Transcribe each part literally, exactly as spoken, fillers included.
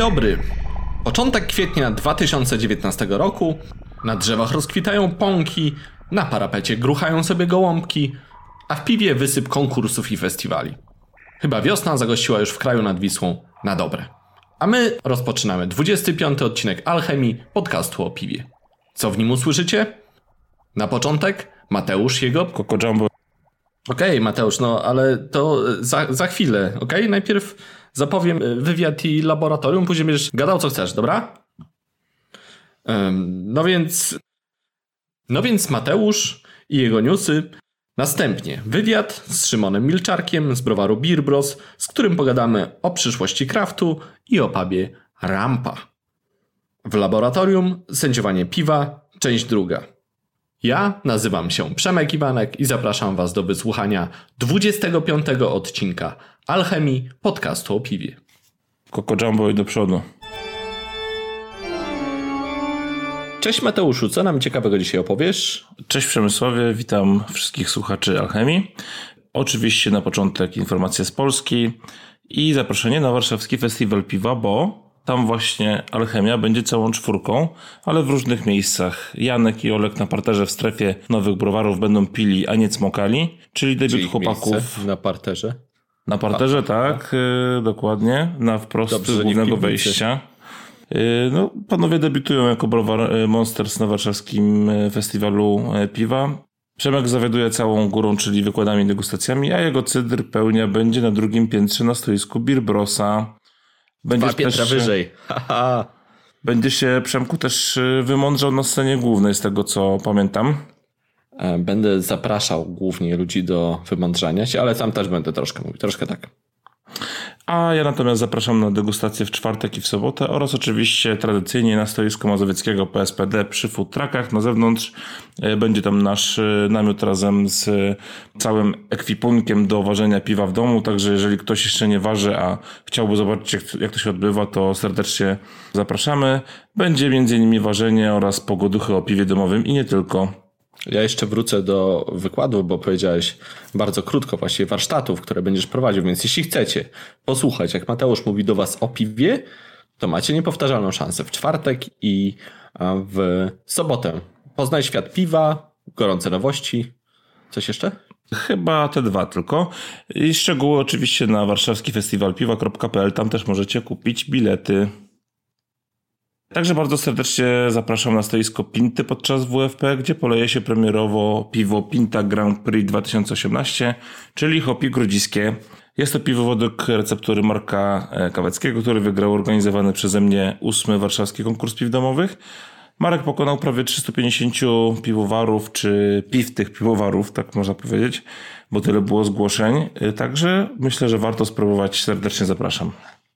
dobry. Początek kwietnia dwa tysiące dziewiętnastego roku. Na drzewach rozkwitają pąki, na parapecie gruchają sobie gołąbki, a w piwie wysyp konkursów i festiwali. Chyba wiosna zagościła już w kraju nad Wisłą na dobre. A my rozpoczynamy dwudziesty piąty odcinek Alchemii, podcastu o piwie. Co w nim usłyszycie? Na początek Mateusz, jego... Coco Jumbo. Okej, okay, Mateusz, no ale to za, za chwilę, okej? Okay? Najpierw zapowiem wywiad i laboratorium, później będziesz gadał co chcesz, dobra? Um, no więc... No więc Mateusz i jego newsy. Następnie wywiad z Szymonem Milczarkiem z browaru Beer Bros, z którym pogadamy o przyszłości craftu i o pubie Rampa. W laboratorium sędziowanie piwa, część druga. Ja nazywam się Przemek Iwanek i zapraszam Was do wysłuchania dwudziestego piątego odcinka Alchemii, podcastu o piwie. Coco Jumbo i do przodu. Cześć Mateuszu, co nam ciekawego dzisiaj opowiesz? Cześć Przemysławie, witam wszystkich słuchaczy Alchemii. Oczywiście na początek informacje z Polski i zaproszenie na warszawski festiwal piwa, bo tam właśnie Alchemia będzie całą czwórką, ale w różnych miejscach. Janek i Olek na parterze w strefie nowych browarów będą pili, a nie cmokali, czyli debiut czyli chłopaków. Na parterze? Na parterze, a, tak, yy, dokładnie, na wprost Dobrze, głównego wejścia. No, panowie debiutują jako browar Monsters na warszawskim festiwalu piwa. Przemek zawiaduje całą górą, czyli wykładami i degustacjami, a jego cydr pełnia będzie na drugim piętrze na stoisku Beer Brosa. Dwa piętra wyżej. Będzie się, Przemku, też wymądrzał na scenie głównej, z tego co pamiętam. Będę zapraszał głównie ludzi do wymądrzania się, ale sam też będę troszkę mówił, troszkę tak. A ja natomiast zapraszam na degustację w czwartek i w sobotę oraz oczywiście tradycyjnie na stoisku mazowieckiego P S P D przy food truckach na zewnątrz. Będzie tam nasz namiot razem z całym ekwipunkiem do ważenia piwa w domu, także jeżeli ktoś jeszcze nie waży, a chciałby zobaczyć jak, jak to się odbywa, to serdecznie zapraszamy. Będzie między innymi ważenie oraz pogoduchy o piwie domowym i nie tylko. Ja jeszcze wrócę do wykładu, bo powiedziałeś bardzo krótko właściwie warsztatów, które będziesz prowadził, więc jeśli chcecie posłuchać, jak Mateusz mówi do Was o piwie, to macie niepowtarzalną szansę w czwartek i w sobotę. Poznaj świat piwa, gorące nowości. Coś jeszcze? Chyba te dwa tylko. I szczegóły oczywiście na warszawski festiwal piwa kropka p l. Tam też możecie kupić bilety. Także bardzo serdecznie zapraszam na stoisko Pinty podczas W F P, gdzie poleje się premierowo piwo Pinta Grand Prix dwa tysiące osiemnaście, czyli Hopi Grodziskie. Jest to piwo według receptury Marka Kaweckiego, który wygrał organizowany przeze mnie ósmy warszawski konkurs piw domowych. Marek pokonał prawie trzysta pięćdziesiąt piwowarów, czy piw tych piwowarów, tak można powiedzieć, bo tyle było zgłoszeń. Także myślę, że warto spróbować. Serdecznie zapraszam.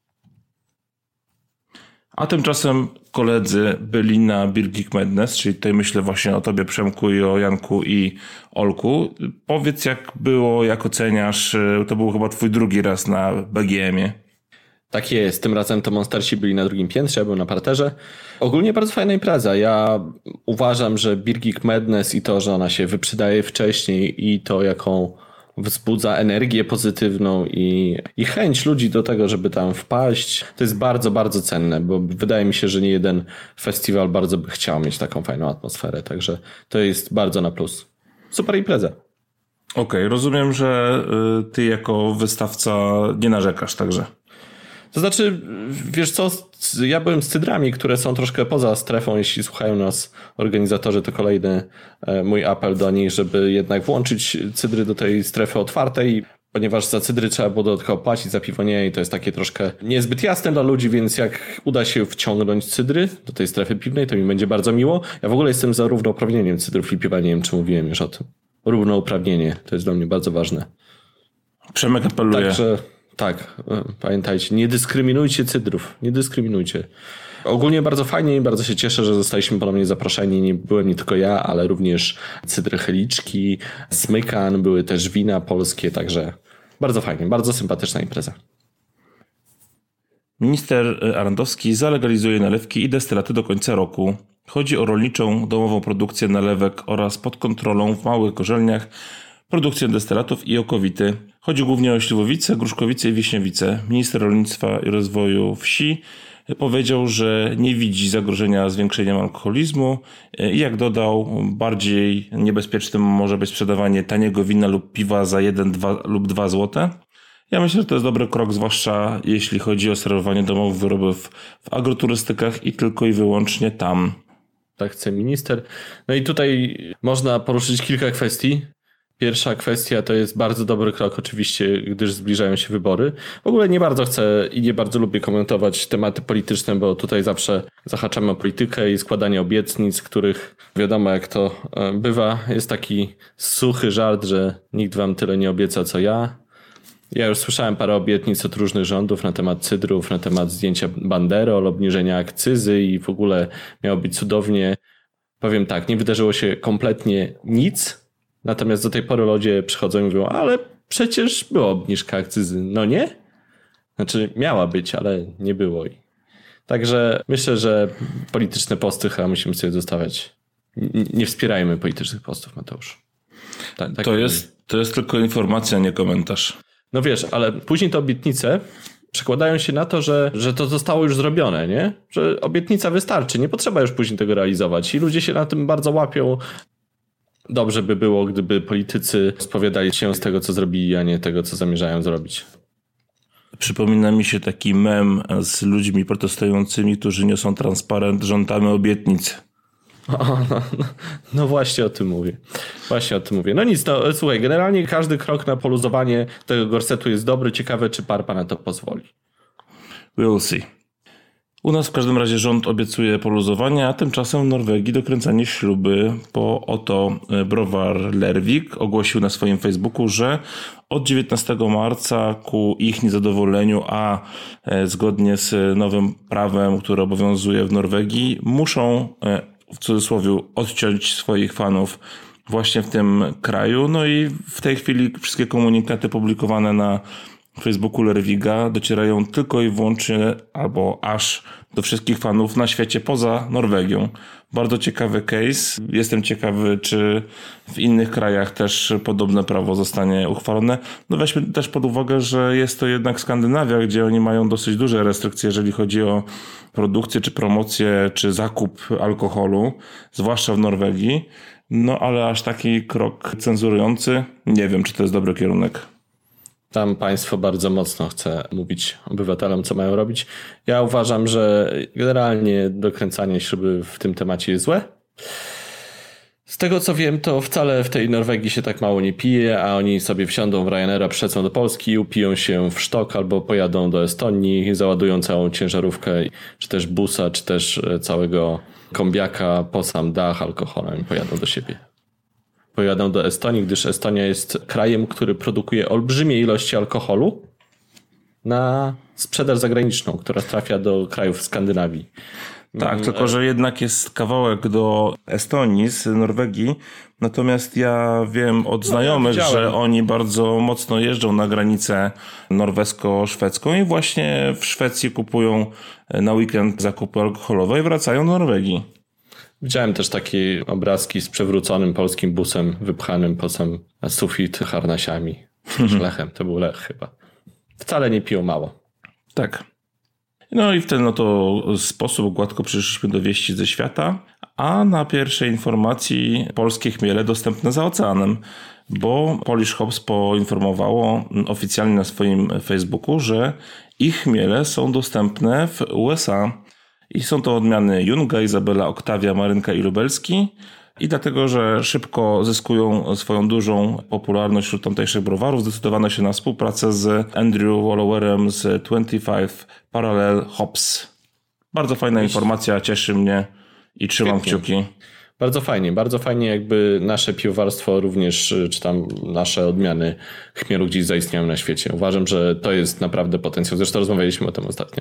A tymczasem koledzy byli na Beer Geek Madness, czyli tutaj myślę właśnie o tobie, Przemku, i o Janku i Olku. Powiedz, jak było, jak oceniasz, to był chyba twój drugi raz na B G M-ie. Tak jest, tym razem to Monstersi byli na drugim piętrze, ja byłem na parterze. Ogólnie bardzo fajna impreza. Ja uważam, że Beer Geek Madness i to, że ona się wyprzedaje wcześniej i to, jaką wzbudza energię pozytywną i, i chęć ludzi do tego, żeby tam wpaść. To jest bardzo, bardzo cenne, bo wydaje mi się, że nie jeden festiwal bardzo by chciał mieć taką fajną atmosferę, także to jest bardzo na plus. Super impreza. Okej, okay, rozumiem, że ty jako wystawca nie narzekasz także. To znaczy, wiesz co, ja byłem z cydrami, które są troszkę poza strefą. Jeśli słuchają nas organizatorzy, to kolejny mój apel do nich, żeby jednak włączyć cydry do tej strefy otwartej, ponieważ za cydry trzeba było dodatkowo płacić, za piwo nie, i to jest takie troszkę niezbyt jasne dla ludzi, więc jak uda się wciągnąć cydry do tej strefy piwnej, to mi będzie bardzo miło. Ja w ogóle jestem za równouprawnieniem cydrów i piwa, nie wiem, czy mówiłem już o tym. Równouprawnienie, to jest dla mnie bardzo ważne. Przemek apeluje. Także... Tak, pamiętajcie, nie dyskryminujcie cydrów, nie dyskryminujcie. Ogólnie bardzo fajnie i bardzo się cieszę, że zostaliśmy ponownie zaproszeni. Nie byłem nie tylko ja, ale również cydry Cheliczki, Smykan, były też wina polskie, także bardzo fajnie, bardzo sympatyczna impreza. Minister Arandowski zalegalizuje nalewki i destylaty do końca roku. Chodzi o rolniczą, domową produkcję nalewek oraz pod kontrolą w małych gorzelniach produkcję destylatów i okowity. Chodzi głównie o śliwowice, gruszkowice i wiśniowice. Minister Rolnictwa i Rozwoju Wsi powiedział, że nie widzi zagrożenia zwiększeniem alkoholizmu i jak dodał, bardziej niebezpiecznym może być sprzedawanie taniego wina lub piwa za jeden dwa lub dwa złote. Ja myślę, że to jest dobry krok, zwłaszcza jeśli chodzi o serwowanie domowych wyrobów w agroturystykach i tylko i wyłącznie tam. Tak chce minister. No i tutaj można poruszyć kilka kwestii. Pierwsza kwestia to jest bardzo dobry krok oczywiście, gdyż zbliżają się wybory. W ogóle nie bardzo chcę i nie bardzo lubię komentować tematy polityczne, bo tutaj zawsze zahaczamy o politykę i składanie obietnic, których wiadomo jak to bywa. Jest taki suchy żart, że nikt wam tyle nie obieca co ja. Ja już słyszałem parę obietnic od różnych rządów na temat cydrów, na temat zdjęcia banderol, obniżenia akcyzy i w ogóle miało być cudownie. Powiem tak, nie wydarzyło się kompletnie nic, natomiast do tej pory ludzie przychodzą i mówią, ale przecież była obniżka akcyzy. No nie? Znaczy miała być, ale nie było. Także myślę, że polityczne posty chyba musimy sobie zostawiać. Nie wspierajmy politycznych postów, Mateusz. Tak, tak to, jest, to jest tylko informacja, nie komentarz. No wiesz, ale później te obietnice przekładają się na to, że, że to zostało już zrobione, nie? Że obietnica wystarczy, nie potrzeba już później tego realizować i ludzie się na tym bardzo łapią. Dobrze by było, gdyby politycy spowiadali się z tego, co zrobili, a nie tego, co zamierzają zrobić. Przypomina mi się taki mem z ludźmi protestującymi, którzy niosą transparent żądamy obietnic. O, no, no, no właśnie o tym mówię. Właśnie o tym mówię. No nic, no słuchaj, generalnie każdy krok na poluzowanie tego gorsetu jest dobry. Ciekawe, czy Parpa na to pozwoli. We'll see. U nas w każdym razie rząd obiecuje poluzowanie, a tymczasem w Norwegii dokręcanie śluby, bo oto browar Lervik ogłosił na swoim Facebooku, że od dziewiętnastego marca ku ich niezadowoleniu, a zgodnie z nowym prawem, które obowiązuje w Norwegii, muszą w cudzysłowie odciąć swoich fanów właśnie w tym kraju. No i w tej chwili wszystkie komunikaty publikowane na Facebooku Lerviga docierają tylko i wyłącznie albo aż do wszystkich fanów na świecie poza Norwegią. Bardzo ciekawy case. Jestem ciekawy, czy w innych krajach też podobne prawo zostanie uchwalone. No weźmy też pod uwagę, że jest to jednak Skandynawia, gdzie oni mają dosyć duże restrykcje, jeżeli chodzi o produkcję, czy promocję, czy zakup alkoholu, zwłaszcza w Norwegii. No ale aż taki krok cenzurujący, nie wiem, czy to jest dobry kierunek. Tam państwo bardzo mocno chce mówić obywatelom, co mają robić. Ja uważam, że generalnie dokręcanie śruby w tym temacie jest złe. Z tego co wiem, to wcale w tej Norwegii się tak mało nie pije, a oni sobie wsiądą w Ryanaira, przylecą do Polski, upiją się w sztok albo pojadą do Estonii, załadują całą ciężarówkę, czy też busa, czy też całego kombiaka po sam dach alkoholem i pojadą do siebie. Pojadą do Estonii, gdyż Estonia jest krajem, który produkuje olbrzymie ilości alkoholu na sprzedaż zagraniczną, która trafia do krajów Skandynawii. Tak, tylko że jednak jest kawałek do Estonii z Norwegii, natomiast ja wiem od znajomych, no, ja że oni bardzo mocno jeżdżą na granicę norwesko-szwedzką i właśnie w Szwecji kupują na weekend zakupy alkoholowe i wracają do Norwegii. Widziałem też takie obrazki z przewróconym polskim busem wypchanym po sam sufit harnasiami. Lechem, to był Lech chyba. Wcale nie piją mało. Tak. No i w ten oto sposób gładko przyszliśmy do wieści ze świata, a na pierwszej informacji polskie chmiele dostępne za oceanem, bo Polish Hops poinformowało oficjalnie na swoim Facebooku, że ich chmiele są dostępne w U S A. I są to odmiany Junga, Izabela, Oktawia, Marynka i Lubelski. I dlatego, że szybko zyskują swoją dużą popularność wśród tamtejszych browarów, zdecydowano się na współpracę z Andrew Wallowerem z dwadzieścia pięć Parallel Hops. Bardzo fajna informacja, cieszy mnie i trzymam Świetnie. kciuki. Bardzo fajnie, bardzo fajnie jakby nasze piwowarstwo również, czy tam nasze odmiany chmielu gdzieś zaistniały na świecie. Uważam, że to jest naprawdę potencjał. Zresztą rozmawialiśmy o tym ostatnio.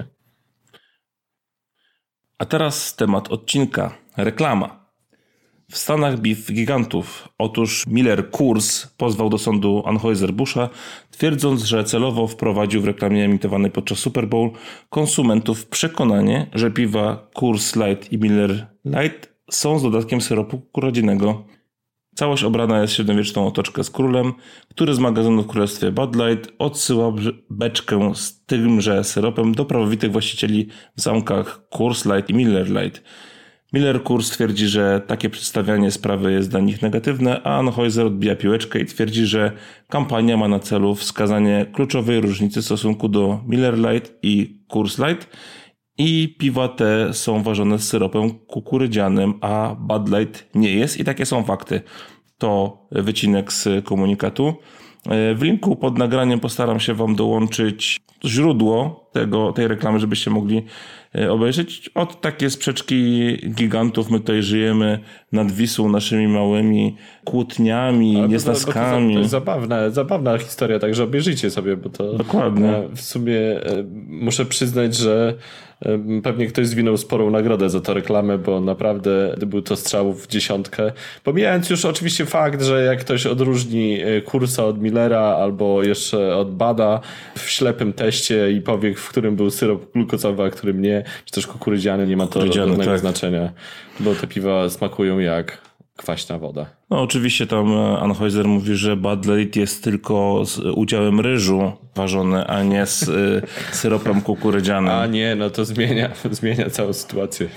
A teraz temat odcinka. Reklama. W Stanach beef gigantów. Otóż Miller Coors pozwał do sądu Anheuser-Buscha, twierdząc, że celowo wprowadził w reklamie emitowanej podczas Super Bowl konsumentów w przekonanie, że piwa Coors Light i Miller Light są z dodatkiem syropu kukurydzianego. Całość obrana jest średniowieczną otoczkę z królem, który z magazynu w królestwie Bud Light odsyła beczkę z tymże syropem do prawowitych właścicieli w zamkach Coors Light i Miller Light. Miller Coors twierdzi, że takie przedstawianie sprawy jest dla nich negatywne, a Anheuser odbija piłeczkę i twierdzi, że kampania ma na celu wskazanie kluczowej różnicy w stosunku do Miller Light i Coors Light i piwa te są ważone z syropem kukurydzianym, a Bud Light nie jest i takie są fakty. To wycinek z komunikatu. W linku pod nagraniem postaram się wam dołączyć źródło tego, tej reklamy, żebyście mogli obejrzeć. Od takie sprzeczki gigantów my tutaj żyjemy nad Wisłą naszymi małymi kłótniami, ale niesnaskami. To, to jest zabawna, zabawna historia, także obejrzyjcie sobie, bo to dokładnie. W sumie muszę przyznać, że pewnie ktoś zwinął sporą nagrodę za tę reklamę, bo naprawdę był to strzał w dziesiątkę. Pomijając już oczywiście fakt, że jak ktoś odróżni Coorsa od Millera albo jeszcze od Buda w ślepym teście i powie, w którym był syrop glukozowy, a którym nie, czy też kukurydziany, nie ma to żadnego tak. znaczenia, bo te piwa smakują jak kwaśna woda. No oczywiście tam Anheuser mówi, że Bud Light jest tylko z udziałem ryżu ważony, a nie z y, syropem kukurydzianym. A nie, no to zmienia, zmienia całą sytuację.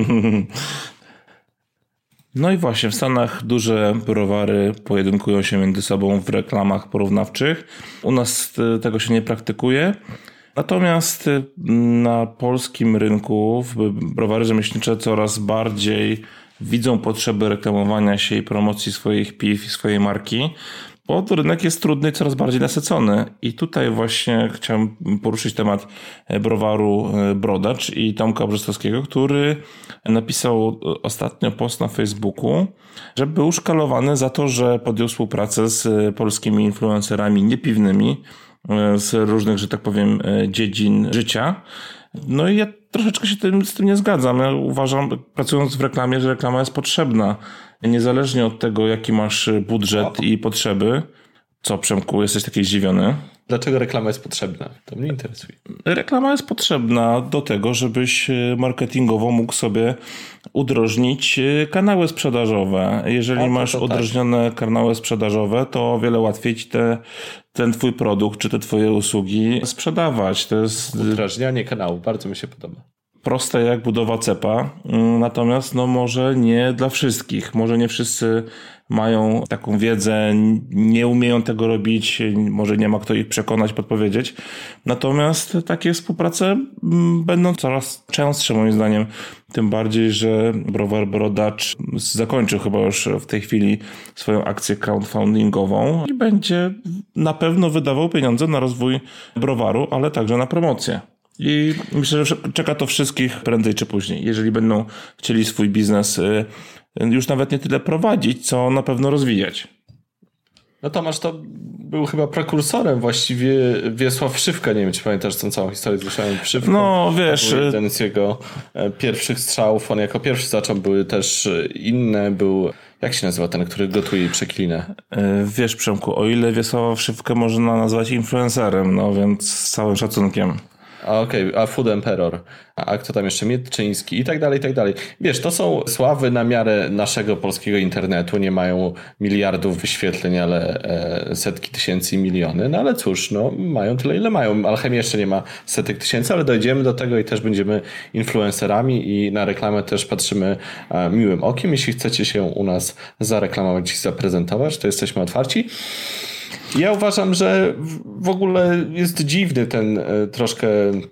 No i właśnie w Stanach duże browary pojedynkują się między sobą w reklamach porównawczych. U nas tego się nie praktykuje. Natomiast na polskim rynku browary rzemieślnicze coraz bardziej widzą potrzeby reklamowania się i promocji swoich piw i swojej marki, bo rynek jest trudny i coraz bardziej nasycony. I tutaj właśnie chciałem poruszyć temat browaru Brodacz i Tomka Brzostowskiego, który napisał ostatnio post na Facebooku, że był szkalowany za to, że podjął współpracę z polskimi influencerami niepiwnymi z różnych, że tak powiem, dziedzin życia. No i ja troszeczkę się tym, z tym nie zgadzam. Ja uważam, pracując w reklamie, że reklama jest potrzebna. Niezależnie od tego, jaki masz budżet o. i potrzeby. Co, Przemku, jesteś taki zdziwiony? Dlaczego reklama jest potrzebna? To mnie interesuje. Reklama jest potrzebna do tego, żebyś marketingowo mógł sobie udrożnić kanały sprzedażowe. Jeżeli to, masz to, to udrożnione tak. kanały sprzedażowe, to o wiele łatwiej ci te, ten twój produkt czy te twoje usługi sprzedawać. To jest udrażnianie kanału, bardzo mi się podoba. Proste jak budowa cepa, natomiast no może nie dla wszystkich. Może nie wszyscy mają taką wiedzę, nie umieją tego robić, może nie ma kto ich przekonać, podpowiedzieć. Natomiast takie współprace będą coraz częstsze moim zdaniem. Tym bardziej, że browar Brodacz zakończył chyba już w tej chwili swoją akcję crowdfundingową i będzie na pewno wydawał pieniądze na rozwój browaru, ale także na promocję. I myślę, że czeka to wszystkich prędzej czy później. Jeżeli będą chcieli swój biznes już nawet nie tyle prowadzić, co na pewno rozwijać. No Tomasz to był chyba prekursorem właściwie Wiesław Szywka. Nie wiem, czy pamiętasz tą całą historię z Wiesławem Szywką. No wiesz. To jeden z jego pierwszych strzałów. On jako pierwszy zaczął. Były też inne. Był... Jak się nazywa ten, który gotuje i przeklinę? Wiesz, Przemku, o ile Wiesława Szywkę można nazwać influencerem, no więc z całym szacunkiem. Okej, okay, a Food Emperor, a kto tam jeszcze? Mietczyński i tak dalej, i tak dalej. Wiesz, to są sławy na miarę naszego polskiego internetu, nie mają miliardów wyświetleń, ale e, setki tysięcy i miliony, no ale cóż, no mają tyle, ile mają. Alchemia jeszcze nie ma setek tysięcy, ale dojdziemy do tego i też będziemy influencerami i na reklamę też patrzymy e, miłym okiem. Jeśli chcecie się u nas zareklamować i zaprezentować, to jesteśmy otwarci. Ja uważam, że w ogóle jest dziwny ten troszkę,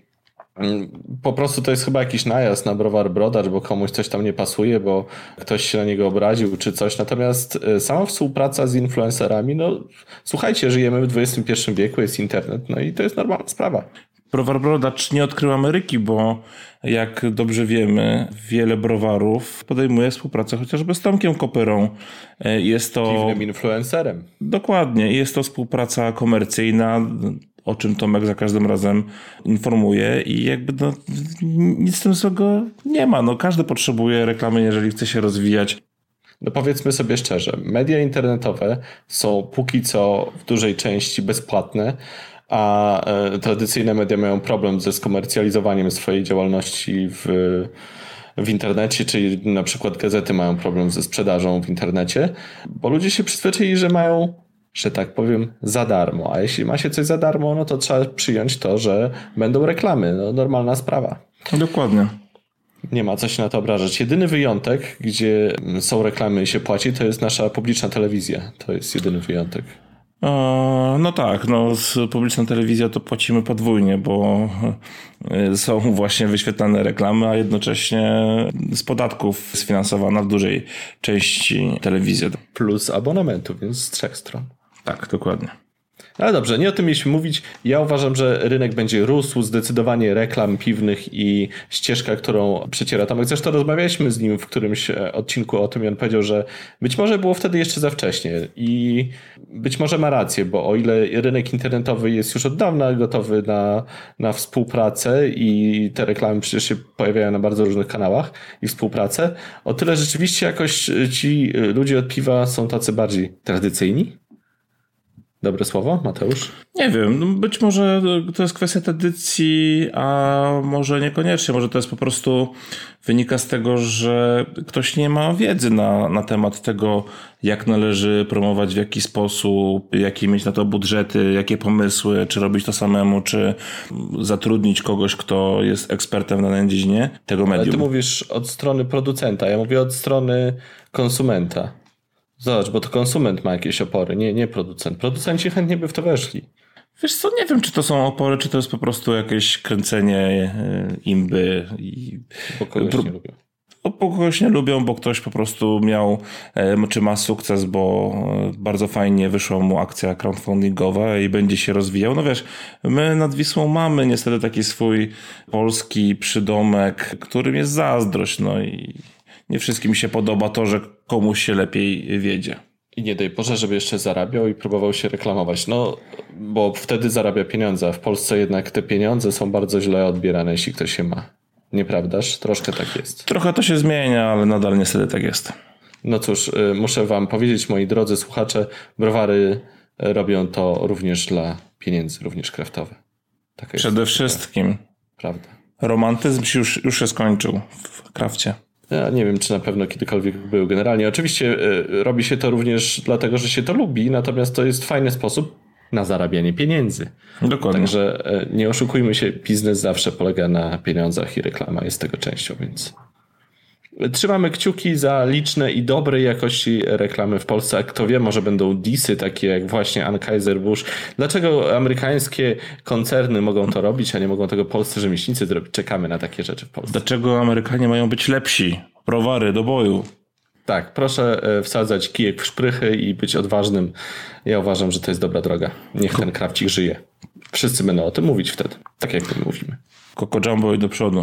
po prostu to jest chyba jakiś najazd na browar Brodacz, bo komuś coś tam nie pasuje, bo ktoś się na niego obraził czy coś. Natomiast sama współpraca z influencerami, no słuchajcie, żyjemy w dwudziestym pierwszym wieku, jest internet, no i to jest normalna sprawa. Browar Brodacz nie odkrył Ameryki, bo jak dobrze wiemy, wiele browarów podejmuje współpracę chociażby z Tomkiem Kopyrą. Jest to... Dziwnym influencerem. Dokładnie. Jest to współpraca komercyjna, o czym Tomek za każdym razem informuje i jakby no, nic z tym złego nie ma. No, każdy potrzebuje reklamy, jeżeli chce się rozwijać. No powiedzmy sobie szczerze, media internetowe są póki co w dużej części bezpłatne, a tradycyjne media mają problem ze skomercjalizowaniem swojej działalności w, w internecie, czyli na przykład gazety mają problem ze sprzedażą w internecie, bo ludzie się przyzwyczaili, że mają, że tak powiem, za darmo. A jeśli ma się coś za darmo, no to trzeba przyjąć to, że będą reklamy. No, normalna sprawa. Dokładnie. Nie ma co się na to obrażać. Jedyny wyjątek, gdzie są reklamy i się płaci, to jest nasza publiczna telewizja. To jest jedyny wyjątek. No tak, no z publiczną telewizją to płacimy podwójnie, bo są właśnie wyświetlane reklamy, a jednocześnie z podatków sfinansowana w dużej części telewizja. Plus abonamentu, więc z trzech stron. Tak, dokładnie. Ale dobrze, nie o tym mieliśmy mówić. Ja uważam, że rynek będzie rósł, zdecydowanie reklam piwnych i ścieżka, którą przeciera Tomek. Zresztą rozmawialiśmy z nim w którymś odcinku o tym i on powiedział, że być może było wtedy jeszcze za wcześnie i być może ma rację, bo o ile rynek internetowy jest już od dawna gotowy na, na współpracę i te reklamy przecież się pojawiają na bardzo różnych kanałach i współpracę, o tyle rzeczywiście jakoś ci ludzie od piwa są tacy bardziej tradycyjni. Dobre słowo, Mateusz? Nie wiem, być może to jest kwestia tradycji, a może niekoniecznie. Może to jest po prostu wynika z tego, że ktoś nie ma wiedzy na, na temat tego, jak należy promować, w jaki sposób, jakie mieć na to budżety, jakie pomysły, czy robić to samemu, czy zatrudnić kogoś, kto jest ekspertem w danej dziedzinie tego medium. Ale ty mówisz od strony producenta, ja mówię od strony konsumenta. Zobacz, bo to konsument ma jakieś opory, nie, nie producent. Producenci chętnie by w to weszli. Wiesz co, nie wiem, czy to są opory, czy to jest po prostu jakieś kręcenie imby. I... Bo kogoś nie lubią. Bo kogoś nie lubią, bo ktoś po prostu miał, czy ma sukces, bo bardzo fajnie wyszła mu akcja crowdfundingowa i będzie się rozwijał. No wiesz, my nad Wisłą mamy niestety taki swój polski przydomek, którym jest zazdrość, no i nie wszystkim się podoba to, że komuś się lepiej wiedzie. I nie daj Boże, żeby jeszcze zarabiał i próbował się reklamować. No, bo wtedy zarabia pieniądze. W Polsce jednak te pieniądze są bardzo źle odbierane, jeśli ktoś je ma. Nieprawdaż? Troszkę tak jest. Trochę to się zmienia, ale nadal niestety tak jest. No cóż, muszę wam powiedzieć, moi drodzy słuchacze, browary robią to również dla pieniędzy, również kraftowe. Taka Przede jest wszystkim. Prawda. Romantyzm się już, już się skończył w krafcie. Ja nie wiem, czy na pewno kiedykolwiek był generalnie. Oczywiście y, robi się to również dlatego, że się to lubi, natomiast to jest fajny sposób na zarabianie pieniędzy. Dokładnie. Także y, nie oszukujmy się, biznes zawsze polega na pieniądzach i reklama jest tego częścią, więc trzymamy kciuki za liczne i dobrej jakości reklamy w Polsce. A kto wie, może będą disy takie jak właśnie Anheuser-Busch. Dlaczego amerykańskie koncerny mogą to robić, a nie mogą tego polscy rzemieślnicy zrobić? Czekamy na takie rzeczy w Polsce. Dlaczego Amerykanie mają być lepsi? Browary do boju. Tak, proszę wsadzać kijek w szprychy i być odważnym. Ja uważam, że to jest dobra droga. Niech ten krawcik żyje. Wszyscy będą o tym mówić wtedy, tak jak my mówimy. Coco Jumbo i do przodu.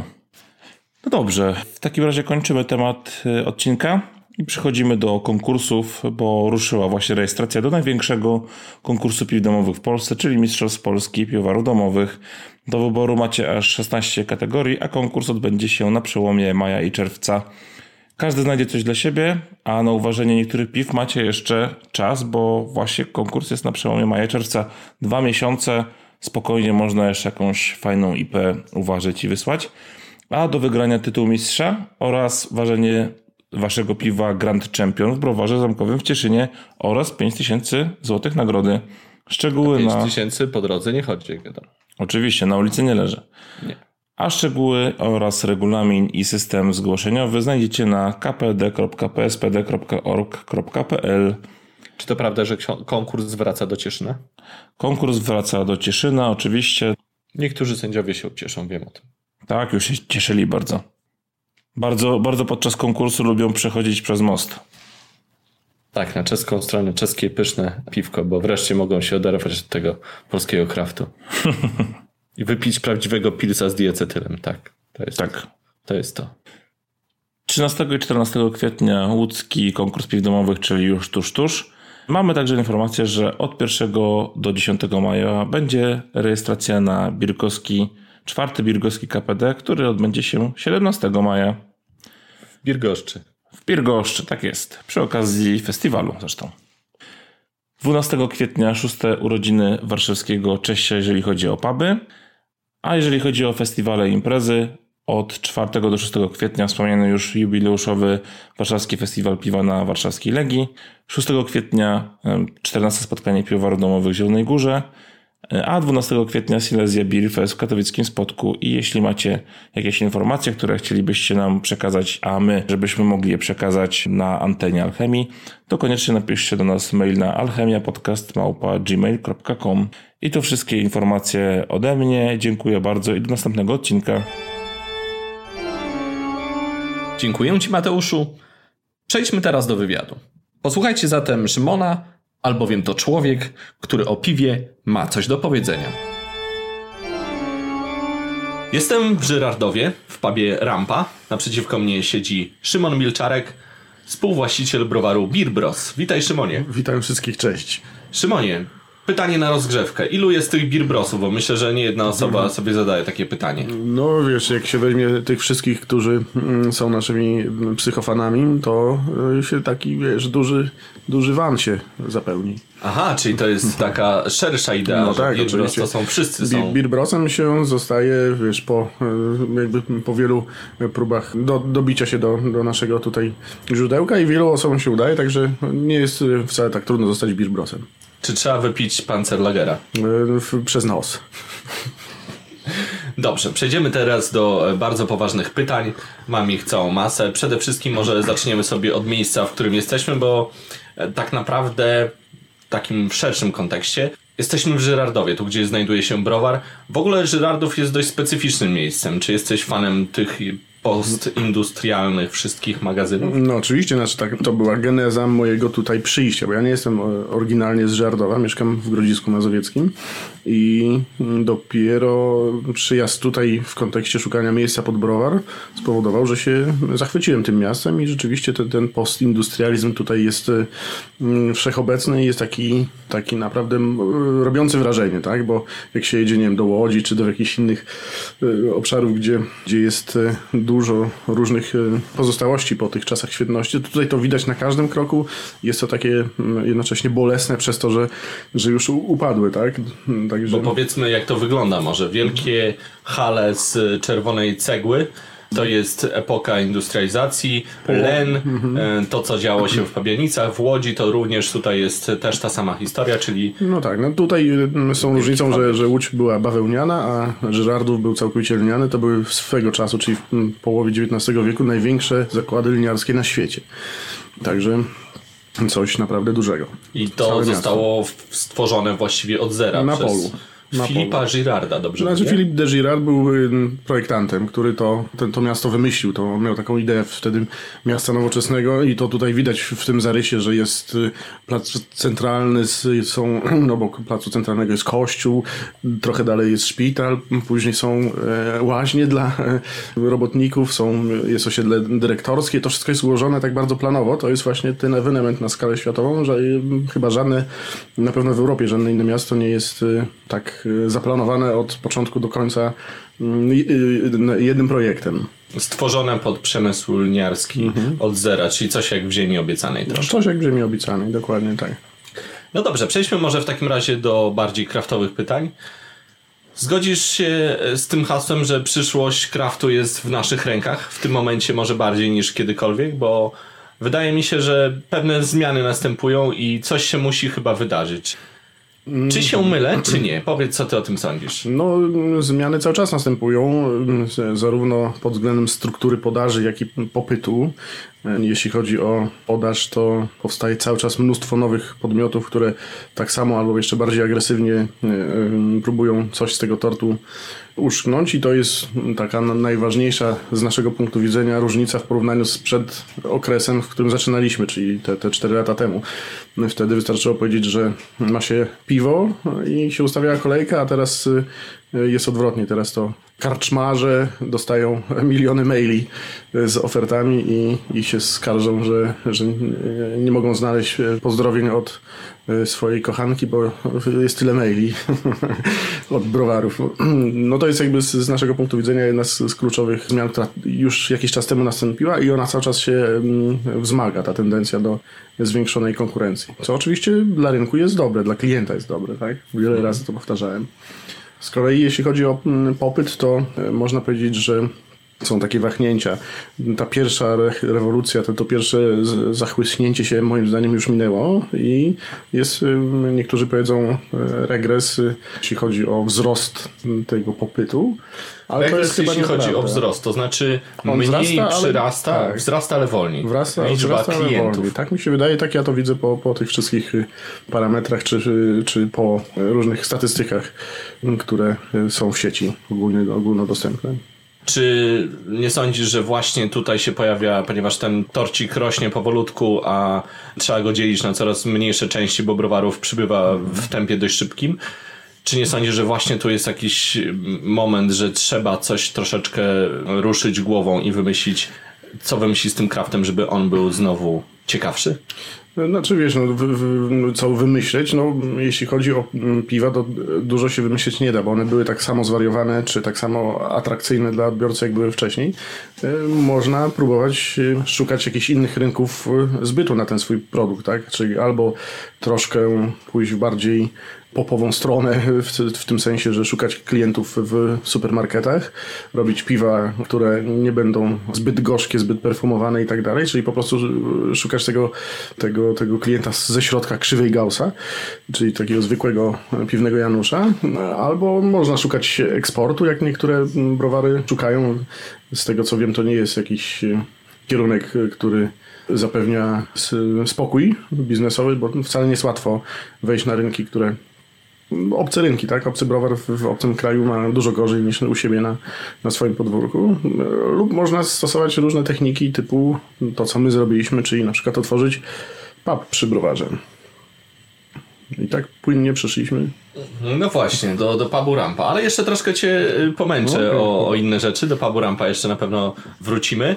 No dobrze, w takim razie kończymy temat odcinka i przechodzimy do konkursów, bo ruszyła właśnie rejestracja do największego konkursu piw domowych w Polsce, czyli Mistrzostw Polski Piwowarów Domowych. Do wyboru macie aż szesnaście kategorii, a konkurs odbędzie się na przełomie maja i czerwca. Każdy znajdzie coś dla siebie, a na uważenie niektórych piw macie jeszcze czas, bo właśnie konkurs jest na przełomie maja i czerwca. Dwa miesiące, spokojnie można jeszcze jakąś fajną I P uważać i wysłać. A do wygrania tytułu mistrza oraz ważenie waszego piwa Grand Champion w browarze zamkowym w Cieszynie oraz pięć tysięcy złotych nagrody. Szczegóły pięć na... pięć tysięcy po drodze nie chodzi, jak wiadomo. Oczywiście, na ulicy nie leży. Nie. A szczegóły oraz regulamin i system zgłoszeniowy znajdziecie na k p d kropka p s p d kropka org kropka p l. Czy to prawda, że konkurs wraca do Cieszyna? Konkurs wraca do Cieszyna, oczywiście. Niektórzy sędziowie się ucieszą, wiem o tym. Tak, już się cieszyli bardzo. Bardzo, bardzo podczas konkursu lubią przechodzić przez most. Tak, na czeską stronę, czeskie pyszne piwko, bo wreszcie mogą się oderwać od tego polskiego kraftu. I wypić prawdziwego pilsa z diacetylem, tak. To jest, tak. To jest to. trzynastego i czternastego kwietnia łódzki konkurs piw domowych, czyli już tuż, tuż. Mamy także informację, że od pierwszego do dziesiątego maja będzie rejestracja na Birkowski, czwarty Birkowski K P D, który odbędzie się siedemnastego maja. W Biergoszczy. W Biergoszczy, tak jest. Przy okazji festiwalu zresztą. dwunastego kwietnia szóste urodziny warszawskiego Cześcia, jeżeli chodzi o puby. A jeżeli chodzi o festiwale i imprezy, od czwartego do szóstego kwietnia wspomniany już jubileuszowy Warszawski Festiwal Piwa na warszawskiej Legii. szóstego kwietnia czternaste spotkanie piwowarów domowych w Zielonej Górze, a dwunastego kwietnia Silesia Beer Fest w katowickim Spodku. I jeśli macie jakieś informacje, które chcielibyście nam przekazać, a my, żebyśmy mogli je przekazać na antenie Alchemii, to koniecznie napiszcie do nas mail na alchemiapodcast małpa gmail kropka com. I to wszystkie informacje ode mnie. Dziękuję bardzo i do następnego odcinka. Dziękuję Ci, Mateuszu. Przejdźmy teraz do wywiadu. Posłuchajcie zatem Szymona, albowiem to człowiek, który o piwie ma coś do powiedzenia. Jestem w Żyrardowie, w pubie Rampa. Naprzeciwko mnie siedzi Szymon Milczarek, współwłaściciel browaru Beer Bros. Witaj, Szymonie. Witam wszystkich, cześć. Szymonie, pytanie na rozgrzewkę. Ilu jest tych Beer Brosów? Bo myślę, że nie jedna osoba mhm. sobie zadaje takie pytanie. No wiesz, jak się weźmie tych wszystkich, którzy są naszymi psychofanami, to się taki, wiesz, duży, duży van się zapełni. Aha, czyli to jest taka szersza idea, no że tak, Beer Bros to są wszyscy są. Beer Brosem się zostaje, wiesz, po, jakby po wielu próbach do, dobicia się do, do naszego tutaj źródełka i wielu osobom się udaje, także nie jest wcale tak trudno zostać Beer Brosem. Czy trzeba wypić Panzerlagera? Yy, przez nos. Dobrze, przejdziemy teraz do bardzo poważnych pytań. Mam ich całą masę. Przede wszystkim może zaczniemy sobie od miejsca, w którym jesteśmy, bo tak naprawdę w takim szerszym kontekście jesteśmy w Żyrardowie, tu gdzie znajduje się browar. W ogóle Żyrardów jest dość specyficznym miejscem. Czy jesteś fanem tych postindustrialnych wszystkich magazynów? No oczywiście, znaczy tak, to była geneza mojego tutaj przyjścia, bo ja nie jestem oryginalnie z Żyrardowa, mieszkam w Grodzisku Mazowieckim i dopiero przyjazd tutaj w kontekście szukania miejsca pod browar spowodował, że się zachwyciłem tym miastem i rzeczywiście ten, ten postindustrializm tutaj jest wszechobecny i jest taki, taki naprawdę robiący wrażenie, tak? Bo jak się jedzie, nie wiem, do Łodzi czy do jakichś innych obszarów, gdzie, gdzie jest dużo różnych pozostałości po tych czasach świetności, to tutaj to widać na każdym kroku. Jest to takie jednocześnie bolesne przez to, że, że już upadły, tak? Także... Bo powiedzmy, jak to wygląda może. Wielkie hale z czerwonej cegły, to jest epoka industrializacji, Len, mhm. to co działo się w Pabianicach, w Łodzi, to również tutaj jest też ta sama historia, czyli... No tak, no tutaj z tą różnicą, że, że Łódź była bawełniana, a Żyrardów był całkowicie lniany, to były swego czasu, czyli w połowie dziewiętnastego wieku, największe zakłady lniarskie na świecie. Także coś naprawdę dużego. I to Całe zostało miasto. stworzone właściwie od zera na przez... polu. Filipa Girarda, dobrze Znaczy mówię? Philippe de Girard był projektantem, który to, ten, to miasto wymyślił. To on miał taką ideę wtedy miasta nowoczesnego i to tutaj widać w tym zarysie, że jest plac centralny, są obok placu centralnego jest kościół, trochę dalej jest szpital, później są łaźnie dla robotników, są, jest osiedle dyrektorskie. To wszystko jest ułożone tak bardzo planowo. To jest właśnie ten ewenement na skalę światową, że chyba żadne, na pewno w Europie żadne inne miasto nie jest tak zaplanowane od początku do końca jednym projektem. Stworzone pod przemysł lniarski mhm. od zera, czyli coś jak w Ziemi Obiecanej troszkę. Coś jak w Ziemi Obiecanej, dokładnie tak. No dobrze, przejdźmy może w takim razie do bardziej kraftowych pytań. Zgodzisz się z tym hasłem, że przyszłość kraftu jest w naszych rękach? W tym momencie może bardziej niż kiedykolwiek, bo wydaje mi się, że pewne zmiany następują i coś się musi chyba wydarzyć. Czy się mylę, czy nie? Powiedz, co ty o tym sądzisz. No, zmiany cały czas następują, zarówno pod względem struktury podaży, jak i popytu. Jeśli chodzi o podaż, to powstaje cały czas mnóstwo nowych podmiotów, które tak samo albo jeszcze bardziej agresywnie próbują coś z tego tortu uszknąć i to jest taka najważniejsza z naszego punktu widzenia różnica w porównaniu z przed okresem, w którym zaczynaliśmy, czyli te, te cztery lata temu. Wtedy wystarczyło powiedzieć, że ma się piwo i się ustawiała kolejka, a teraz jest odwrotnie. Teraz to karczmarze dostają miliony maili z ofertami i, i się skarżą, że, że nie mogą znaleźć pozdrowień od swojej kochanki, bo jest tyle maili od browarów. No to jest jakby z, z naszego punktu widzenia jedna z, z kluczowych zmian, która już jakiś czas temu nastąpiła i ona cały czas się wzmaga, ta tendencja do zwiększonej konkurencji. Co oczywiście dla rynku jest dobre, dla klienta jest dobre, tak? Wiele razy to powtarzałem. Z kolei jeśli chodzi o popyt, to można powiedzieć, że są takie wahnięcia. Ta pierwsza re- rewolucja, to, to pierwsze z- zachłysnięcie się moim zdaniem już minęło i jest, y, niektórzy powiedzą, y, regres, y, jeśli chodzi o wzrost tego popytu. Ale regres, to jest jeśli chyba chodzi nieprawda. o wzrost, to znaczy On mniej wzrasta, ale- przyrasta, tak. wzrasta, ale wolniej. Wzrasta, Liczba wzrasta ale klientów. wolniej. Tak mi się wydaje, tak ja to widzę po, po tych wszystkich y, parametrach, czy, czy po różnych statystykach, y, które y, są w sieci ogólnie, ogólnodostępne. Czy nie sądzisz, że właśnie tutaj się pojawia, ponieważ ten torcik rośnie powolutku, a trzeba go dzielić na coraz mniejsze części, bo browarów przybywa w tempie dość szybkim? Czy nie sądzisz, że właśnie tu jest jakiś moment, że trzeba coś troszeczkę ruszyć głową i wymyślić, co wymyślić z tym craftem, żeby on był znowu ciekawszy? Znaczy wiesz, no, wy, wy, co wymyśleć, no jeśli chodzi o piwa, to dużo się wymyśleć nie da, bo one były tak samo zwariowane, czy tak samo atrakcyjne dla odbiorcy, jak były wcześniej. Można próbować szukać jakichś innych rynków zbytu na ten swój produkt, tak? Czyli albo troszkę pójść w bardziej popową stronę, w, w tym sensie, że szukać klientów w supermarketach, robić piwa, które nie będą zbyt gorzkie, zbyt perfumowane i tak dalej, czyli po prostu szukać tego, tego, tego klienta ze środka krzywej Gaussa, czyli takiego zwykłego piwnego Janusza, albo można szukać eksportu, jak niektóre browary szukają. Z tego co wiem, to nie jest jakiś kierunek, który zapewnia spokój biznesowy, bo wcale nie jest łatwo wejść na rynki, które obce rynki, tak? Obcy browar w, w obcym kraju ma dużo gorzej niż u siebie na, na swoim podwórku. Lub można stosować różne techniki typu to, co my zrobiliśmy, czyli na przykład otworzyć pub przy browarze. I tak płynnie przeszliśmy. No właśnie, do, do pubu Rampa. Ale jeszcze troszkę cię pomęczę Okay. o, o inne rzeczy. Do pubu Rampa jeszcze na pewno wrócimy.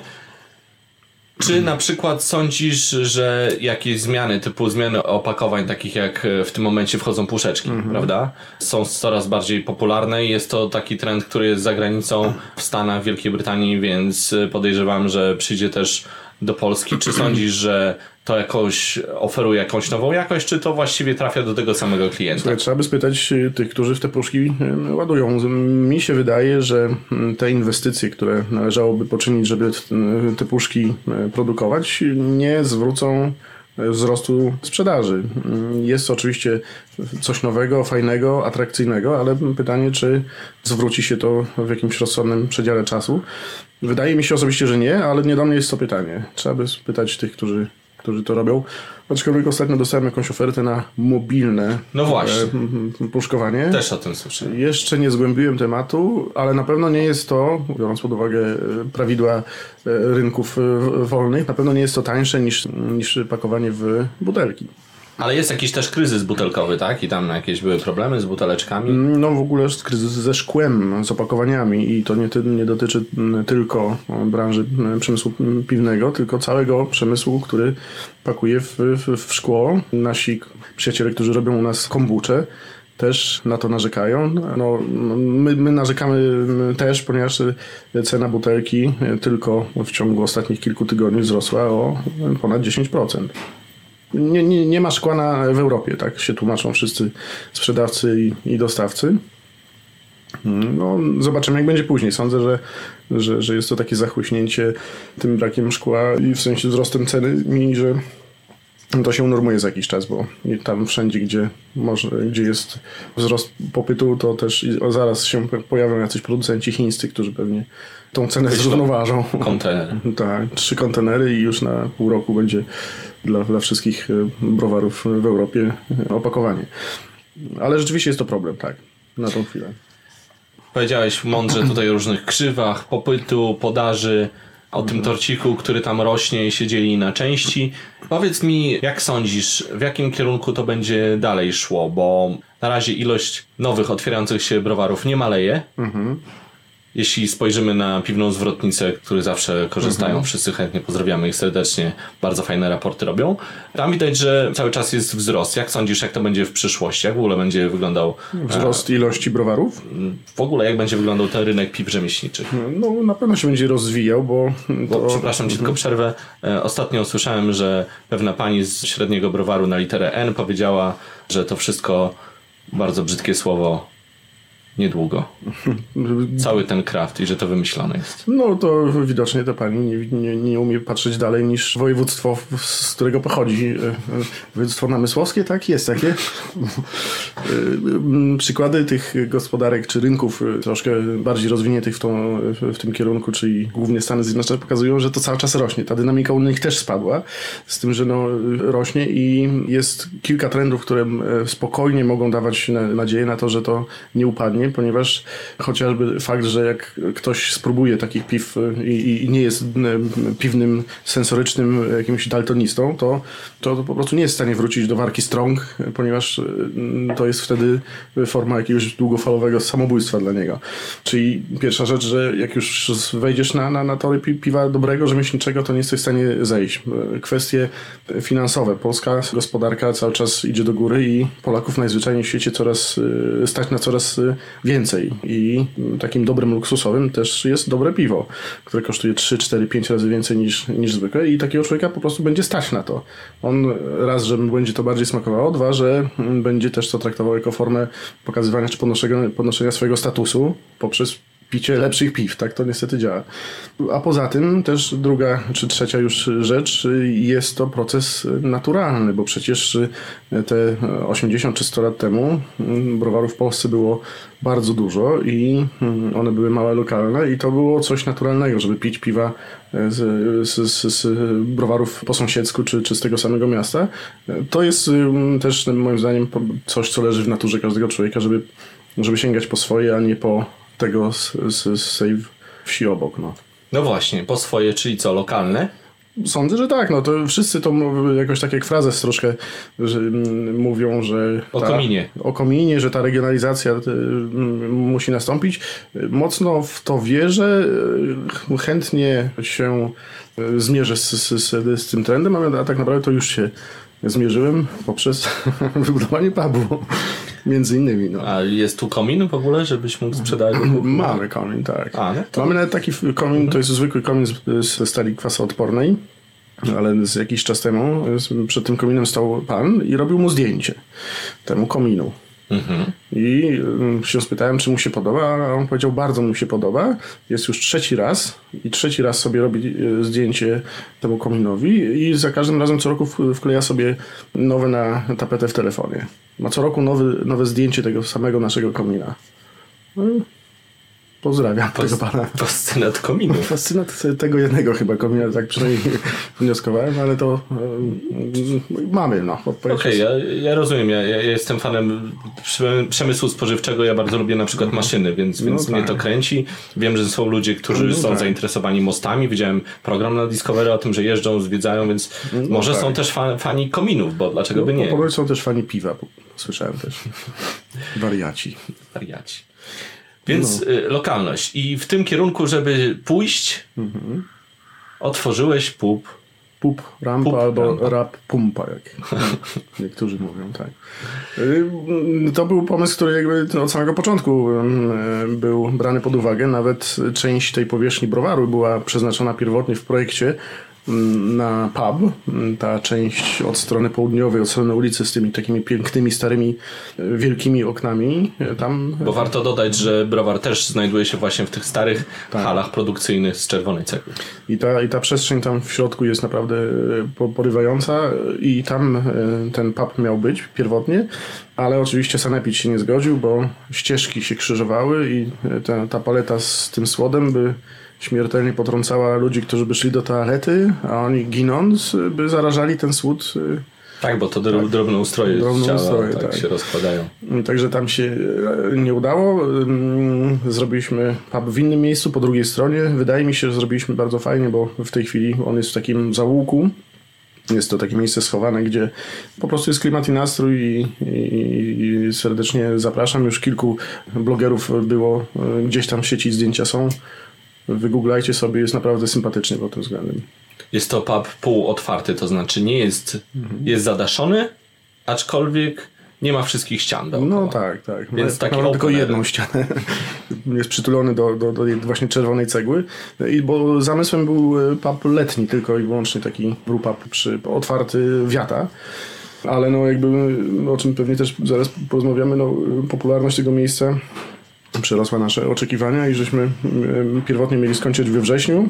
Czy na przykład sądzisz, że jakieś zmiany, typu zmiany opakowań, takich jak w tym momencie wchodzą puszeczki, mm-hmm. prawda? Są coraz bardziej popularne i jest to taki trend, który jest za granicą w Stanach, w Wielkiej Brytanii, więc podejrzewam, że przyjdzie też do Polski. Czy sądzisz, że to jakoś oferuje jakąś nową jakość, czy to właściwie trafia do tego samego klienta? Słuchaj, trzeba by spytać tych, którzy w te puszki ładują. Mi się wydaje, że te inwestycje, które należałoby poczynić, żeby te puszki produkować, nie zwrócą wzrostu sprzedaży. Jest oczywiście coś nowego, fajnego, atrakcyjnego, ale pytanie, czy zwróci się to w jakimś rozsądnym przedziale czasu. Wydaje mi się osobiście, że nie, ale nie do mnie jest to pytanie. Trzeba by spytać tych, którzy którzy to robią. Aczkolwiek ostatnio dostałem jakąś ofertę na mobilne no właśnie. e, puszkowanie. Też o tym słyszę. Jeszcze nie zgłębiłem tematu, ale na pewno nie jest to, biorąc pod uwagę prawidła rynków wolnych, na pewno nie jest to tańsze niż, niż pakowanie w butelki. Ale jest jakiś też kryzys butelkowy, tak? I tam jakieś były problemy z buteleczkami? No w ogóle jest kryzys ze szkłem, z opakowaniami i to nie, ty, nie dotyczy tylko branży przemysłu piwnego, tylko całego przemysłu, który pakuje w, w, w szkło. Nasi przyjaciele, którzy robią u nas kombucze, też na to narzekają. No, my, my narzekamy też, ponieważ cena butelki tylko w ciągu ostatnich kilku tygodni wzrosła o ponad dziesięć procent. Nie, nie, nie ma szkła na, w Europie, tak się tłumaczą wszyscy sprzedawcy i, i dostawcy. No, zobaczymy, jak będzie później. Sądzę, że, że, że jest to takie zachłyśnięcie tym brakiem szkła i w sensie wzrostem ceny i że to się unormuje za jakiś czas, bo tam wszędzie, gdzie, może, gdzie jest wzrost popytu, to też zaraz się pojawią jacyś producenci chińscy, którzy pewnie tą cenę zrównoważą. Kontener. Tak, trzy kontenery i już na pół roku będzie dla, dla wszystkich browarów w Europie opakowanie. Ale rzeczywiście jest to problem, tak, na tą chwilę. Powiedziałeś mądrze tutaj o różnych krzywach, popytu, podaży, o tym torciku, który tam rośnie i się dzieli na części. Powiedz mi, jak sądzisz, w jakim kierunku to będzie dalej szło, bo na razie ilość nowych otwierających się browarów nie maleje. Mhm. Jeśli spojrzymy na piwną zwrotnicę, które zawsze korzystają, mhm. wszyscy chętnie pozdrawiamy ich serdecznie, bardzo fajne raporty robią. Tam widać, że cały czas jest wzrost. Jak sądzisz, jak to będzie w przyszłości? Jak w ogóle będzie wyglądał... Wzrost ilości browarów? W ogóle jak będzie wyglądał ten rynek piw rzemieślniczych? No na pewno się będzie rozwijał, bo... To... bo przepraszam ci, tylko przerwę. Ostatnio usłyszałem, że pewna pani z średniego browaru na literę N powiedziała, że to wszystko, bardzo brzydkie słowo, niedługo. Cały ten craft i że to wymyślone jest. No to widocznie ta pani nie, nie, nie umie patrzeć dalej niż województwo, z którego pochodzi. Województwo namysłowskie, tak? Jest takie. Przykłady tych gospodarek czy rynków troszkę bardziej rozwiniętych w, tą, w tym kierunku, czyli głównie Stany Zjednoczone, pokazują, że to cały czas rośnie. Ta dynamika u nich też spadła, z tym, że no, rośnie i jest kilka trendów, które spokojnie mogą dawać nadzieję na to, że to nie upadnie, ponieważ chociażby fakt, że jak ktoś spróbuje takich piw i, i nie jest piwnym sensorycznym jakimś daltonistą, to, to po prostu nie jest w stanie wrócić do warki Strong, ponieważ to jest wtedy forma jakiegoś długofalowego samobójstwa dla niego. Czyli pierwsza rzecz, że jak już wejdziesz na, na, na tory piwa dobrego, rzemieślniczego, to nie jesteś w stanie zejść. Kwestie finansowe. Polska gospodarka cały czas idzie do góry i Polaków najzwyczajniej w świecie coraz stać na coraz więcej. I takim dobrym luksusowym też jest dobre piwo, które kosztuje trzy, cztery, pięć razy więcej niż, niż zwykle i takiego człowieka po prostu będzie stać na to. On raz, że będzie to bardziej smakowało, dwa, że będzie też to traktował jako formę pokazywania czy podnoszenia, podnoszenia swojego statusu poprzez picie lepszych piw. Tak to niestety działa. A poza tym też druga czy trzecia już rzecz, jest to proces naturalny, bo przecież te osiemdziesiąt czy sto lat temu browarów w Polsce było bardzo dużo i one były małe, lokalne i to było coś naturalnego, żeby pić piwa z, z, z browarów po sąsiedzku czy, czy z tego samego miasta. To jest też moim zdaniem coś, co leży w naturze każdego człowieka, żeby, żeby sięgać po swoje, a nie po tego z, z, z tej wsi obok. No. no właśnie, po swoje, czyli co, lokalne? Sądzę, że tak. No to wszyscy to jakoś tak jak frazes troszkę że mówią, że... Ta, o kominie. O kominie, że ta regionalizacja y, musi nastąpić. Mocno w to wierzę. Chętnie się zmierzę z, z, z, z tym trendem, a tak naprawdę to już się zmierzyłem poprzez wybudowanie pubu. Między innymi. No. A jest tu komin w ogóle, żebyś mógł sprzedawać? Mamy komin, tak. A, no to... Mamy nawet taki komin, mhm. to jest zwykły komin ze stali kwasoodpornej, ale z jakiś czas temu przed tym kominem stał pan i robił mu zdjęcie temu kominu. Mhm. I się spytałem, czy mu się podoba, a on powiedział, bardzo mu się podoba. Jest już trzeci raz i trzeci raz sobie robi zdjęcie temu kominowi i za każdym razem co roku wkleja sobie nowe na tapetę w telefonie. Ma co roku nowy, nowe zdjęcie tego samego naszego komina. No, pozdrawiam Pos, tego pana. Fascynat kominu. Fascynat tego jednego chyba komina, tak przynajmniej wnioskowałem, ale to yy, mamy, no. Okej, okay, ja, ja rozumiem. Ja, ja jestem fanem przemysłu spożywczego. Ja bardzo lubię na przykład maszyny, więc, więc no mnie tak. to kręci. Wiem, że są ludzie, którzy no są tak. zainteresowani mostami. Widziałem program na Discovery o tym, że jeżdżą, zwiedzają, więc no może tak. są też fa- fani kominów, bo dlaczego no, by nie? No, są też fani piwa, słyszałem też. Wariaci. Wariaci. Więc no. y, lokalność. I w tym kierunku, żeby pójść, mhm. otworzyłeś pub. Pub rampa pub, albo rampa. rap pumpa, jak niektórzy mówią, tak. Y, to był pomysł, który jakby od samego początku y, był brany pod uwagę. Nawet część tej powierzchni browaru była przeznaczona pierwotnie w projekcie na pub, ta część od strony południowej, od strony ulicy z tymi takimi pięknymi, starymi, wielkimi oknami. Tam... Bo warto dodać, że browar też znajduje się właśnie w tych starych tak. halach produkcyjnych z czerwonej cegły. I ta, i ta przestrzeń tam w środku jest naprawdę porywająca i tam ten pub miał być pierwotnie, ale oczywiście sanepid się nie zgodził, bo ścieżki się krzyżowały i ta, ta paleta z tym słodem by śmiertelnie potrącała ludzi, którzy by szli do toalety, a oni ginąc by zarażali ten słód. Tak, bo to tak, drobnoustroje ciała ustroje, tak, tak się rozkładają. Także tam się nie udało. Zrobiliśmy pub w innym miejscu, po drugiej stronie. Wydaje mi się, że zrobiliśmy bardzo fajnie, bo w tej chwili on jest w takim zaułku. Jest to takie miejsce schowane, gdzie po prostu jest klimat i nastrój i, i, i serdecznie zapraszam. Już kilku blogerów było, gdzieś tam w sieci zdjęcia są. Wygooglajcie sobie, jest naprawdę sympatycznie pod tym względem. Jest to pub półotwarty, to znaczy nie jest, mhm. jest zadaszony, aczkolwiek nie ma wszystkich ścian dookoła. No tak, tak. Więc taki tylko jedną ścianę. Jest przytulony do, do, do właśnie czerwonej cegły. I bo zamysłem był pub letni, tylko i wyłącznie taki brewpub przy otwarty wiata. Ale no jakby, o czym pewnie też zaraz porozmawiamy, no popularność tego miejsca przerosła nasze oczekiwania i żeśmy pierwotnie mieli skończyć we wrześniu,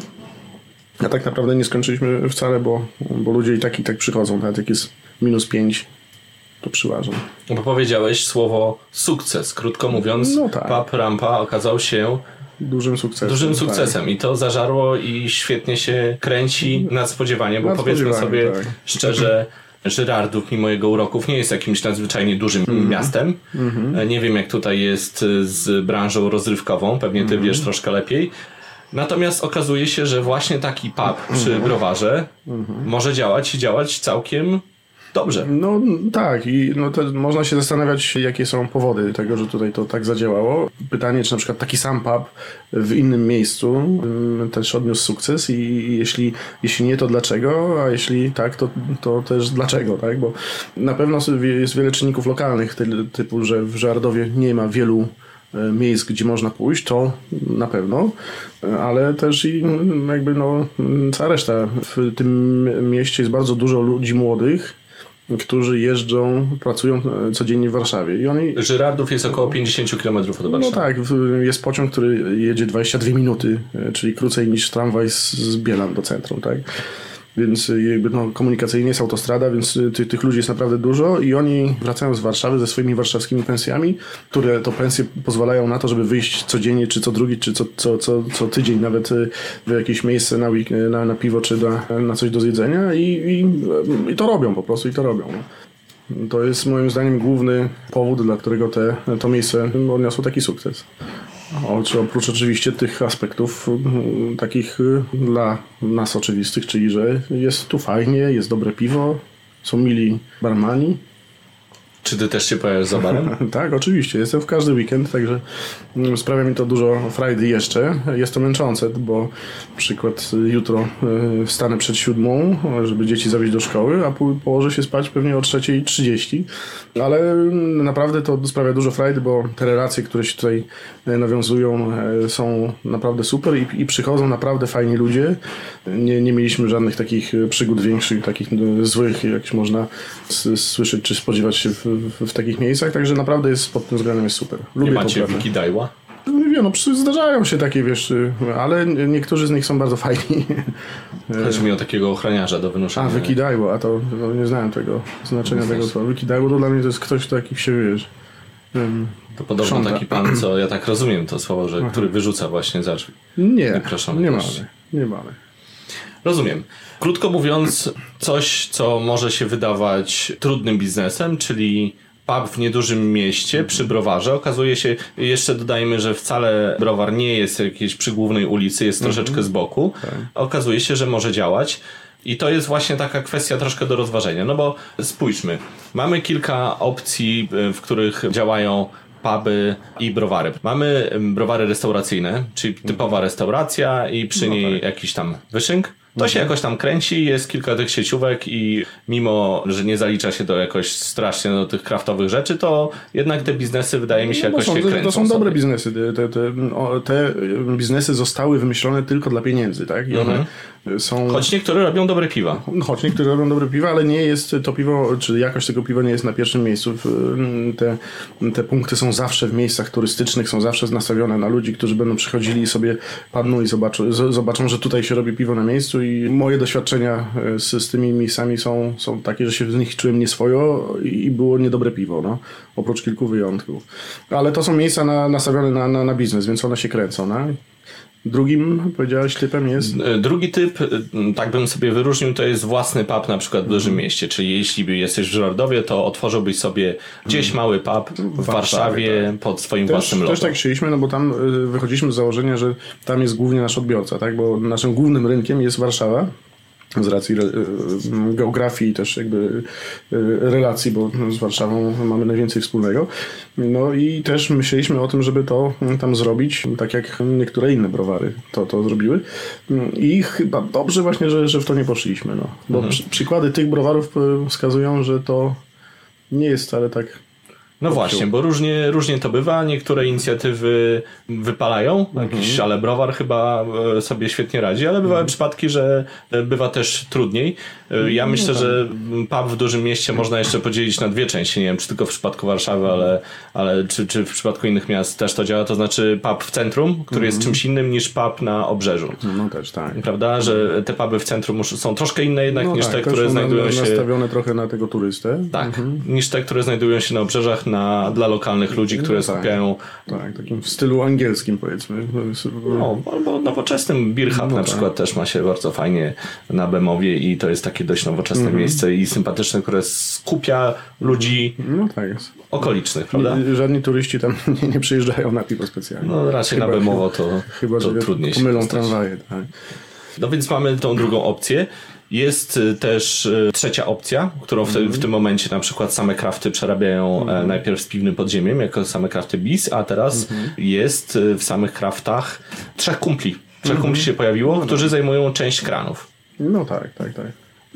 a tak naprawdę nie skończyliśmy wcale, bo, bo ludzie i tak i tak przychodzą, nawet jak jest minus pięć, to przyważą. Bo powiedziałeś słowo sukces, krótko mówiąc, no tak. Pub Rampa okazał się Dużym sukcesem. Dużym sukcesem tak. I to zażarło i świetnie się kręci nadspodziewanie, bo powiedzmy sobie tak. szczerze, Żyrardów mimo jego uroków nie jest jakimś nadzwyczajnie dużym mm. miastem. Mm-hmm. Nie wiem jak tutaj jest z branżą rozrywkową, pewnie ty mm-hmm. wiesz troszkę lepiej. Natomiast okazuje się, że właśnie taki pub przy browarze mm-hmm. może działać i działać całkiem dobrze. No tak i no to można się zastanawiać, jakie są powody tego, że tutaj to tak zadziałało. Pytanie, czy na przykład taki sam pub w innym miejscu um, też odniósł sukces i jeśli, jeśli nie, to dlaczego, a jeśli tak, to, to też dlaczego, tak? Bo na pewno jest wiele czynników lokalnych, ty, typu, że w Żyrardowie nie ma wielu miejsc, gdzie można pójść, to na pewno, ale też i jakby no cała reszta. W tym mieście jest bardzo dużo ludzi młodych, którzy jeżdżą, pracują codziennie w Warszawie. I oni... Żyrardów jest około pięćdziesiąt kilometrów od Warszawy. No tak, jest pociąg, który jedzie dwadzieścia dwie minuty, czyli krócej niż tramwaj z Bielan do centrum, tak? Więc jakby no, komunikacyjnie jest autostrada, więc ty, tych ludzi jest naprawdę dużo i oni wracają z Warszawy ze swoimi warszawskimi pensjami, które to pensje pozwalają na to, żeby wyjść codziennie, czy co drugi, czy co, co, co, co tydzień nawet w jakieś miejsce na, na, na piwo, czy na, na coś do zjedzenia i, i, i to robią po prostu i to robią. To jest moim zdaniem główny powód, dla którego te, to miejsce odniosło taki sukces. O, czy oprócz oczywiście tych aspektów m, takich y, dla nas oczywistych, czyli że jest tu fajnie, jest dobre piwo, są mili barmani. Czy ty też się pojawiasz za barem? Tak, oczywiście. Jestem w każdy weekend, także sprawia mi to dużo frajdy jeszcze. Jest to męczące, bo na przykład jutro wstanę przed siódmą, żeby dzieci zawieźć do szkoły, a położę się spać pewnie o trzeciej trzydzieści. Ale naprawdę to sprawia dużo frajdy, bo te relacje, które się tutaj nawiązują, są naprawdę super i, i przychodzą naprawdę fajni ludzie. Nie, nie mieliśmy żadnych takich przygód większych, takich złych, jak można s- słyszeć czy spodziewać się w, w, w takich miejscach, także naprawdę jest pod tym względem jest super. Lubię nie macie wikidajła? Nie, no zdarzają się takie, wiesz, ale niektórzy z nich są bardzo fajni. Chodzi mi o takiego ochroniarza do wynoszenia. A, wikidajło, a to no, nie znałem tego znaczenia no, tego słowa. Wikidajło to dla mnie to jest ktoś taki się, wiesz... Um, to podobno krząta. Taki pan, co ja tak rozumiem to słowo, że który wyrzuca właśnie za drzwi. Nie, nie mamy, nie mamy. Rozumiem. Krótko mówiąc, coś, co może się wydawać trudnym biznesem, czyli pub w niedużym mieście przy browarze. Okazuje się, jeszcze dodajmy, że wcale browar nie jest jakiejś przy głównej ulicy, jest mm-hmm. troszeczkę z boku. Okay. Okazuje się, że może działać. I to jest właśnie taka kwestia troszkę do rozważenia. No bo spójrzmy, mamy kilka opcji, w których działają puby i browary. Mamy browary restauracyjne, czyli typowa restauracja i przy no niej tak. jakiś tam wyszynk. To mhm. się jakoś tam kręci, jest kilka tych sieciówek i mimo, że nie zalicza się to jakoś strasznie do tych kraftowych rzeczy, to jednak te biznesy wydaje mi się jakoś no są, się kręcą. To są sobie. dobre biznesy. Te, te, te biznesy zostały wymyślone tylko dla pieniędzy, tak? I one mhm. są... Choć niektóre robią dobre piwa. Choć niektóre robią dobre piwa, ale nie jest to piwo, czy jakość tego piwa nie jest na pierwszym miejscu. Te, te punkty są zawsze w miejscach turystycznych, są zawsze nastawione na ludzi, którzy będą przychodzili i sobie padną i zobaczą, zobaczą, że tutaj się robi piwo na miejscu. I moje doświadczenia z, z tymi miejscami są, są takie, że się z nich czułem nieswojo i było niedobre piwo, no. Oprócz kilku wyjątków. Ale to są miejsca na, nastawione na, na, na biznes, więc one się kręcą, no. Drugim, powiedziałeś, typem jest? Drugi typ, tak bym sobie wyróżnił, to jest własny pub na przykład w dużym mm. mieście. Czyli jeśli jesteś w Żyrardowie, to otworzyłbyś sobie gdzieś mały pub w, w Warszawie tak. pod swoim też, własnym logo. Też tak chcieliśmy, no bo tam wychodziliśmy z założenia, że tam jest głównie nasz odbiorca, tak? Bo naszym głównym rynkiem jest Warszawa. Z racji re, geografii i też jakby relacji, bo z Warszawą mamy najwięcej wspólnego. No i też myśleliśmy o tym, żeby to tam zrobić, tak jak niektóre inne browary to, to zrobiły. I chyba dobrze właśnie, że, że w to nie poszliśmy. No. Bo mhm. przy, przykłady tych browarów wskazują, że to nie jest wcale tak No właśnie, bo różnie, różnie to bywa. Niektóre inicjatywy wypalają. Mhm. Jakiś Ale Browar chyba sobie świetnie radzi, ale bywały mhm. przypadki, że bywa też trudniej. Ja myślę, no tak. że pub w dużym mieście można jeszcze podzielić na dwie części. Nie wiem, czy tylko w przypadku Warszawy, ale, ale czy, czy w przypadku innych miast też to działa. To znaczy pub w centrum, który mhm. jest czymś innym niż pub na obrzeżu. No też tak. Prawda, że te puby w centrum są troszkę inne jednak no niż tak, te, które znajdują na, się... nastawione trochę na tego turystę. Tak, mhm. niż te, które znajdują się na obrzeżach na, dla lokalnych ludzi, które no tak, skupiają... Tak, takim w stylu angielskim powiedzmy. No, albo nowoczesnym. Beer Hub no na przykład tak. też ma się bardzo fajnie na Bemowie i to jest takie dość nowoczesne mhm. miejsce i sympatyczne, które skupia ludzi no tak jest. okolicznych, prawda? Nie, żadni turyści tam nie, nie przyjeżdżają na piwo specjalnie. No raczej chyba, na Bemowo to, chyba, to że trudniej się pomylą tramwaje. Tak. No więc mamy tą drugą opcję. Jest też trzecia opcja, którą w, te, w tym momencie na przykład same krafty przerabiają mm. najpierw z piwnym podziemiem, jako same krafty bis, a teraz mm. jest w samych kraftach trzech kumpli. Trzech mm. kumpli się pojawiło, no którzy tak. zajmują część kranów. No tak, tak, tak.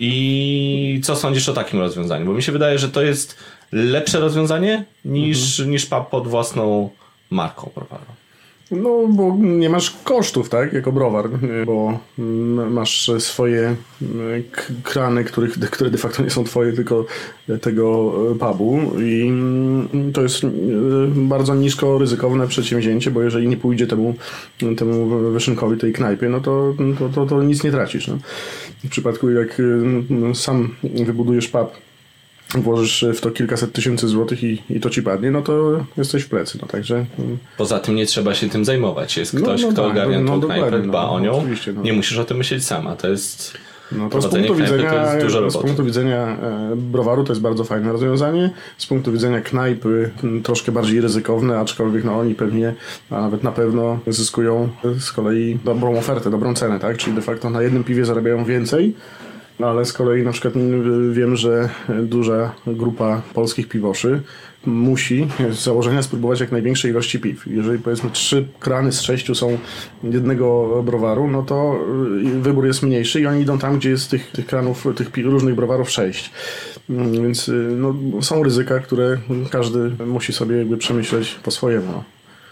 I co sądzisz o takim rozwiązaniu? Bo mi się wydaje, że to jest lepsze rozwiązanie niż, mm. niż pub pod własną marką browarową. No, bo nie masz kosztów, tak, jako browar, bo masz swoje krany, których, które de facto nie są twoje, tylko tego pubu i to jest bardzo nisko ryzykowne przedsięwzięcie, bo jeżeli nie pójdzie temu, temu wyszynkowi tej knajpie, no to, to, to, to nic nie tracisz. No. W przypadku jak sam wybudujesz pub, włożysz w to kilkaset tysięcy złotych i, i to ci padnie, no to jesteś w plecy. No, także... Poza tym nie trzeba się tym zajmować. Jest ktoś, no, no kto tak, ogarnia no, tą knajpę, dba no, o nią. No. Nie musisz o tym myśleć sama. To jest... No to z punktu, widzenia, to jest dużo z punktu widzenia e, browaru to jest bardzo fajne rozwiązanie. Z punktu widzenia knajpy m, troszkę bardziej ryzykowne, aczkolwiek no oni pewnie, a nawet na pewno zyskują z kolei dobrą ofertę, dobrą cenę, tak? Czyli de facto na jednym piwie zarabiają więcej. No ale z kolei na przykład wiem, że duża grupa polskich piwoszy musi z założenia spróbować jak największej ilości piw. Jeżeli powiedzmy trzy krany z sześciu są jednego browaru, no to wybór jest mniejszy i oni idą tam, gdzie jest tych, tych kranów, tych pi- różnych browarów sześć. Więc no, są ryzyka, które każdy musi sobie jakby przemyśleć po swojemu.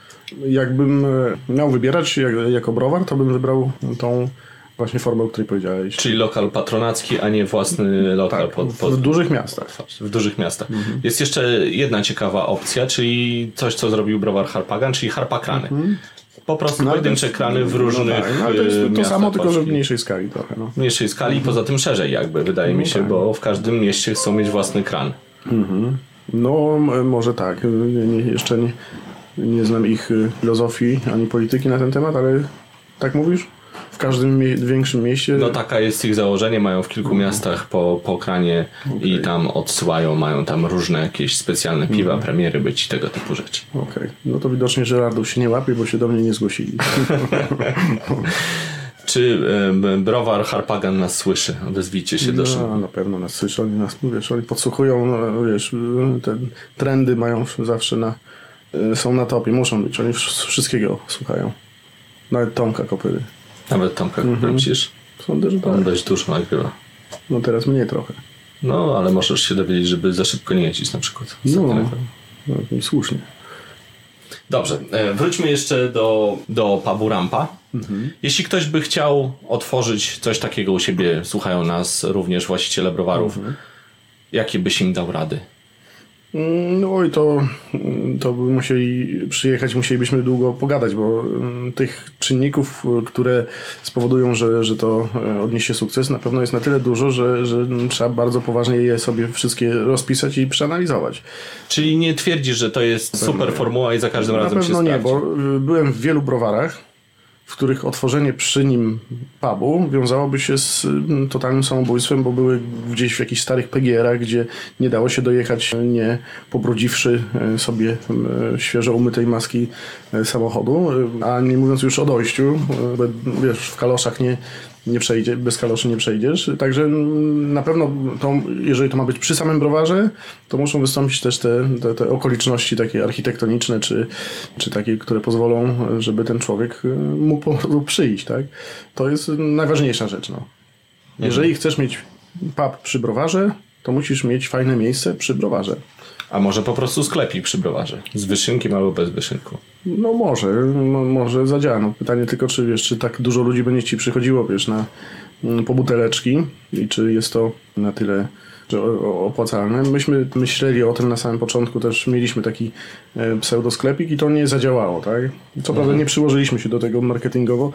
Jakbym miał wybierać jak, jako browar, to bym wybrał tą właśnie formę, o której powiedziałeś. Czyli lokal patronacki, a nie własny lokal. Tak, pod, pod... w dużych miastach. W dużych miastach. Mhm. Jest jeszcze jedna ciekawa opcja, czyli coś, co zrobił browar Harpagan, czyli Harpakrany. Mhm. Po prostu no, pojedyncze jest, krany w różnych no tak, no, to jest to samo, tylko że w mniejszej skali trochę. No. W mniejszej skali i mhm. poza tym szerzej jakby, wydaje no, mi się, tak. bo w każdym mieście chcą mieć własny kran. Mhm. No, może tak. Nie, nie, jeszcze nie, nie znam ich filozofii ani polityki na ten temat, ale tak mówisz? W każdym mie- większym mieście? No taka jest ich założenie, mają w kilku miastach po, po kranie okay. i tam odsyłają, mają tam różne jakieś specjalne piwa, mm. premiery być i tego typu rzeczy. Okej, okay. No to widocznie Żerardów się nie łapie, bo się do mnie nie zgłosili. Czy y, browar Harpagan nas słyszy? Odezwijcie się do No Szymona. na pewno nas słyszy, oni nas, wiesz, oni podsłuchują, no, wiesz, te trendy mają zawsze na, są na topie, muszą być, oni wszystkiego słuchają. Nawet Tomka Kopyry. Nawet Tomka Kopyry, mm-hmm. myślisz? Sądzę, że tak. On dość dużo nagrywa. No teraz mniej trochę. No, ale możesz się dowiedzieć, żeby za szybko nie jeździć na przykład. No, no i słusznie. Dobrze, wróćmy jeszcze do, do pubu Rampa. Mhm. Jeśli ktoś by chciał otworzyć coś takiego u siebie, słuchają nas również właściciele browarów, mhm. jakie byś im dał rady? No i to, to by musieli przyjechać, musielibyśmy długo pogadać, bo tych czynników, które spowodują, że, że to odniesie sukces, na pewno jest na tyle dużo, że, że trzeba bardzo poważnie je sobie wszystkie rozpisać i przeanalizować. Czyli nie twierdzisz, że to jest super formuła i za każdym na razem się sprawdzi? Na pewno nie, bo byłem w wielu browarach, w których otworzenie przy nim pubu wiązałoby się z totalnym samobójstwem, bo były gdzieś w jakichś starych P G R-ach, gdzie nie dało się dojechać, nie pobrudziwszy sobie świeżo umytej maski samochodu, a nie mówiąc już o dojściu, bo wiesz, w kaloszach nie, nie przejdzie, bez kaloszy nie przejdziesz. Także na pewno to, jeżeli to ma być przy samym browarze, to muszą wystąpić też te, te, te okoliczności takie architektoniczne, czy, czy takie, które pozwolą, żeby ten człowiek mógł po prostu przyjść, tak? To jest najważniejsza rzecz, no. Jeżeli chcesz mieć pub przy browarze, to musisz mieć fajne miejsce przy browarze. A może po prostu sklepik przy browarze? Z wyszynkiem albo bez wyszynku? No może, no, może zadziała. No, pytanie tylko, czy wiesz, czy tak dużo ludzi będzie ci przychodziło, wiesz, na, po buteleczki i czy jest to na tyle że opłacalne. Myśmy myśleli o tym na samym początku, też mieliśmy taki pseudosklepik i to nie zadziałało, tak? Co prawda nie przyłożyliśmy się do tego marketingowo,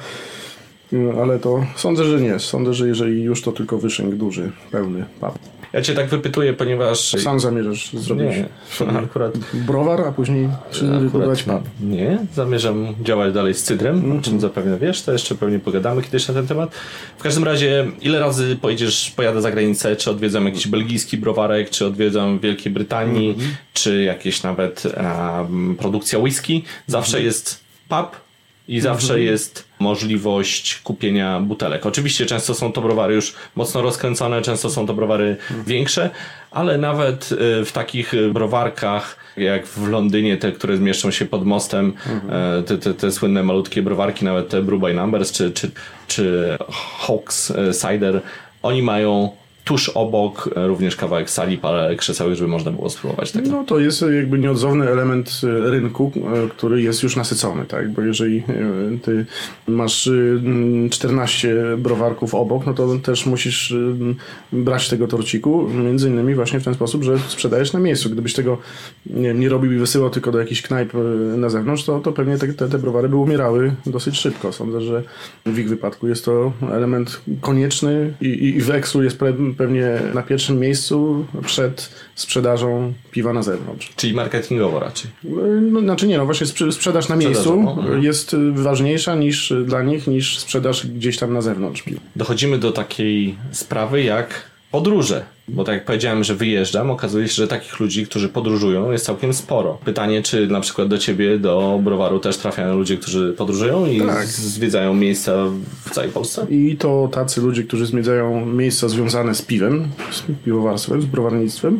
ale to sądzę, że nie. Sądzę, że jeżeli już to tylko wyszynk duży, pełny pub. Ja cię tak wypytuję, ponieważ... Sam zamierzasz zrobić nie, akurat... browar, a później wyprowadzić pub. Nie, zamierzam działać dalej z cydrem, mm-hmm. o czym zapewne wiesz, to jeszcze pewnie pogadamy kiedyś na ten temat. W każdym razie, ile razy pojedziesz, pojadę za granicę, czy odwiedzam jakiś belgijski browarek, czy odwiedzam Wielkiej Brytanii, mm-hmm. czy jakieś nawet um, produkcja whisky, zawsze mm-hmm. jest pub. I zawsze mhm. jest możliwość kupienia butelek. Oczywiście często są to browary już mocno rozkręcone, często są to browary mhm. większe, ale nawet w takich browarkach jak w Londynie, te, które zmieszczą się pod mostem, mhm. te, te, te słynne malutkie browarki, nawet te Brew by Numbers czy, czy, czy Hawks Cider, oni mają tuż obok również kawałek sali, parę krzesełek, żeby można było spróbować tego. No to jest jakby nieodzowny element rynku, który jest już nasycony, tak? Bo jeżeli ty masz czternaście browarków obok, no to też musisz brać tego torciku, między innymi właśnie w ten sposób, że sprzedajesz na miejscu. Gdybyś tego nie, nie robił i wysyłał tylko do jakichś knajp na zewnątrz, to, to pewnie te, te, te browary by umierały dosyć szybko. Sądzę, że w ich wypadku jest to element konieczny i, i w Eksu jest pre, pewnie na pierwszym miejscu przed sprzedażą piwa na zewnątrz. Czyli marketingowo raczej. No, znaczy nie, no właśnie sprzedaż na miejscu jest ważniejsza niż dla nich, niż sprzedaż gdzieś tam na zewnątrz piwa. Dochodzimy do takiej sprawy jak podróże. Bo tak jak powiedziałem, że wyjeżdżam, okazuje się, że takich ludzi, którzy podróżują, jest całkiem sporo. Pytanie, czy na przykład do ciebie, do browaru też trafiają ludzie, którzy podróżują i tak. zwiedzają miejsca w całej Polsce? I to tacy ludzie, którzy zwiedzają miejsca związane z piwem, z piwowarstwem, z browarnictwem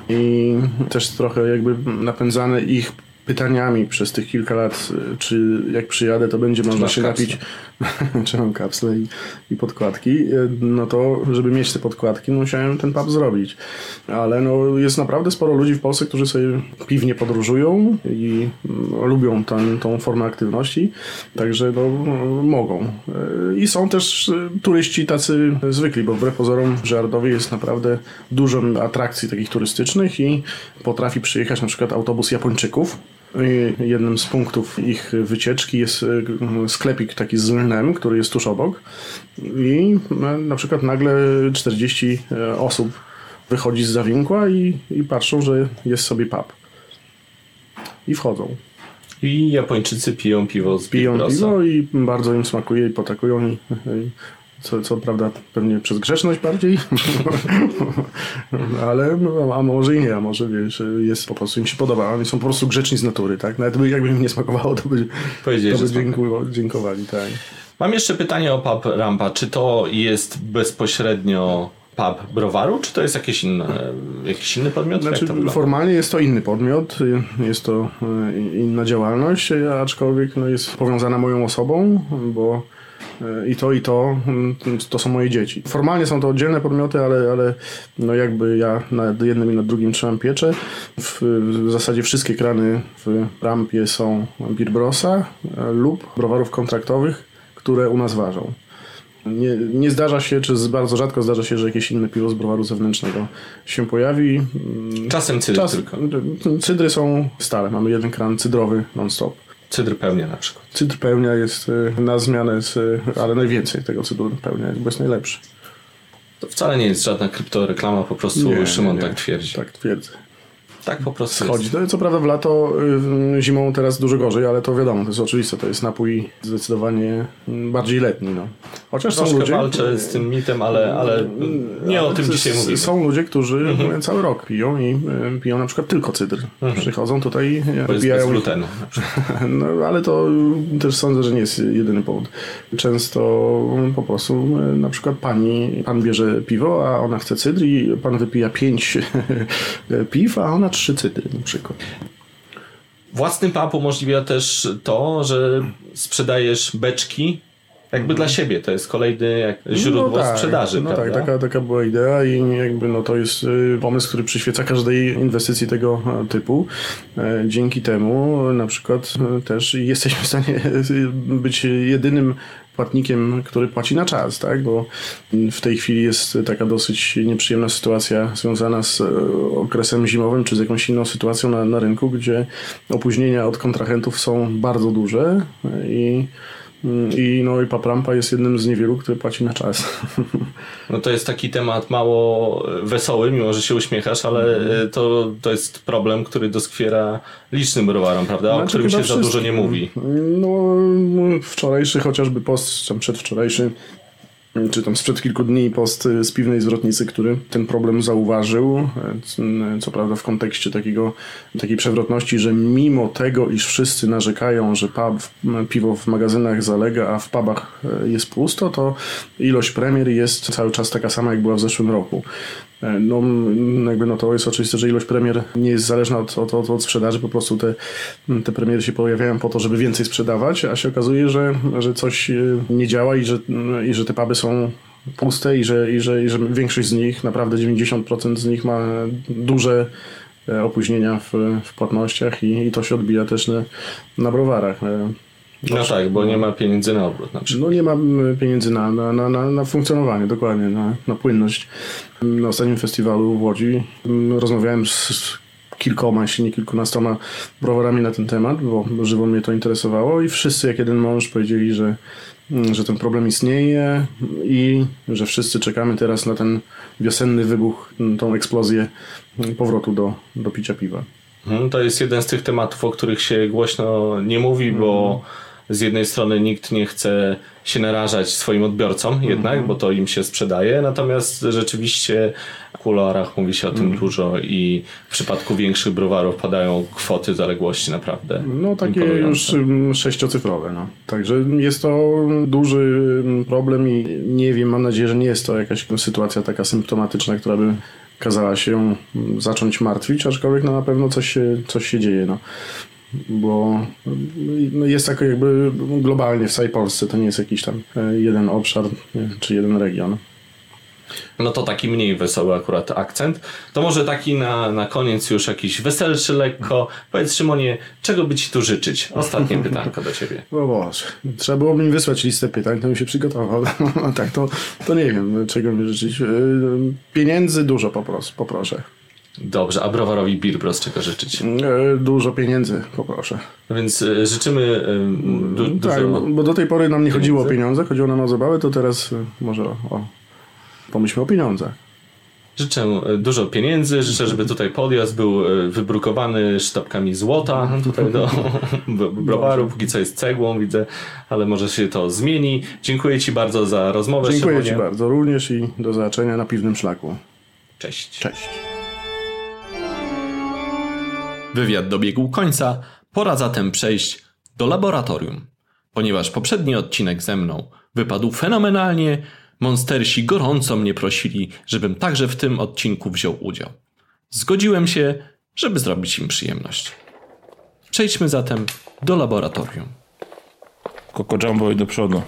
i też trochę jakby napędzane ich pytaniami przez tych kilka lat, czy jak przyjadę, to będzie można się napić, czy mam kapsle i, i podkładki, no to żeby mieć te podkładki, no musiałem ten pub zrobić. Ale no jest naprawdę sporo ludzi w Polsce, którzy sobie piwnie podróżują i no, lubią ten, tą formę aktywności, także no, mogą. I są też turyści tacy zwykli, bo wbrew pozorom w Żeardowie jest naprawdę dużo atrakcji takich turystycznych i potrafi przyjechać na przykład autobus Japończyków. I jednym z punktów ich wycieczki jest sklepik taki z lnem, który jest tuż obok i na przykład nagle czterdzieści osób wychodzi z zawikła i, i patrzą, że jest sobie pub. I wchodzą. I Japończycy piją piwo z Piją piwo i bardzo im smakuje i potakują i, i Co, co prawda pewnie przez grzeczność bardziej, ale a może i nie, a może wiesz, jest po prostu im się podoba, oni są po prostu grzeczni z natury, tak? Nawet by, jakby im nie smakowało, to by, to by dziękują, dziękowali, tak. Mam jeszcze pytanie o pub Rampa, czy to jest bezpośrednio pub browaru, czy to jest jakieś inne, jakiś inny podmiot? Znaczy, formalnie jest to inny podmiot, jest to inna działalność, aczkolwiek no, jest powiązana moją osobą, bo i to, i to, to są moje dzieci. Formalnie są to oddzielne podmioty, ale, ale no jakby ja nad jednym i nad drugim trzymam pieczę. W, w zasadzie wszystkie krany w Rampie są Beerbrosa lub browarów kontraktowych, które u nas ważą. Nie, nie zdarza się, czy bardzo rzadko zdarza się, że jakieś inne piwo z browaru zewnętrznego się pojawi. Czasem cydry Czas, tylko. Cydry są stale. Mamy jeden kran cydrowy non-stop. Cydr pełnia na przykład. Cydr pełnia jest na zmianę, z, ale najwięcej tego cydru pełnia jest, bo jest najlepszy. To wcale nie jest żadna kryptoreklama, po prostu nie, Szymon nie, nie. tak twierdzi. Tak twierdzę. Tak po prostu schodzi. To, co prawda w lato, zimą teraz dużo gorzej, ale to wiadomo, to jest oczywiste. To jest napój zdecydowanie bardziej letni. No. Chociaż Troszkę są ludzie... walczę z tym mitem, ale, ale nie ale o tym dzisiaj mówimy. Są ludzie, którzy mhm. cały rok piją i piją na przykład tylko cydr. Mhm. Przychodzą tutaj, bo jest pijają... bez glutenu. No, ale to też sądzę, że nie jest jedyny powód. Często po prostu na przykład pani, pan bierze piwo, a ona chce cydr i pan wypija pięć piw, a ona trzy cydry na przykład. Własny pub umożliwia też to, że sprzedajesz beczki jakby dla siebie to jest kolejny jak źródło no tak, sprzedaży, no prawda? tak, taka, taka była idea i jakby no to jest pomysł, który przyświeca każdej inwestycji tego typu. Dzięki temu na przykład też jesteśmy w stanie być jedynym płatnikiem, który płaci na czas, tak? Bo w tej chwili jest taka dosyć nieprzyjemna sytuacja związana z okresem zimowym, czy z jakąś inną sytuacją na, na rynku, gdzie opóźnienia od kontrahentów są bardzo duże i I, no, i Paprampa jest jednym z niewielu, który płaci na czas. No to jest taki temat mało wesoły, mimo że się uśmiechasz, ale to, to jest problem, który doskwiera licznym browarom, prawda? O znaczy, którym się za dużo nie mówi. No wczorajszy chociażby post, tam przedwczorajszy, czy tam sprzed kilku dni post z Piwnej Zwrotnicy, który ten problem zauważył, co prawda w kontekście takiego, takiej przewrotności, że mimo tego, iż wszyscy narzekają, że pub, piwo w magazynach zalega, a w pubach jest pusto, to ilość premier jest cały czas taka sama, jak była w zeszłym roku. No, jakby no to jest oczywiste, że ilość premier nie jest zależna od, od, od, od sprzedaży, po prostu te, te premiery się pojawiają po to, żeby więcej sprzedawać, a się okazuje, że, że coś nie działa i że, i że te puby są puste i że, i, że, i że większość z nich, naprawdę dziewięćdziesiąt procent z nich ma duże opóźnienia w, w płatnościach i, i to się odbija też na, na browarach. No, no tak, bo nie ma pieniędzy na obrót. Na przykład. No nie ma pieniędzy na, na, na, na funkcjonowanie, dokładnie, na, na płynność. Na ostatnim festiwalu w Łodzi rozmawiałem z kilkoma, jeśli nie kilkunastoma browarami na ten temat, bo żywo mnie to interesowało i wszyscy jak jeden mąż powiedzieli, że, że ten problem istnieje i że wszyscy czekamy teraz na ten wiosenny wybuch, tą eksplozję powrotu do, do picia piwa. To jest jeden z tych tematów, o których się głośno nie mówi, bo z jednej strony nikt nie chce się narażać swoim odbiorcom jednak, mm-hmm. bo to im się sprzedaje, natomiast rzeczywiście w kuluarach mówi się o tym mm. dużo i w przypadku większych browarów padają kwoty zaległości naprawdę no takie już sześciocyfrowe. No. Także jest to duży problem i nie wiem, mam nadzieję, że nie jest to jakaś sytuacja taka symptomatyczna, która by kazała się zacząć martwić, aczkolwiek no, na pewno coś się, coś się dzieje. No. Bo no, jest tak jakby globalnie w całej Polsce, to nie jest jakiś tam jeden obszar czy jeden region. No to taki mniej wesoły akurat akcent. To może taki na, na koniec już jakiś weselszy lekko. Powiedz Szymonie, czego by ci tu życzyć? Ostatnie pytanko do ciebie. No Boże, trzeba było mi wysłać listę pytań, to bym się przygotował. A tak, to, to nie wiem, czego mi życzyć. Pieniędzy dużo popros, poproszę. Dobrze, a browarowi Beer Bros czego życzyć? Dużo pieniędzy poproszę. Więc życzymy du- dużo... Tak, bo, bo do tej pory nam nie pieniędzy. chodziło o pieniądze, chodziło nam o zabawę, to teraz może o... o pomyślmy o pieniądzach. Życzę dużo pieniędzy, życzę, żeby tutaj podjazd był wybrukowany sztabkami złota tutaj do browaru, póki co jest cegłą, widzę, ale może się to zmieni. Dziękuję ci bardzo za rozmowę. Dziękuję Szymonie. ci bardzo również i do zobaczenia na Piwnym Szlaku. Cześć. Cześć. Wywiad dobiegł końca, pora zatem przejść do laboratorium. Ponieważ poprzedni odcinek ze mną wypadł fenomenalnie, monstersi gorąco mnie prosili, żebym także w tym odcinku wziął udział. Zgodziłem się, żeby zrobić im przyjemność. Przejdźmy zatem do laboratorium. Coco Jumbo i do przodu.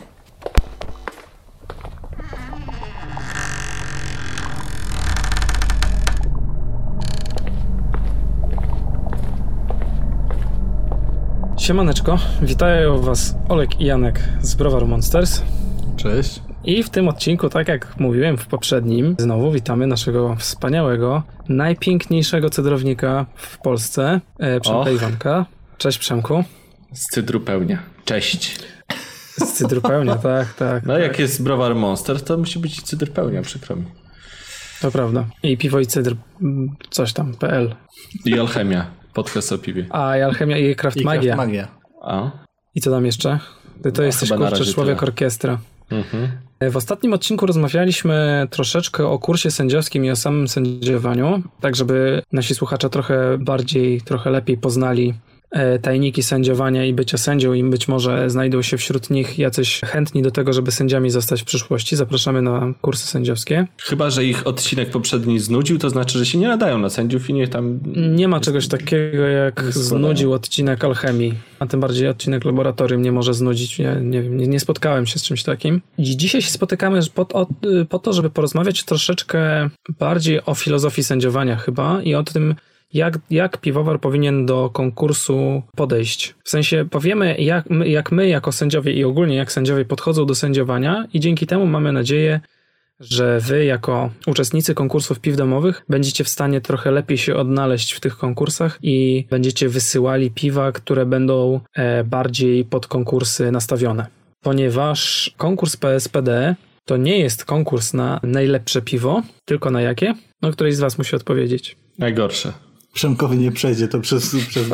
Siemaneczko, witają was Olek i Janek z Browaru Monsters. Cześć. I w tym odcinku, tak jak mówiłem w poprzednim, znowu witamy naszego wspaniałego, najpiękniejszego cydrownika w Polsce, e, Przemka Iwanka. Cześć Przemku. Z cydru pełnia. Cześć. Z cydru pełnia, tak, tak. No tak. jak jest browar Monster, to musi być cydr pełnia, przykro mi. To prawda. I piwo i cydr, coś tam, pe el. I alchemia, podcast o piwie. A i alchemia i Craft I Magia. Craft Magia. A? I co tam jeszcze? Ty to no, jesteś, kurczę, człowiek tyle. Orkiestra. Mhm. W ostatnim odcinku rozmawialiśmy troszeczkę o kursie sędziowskim i o samym sędziowaniu, tak żeby nasi słuchacze trochę bardziej, trochę lepiej poznali tajniki sędziowania i bycia sędzią i być może znajdą się wśród nich jacyś chętni do tego, żeby sędziami zostać w przyszłości. Zapraszamy na kursy sędziowskie. Chyba że ich odcinek poprzedni znudził, to znaczy, że się nie nadają na sędziów i niech tam... Nie ma czegoś takiego jak znudził odcinek alchemii, a tym bardziej odcinek laboratorium nie może znudzić. Ja nie wiem, nie, nie spotkałem się z czymś takim. I dzisiaj się spotykamy po, o, po to, żeby porozmawiać troszeczkę bardziej o filozofii sędziowania chyba i o tym, Jak, jak piwowar powinien do konkursu podejść. W sensie powiemy, jak my, jak my jako sędziowie i ogólnie jak sędziowie podchodzą do sędziowania i dzięki temu mamy nadzieję, że wy jako uczestnicy konkursów piw domowych będziecie w stanie trochę lepiej się odnaleźć w tych konkursach i będziecie wysyłali piwa, które będą e, bardziej pod konkursy nastawione. Ponieważ konkurs P S P D to nie jest konkurs na najlepsze piwo, tylko na jakie? No któryś z was musi odpowiedzieć. Najgorsze. Przemkowi nie przejdzie to przez, przez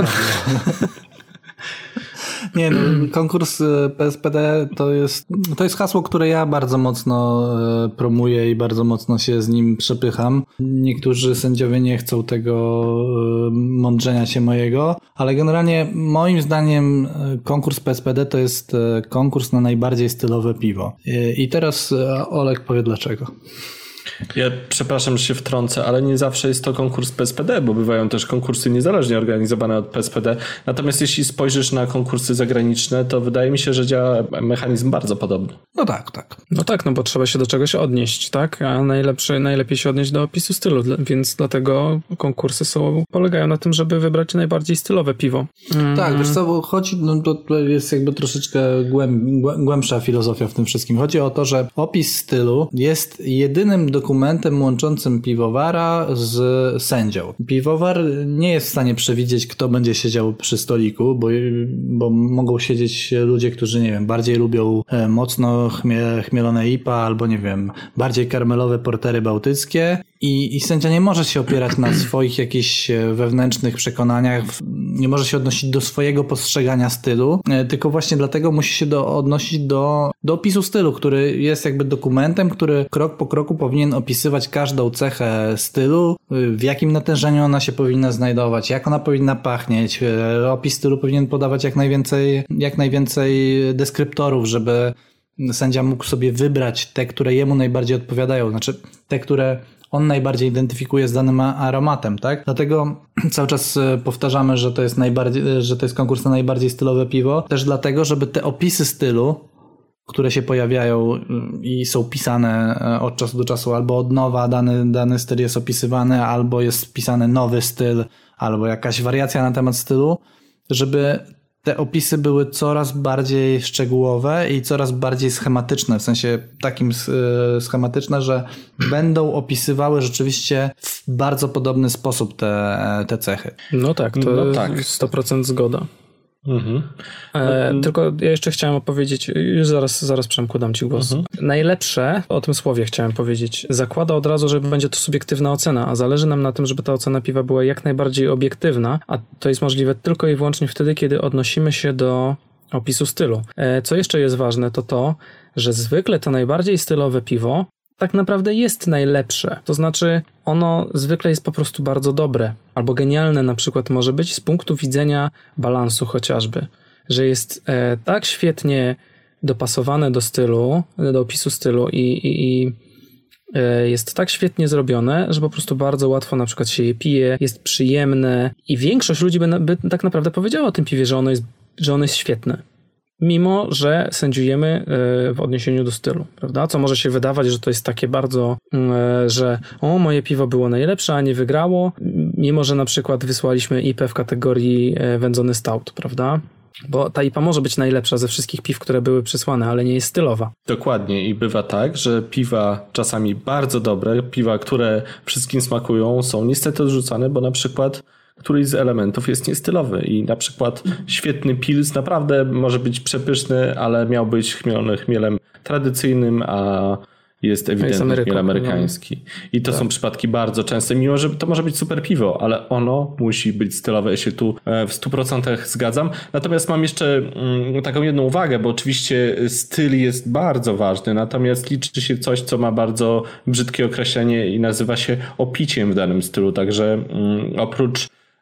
Nie, no, konkurs P S P D to jest, to jest hasło, które ja bardzo mocno promuję i bardzo mocno się z nim przepycham. Niektórzy sędziowie nie chcą tego mądrzenia się mojego, ale generalnie moim zdaniem konkurs P S P D to jest konkurs na najbardziej stylowe piwo. I teraz Olek powie dlaczego. Ja przepraszam, że się wtrącę, ale nie zawsze jest to konkurs P S P D, bo bywają też konkursy niezależnie organizowane od P S P D. Natomiast jeśli spojrzysz na konkursy zagraniczne, to wydaje mi się, że działa mechanizm bardzo podobny. No tak, tak. No tak, no bo trzeba się do czegoś odnieść, tak? A najlepszy, najlepiej się odnieść do opisu stylu, więc dlatego konkursy są, polegają na tym, żeby wybrać najbardziej stylowe piwo. Mm. Tak, wiesz co, bo chodzi, no to jest jakby troszeczkę głęb, głębsza filozofia w tym wszystkim. Chodzi o to, że opis stylu jest jedynym dokumentem, dokumentem łączącym piwowara z sędzią. Piwowar nie jest w stanie przewidzieć, kto będzie siedział przy stoliku, bo, bo mogą siedzieć ludzie, którzy, nie wiem, bardziej lubią mocno chmie, chmielone I P A albo, nie wiem, bardziej karmelowe portery bałtyckie i, i sędzia nie może się opierać na swoich jakichś wewnętrznych przekonaniach, nie może się odnosić do swojego postrzegania stylu, tylko właśnie dlatego musi się do, odnosić do, do opisu stylu, który jest jakby dokumentem, który krok po kroku powinien opisywać każdą cechę stylu, w jakim natężeniu ona się powinna znajdować, jak ona powinna pachnieć. Opis stylu powinien podawać jak najwięcej, jak najwięcej deskryptorów, żeby sędzia mógł sobie wybrać te, które jemu najbardziej odpowiadają, znaczy te, które on najbardziej identyfikuje z danym aromatem, tak? Dlatego cały czas powtarzamy, że to jest najbardziej, że to jest konkurs na najbardziej stylowe piwo, też dlatego, żeby te opisy stylu, które się pojawiają i są pisane od czasu do czasu, albo od nowa dany, dany styl jest opisywany, albo jest pisany nowy styl, albo jakaś wariacja na temat stylu, żeby te opisy były coraz bardziej szczegółowe i coraz bardziej schematyczne, w sensie takim schematyczne, że będą opisywały rzeczywiście w bardzo podobny sposób te, te cechy. No tak, to no tak. sto procent zgoda. Mhm. E, no, tylko ja jeszcze chciałem opowiedzieć, już zaraz, zaraz Przemku dam ci głos. Mhm. Najlepsze, o tym słowie chciałem powiedzieć, zakłada od razu, że będzie to subiektywna ocena, a zależy nam na tym, żeby ta ocena piwa była jak najbardziej obiektywna, a to jest możliwe tylko i wyłącznie wtedy, kiedy odnosimy się do opisu stylu. E, co jeszcze jest ważne, to to, że zwykle to najbardziej stylowe piwo tak naprawdę jest najlepsze. To znaczy ono zwykle jest po prostu bardzo dobre albo genialne na przykład może być z punktu widzenia balansu chociażby, że jest e, tak świetnie dopasowane do stylu, do opisu stylu i, i, i e, jest tak świetnie zrobione, że po prostu bardzo łatwo na przykład się je pije, jest przyjemne i większość ludzi by, by tak naprawdę powiedziała o tym piwie, że ono jest, że ono jest świetne. Mimo że sędziujemy w odniesieniu do stylu, prawda? Co może się wydawać, że to jest takie bardzo, że o, moje piwo było najlepsze, a nie wygrało, mimo że na przykład wysłaliśmy I P w kategorii wędzony stout, prawda? Bo ta I P A może być najlepsza ze wszystkich piw, które były przysłane, ale nie jest stylowa. Dokładnie i bywa tak, że piwa czasami bardzo dobre, piwa, które wszystkim smakują, są niestety odrzucane, bo na przykład któryś z elementów jest niestylowy i na przykład świetny pils naprawdę może być przepyszny, ale miał być chmielony chmielem tradycyjnym, a jest ewidentnie Ameryką, chmiel amerykański. No. I to tak. są przypadki bardzo częste, mimo że to może być super piwo, ale ono musi być stylowe. Ja się tu w stu procentach zgadzam. Natomiast mam jeszcze mm, taką jedną uwagę, bo oczywiście styl jest bardzo ważny, natomiast liczy się coś, co ma bardzo brzydkie określenie i nazywa się opiciem w danym stylu. Także mm, oprócz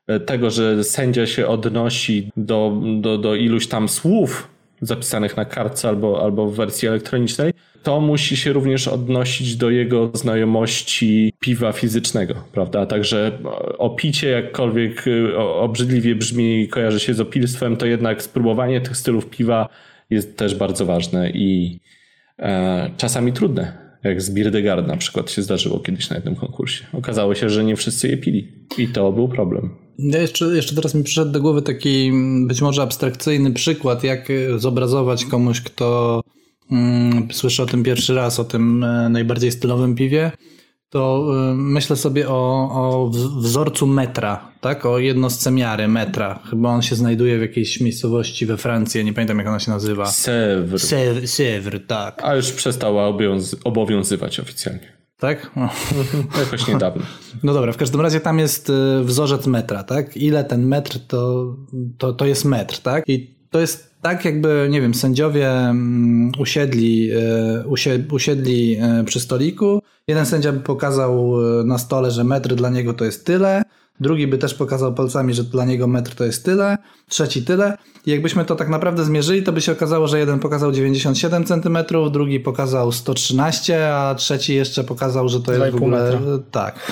tego, że sędzia się odnosi do, do, do iluś tam słów zapisanych na kartce albo, albo w wersji elektronicznej, to musi się również odnosić do jego znajomości piwa fizycznego, prawda? Także o picie jakkolwiek obrzydliwie brzmi i kojarzy się z opilstwem, to jednak spróbowanie tych stylów piwa jest też bardzo ważne i e, czasami trudne. Jak z Birdegard na przykład się zdarzyło kiedyś na jednym konkursie. Okazało się, że nie wszyscy je pili i to był problem. Ja jeszcze, jeszcze teraz mi przyszedł do głowy taki być może abstrakcyjny przykład, jak zobrazować komuś, kto mm, słyszy o tym pierwszy raz, o tym najbardziej stylowym piwie, to y, myślę sobie o, o wzorcu metra, tak? O jednostce miary metra. Chyba on się znajduje w jakiejś miejscowości we Francji, nie pamiętam jak ona się nazywa. Sèvres. Sèvres, Sèvres, tak. A już przestała obowiązy- obowiązywać oficjalnie. Tak? No. Jakoś niedawno. No dobra, w każdym razie tam jest wzorzec metra, tak? Ile ten metr to, to, to jest metr, tak? I to jest tak jakby, nie wiem, sędziowie usiedli, usiedli przy stoliku. Jeden sędzia by pokazał na stole, że metr dla niego to jest tyle. Drugi by też pokazał palcami, że dla niego metr to jest tyle. Trzeci tyle. I jakbyśmy to tak naprawdę zmierzyli, to by się okazało, że jeden pokazał dziewięćdziesiąt siedem centymetrów, drugi pokazał sto trzynaście, a trzeci jeszcze pokazał, że to jest w ogóle... Metra. Tak.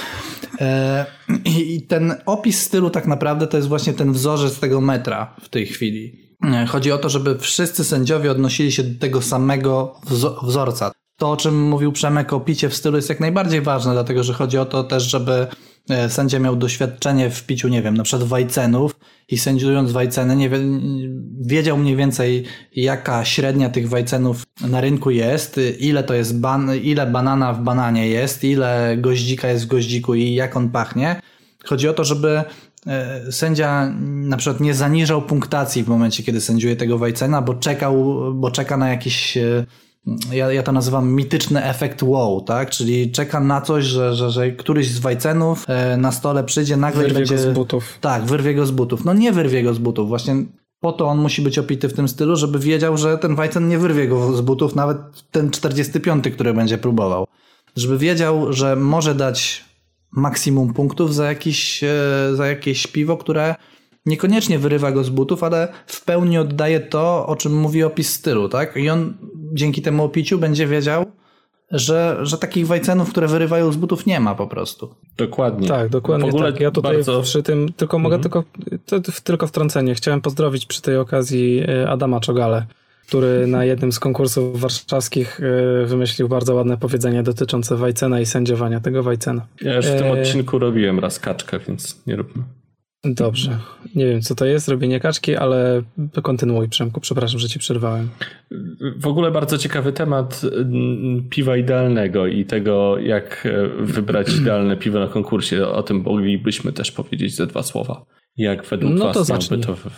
I ten opis stylu tak naprawdę to jest właśnie ten wzorzec tego metra w tej chwili. Chodzi o to, żeby wszyscy sędziowie odnosili się do tego samego wzorca. To, o czym mówił Przemek o picie w stylu, jest jak najbardziej ważne, dlatego że chodzi o to też, żeby sędzia miał doświadczenie w piciu, nie wiem, na przykład wajcenów i sędziując wajceny nie wie, wiedział mniej więcej jaka średnia tych wajcenów na rynku jest, ile to jest ban, ile banana w bananie jest, ile goździka jest w goździku i jak on pachnie. Chodzi o to, żeby sędzia na przykład nie zaniżał punktacji w momencie, kiedy sędziuje tego wajcena, bo czekał, bo czeka na jakiś, ja, ja to nazywam mityczny efekt wow, tak? Czyli czeka na coś, że, że, że któryś z wajcenów na stole przyjdzie nagle wyrwie i będzie... go z butów. Tak, wyrwie go z butów. No nie wyrwie go z butów. Właśnie po to on musi być opity w tym stylu, żeby wiedział, że ten wajcen nie wyrwie go z butów, nawet ten czterdziesty piąty, który będzie próbował. Żeby wiedział, że może dać maksimum punktów za, jakiś, za jakieś piwo, które niekoniecznie wyrywa go z butów, ale w pełni oddaje to, o czym mówi opis stylu, tak? I on dzięki temu opiciu będzie wiedział, że, że takich wajcenów, które wyrywają z butów, nie ma po prostu. Dokładnie. Tak, dokładnie w ogóle tak. Ja tutaj bardzo... przy tym, tylko mogę mhm. tylko, to, tylko wtrącenie. Chciałem pozdrowić przy tej okazji Adama Czogale, który na jednym z konkursów warszawskich wymyślił bardzo ładne powiedzenie dotyczące wajcena i sędziowania tego wajcena. Ja już w tym odcinku robiłem raz kaczkę, więc nie róbmy. Dobrze. Nie wiem, co to jest, robienie kaczki, ale kontynuuj, Przemku. Przepraszam, że ci przerwałem. W ogóle bardzo ciekawy temat piwa idealnego i tego, jak wybrać idealne piwo na konkursie. O tym moglibyśmy też powiedzieć ze dwa słowa. Jak według no was to miałby to...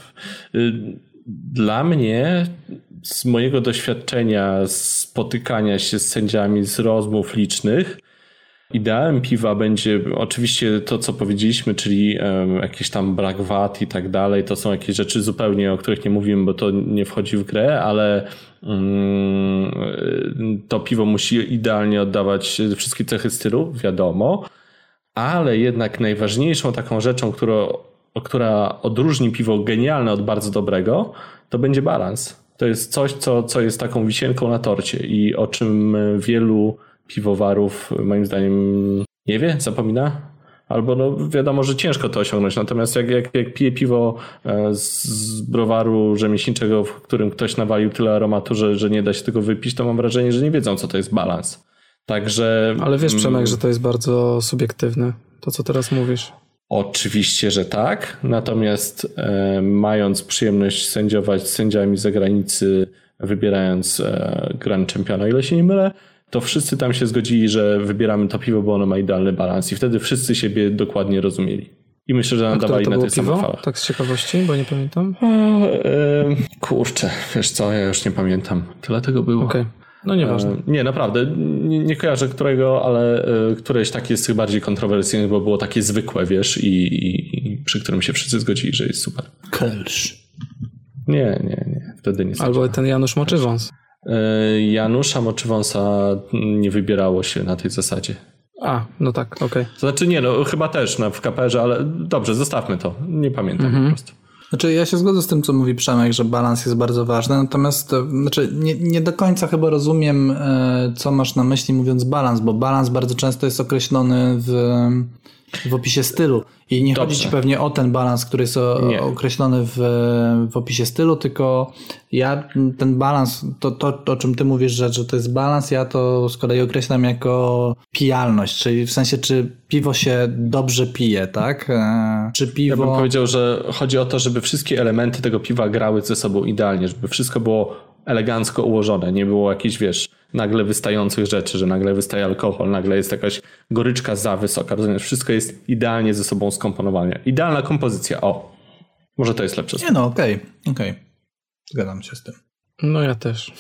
Dla mnie, z mojego doświadczenia spotykania się z sędziami, z rozmów licznych, ideałem piwa będzie oczywiście to, co powiedzieliśmy, czyli um, jakiś tam brak wad i tak dalej. To są jakieś rzeczy zupełnie, o których nie mówimy, bo to nie wchodzi w grę, ale um, to piwo musi idealnie oddawać wszystkie cechy stylu, wiadomo, ale jednak najważniejszą taką rzeczą, którą, która odróżni piwo genialne od bardzo dobrego, to będzie balans. To jest coś, co, co jest taką wisienką na torcie i o czym wielu piwowarów moim zdaniem nie wie, zapomina, albo no wiadomo, że ciężko to osiągnąć, natomiast jak, jak, jak pije piwo z browaru rzemieślniczego, w którym ktoś nawalił tyle aromatu, że, że nie da się tego wypić, to mam wrażenie, że nie wiedzą, co to jest balans. Także... Ale wiesz, Przemek, że to jest bardzo subiektywne, to co teraz mówisz. Oczywiście, że tak, natomiast e, mając przyjemność sędziować z sędziami z zagranicy, wybierając e, Grand Championa, o ile się nie mylę, to wszyscy tam się zgodzili, że wybieramy to piwo, bo ono ma idealny balans i wtedy wszyscy siebie dokładnie rozumieli. I myślę, że nadawali na tej samej fale. Tak z ciekawości, bo nie pamiętam. O, e, kurczę, wiesz co, ja już nie pamiętam. Tyle tego było. Okej. Okay. No nieważne. E, nie, naprawdę. Nie, nie kojarzę którego, ale e, któreś takie jest bardziej kontrowersyjne, bo było takie zwykłe, wiesz, i, i, i przy którym się wszyscy zgodzili, że jest super. Kelsz. Nie, nie, nie. Wtedy nie. Albo sądziłem. Ten Janusz Moczywąs. E, Janusza Moczywąsa nie wybierało się na tej zasadzie. A, no tak, okej. Okay. To znaczy nie, no chyba też no, w K P R ze, ale dobrze, zostawmy to. Nie pamiętam mhm. po prostu. Znaczy ja się zgodzę z tym, co mówi Przemek, że balans jest bardzo ważny, natomiast znaczy nie, nie do końca chyba rozumiem, co masz na myśli mówiąc balans, bo balans bardzo często jest określony w, w opisie stylu i nie Dobrze. chodzi ci pewnie o ten balans, który jest o, określony w, w opisie stylu, tylko ja ten balans, to, to, to o czym ty mówisz, że, że to jest balans, ja to z kolei określam jako pijalność, czyli w sensie, czy piwo się dobrze pije, tak? Czy piwo... Ja bym powiedział, że chodzi o to, żeby wszystkie elementy tego piwa grały ze sobą idealnie, żeby wszystko było elegancko ułożone, nie było jakichś, wiesz, nagle wystających rzeczy, że nagle wystaje alkohol, nagle jest jakaś goryczka za wysoka, rozumiesz? Wszystko jest idealnie ze sobą skomponowane. Idealna kompozycja, o. Może to jest lepsze. Nie no, okej, okay, okej. Okay. Zgadzam się z tym. No ja też.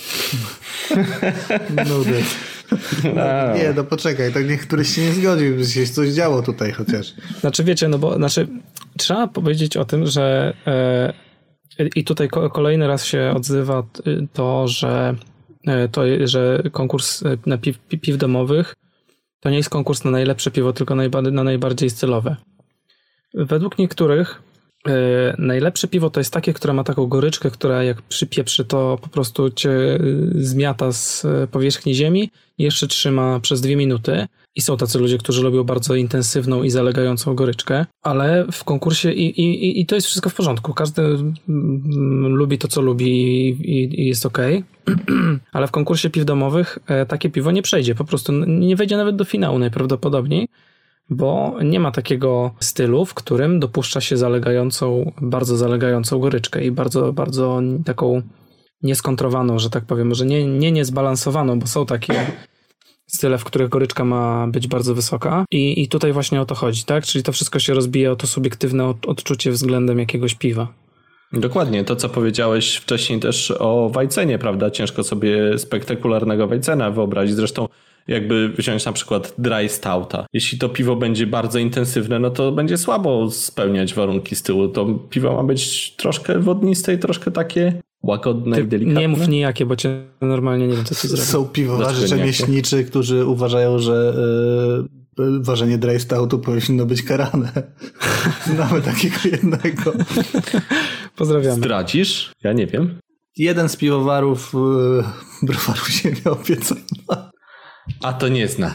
Nudy. No. Nie, no poczekaj, to niech któryś się nie zgodził, że się coś działo tutaj chociaż. Znaczy wiecie, no bo znaczy trzeba powiedzieć o tym, że e, i tutaj kolejny raz się odzywa to, że to, że konkurs na piw, piw domowych to nie jest konkurs na najlepsze piwo, tylko na najbardziej stylowe. Według niektórych yy, najlepsze piwo to jest takie, które ma taką goryczkę, która jak przypieprzy, to po prostu cię zmiata z powierzchni ziemi i jeszcze trzyma przez dwie minuty. I są tacy ludzie, którzy lubią bardzo intensywną i zalegającą goryczkę, ale w konkursie i, i, i to jest wszystko w porządku. Każdy mm, lubi to, co lubi i, i jest okej. Okay. Ale w konkursie piw domowych e, takie piwo nie przejdzie. Po prostu nie wejdzie nawet do finału najprawdopodobniej, bo nie ma takiego stylu, w którym dopuszcza się zalegającą, bardzo zalegającą goryczkę i bardzo, bardzo taką nieskontrowaną, że tak powiem, że nie, nie niezbalansowaną, bo są takie style, w których goryczka ma być bardzo wysoka i, i tutaj właśnie o to chodzi, tak? Czyli to wszystko się rozbija o to subiektywne od, odczucie względem jakiegoś piwa. Dokładnie, to co powiedziałeś wcześniej też o Weitzenie, prawda? Ciężko sobie spektakularnego Weitzena wyobrazić, zresztą jakby wziąć na przykład dry stouta. Jeśli to piwo będzie bardzo intensywne, no to będzie słabo spełniać warunki stylu. To piwo ma być troszkę wodniste i troszkę takie łagodne Ty i delikatne. Nie mów nijakie, bo cię normalnie nie wiem, co ty zrobisz. Są piwowarzy rzemieślniczy, którzy uważają, że yy, ważenie dry stoutu powinno być karane. Znamy takiego jednego. Pozdrawiamy. Zdradzisz? Ja nie wiem. Jeden z piwowarów yy, browaru Ziemia obiecał. A to nie zna.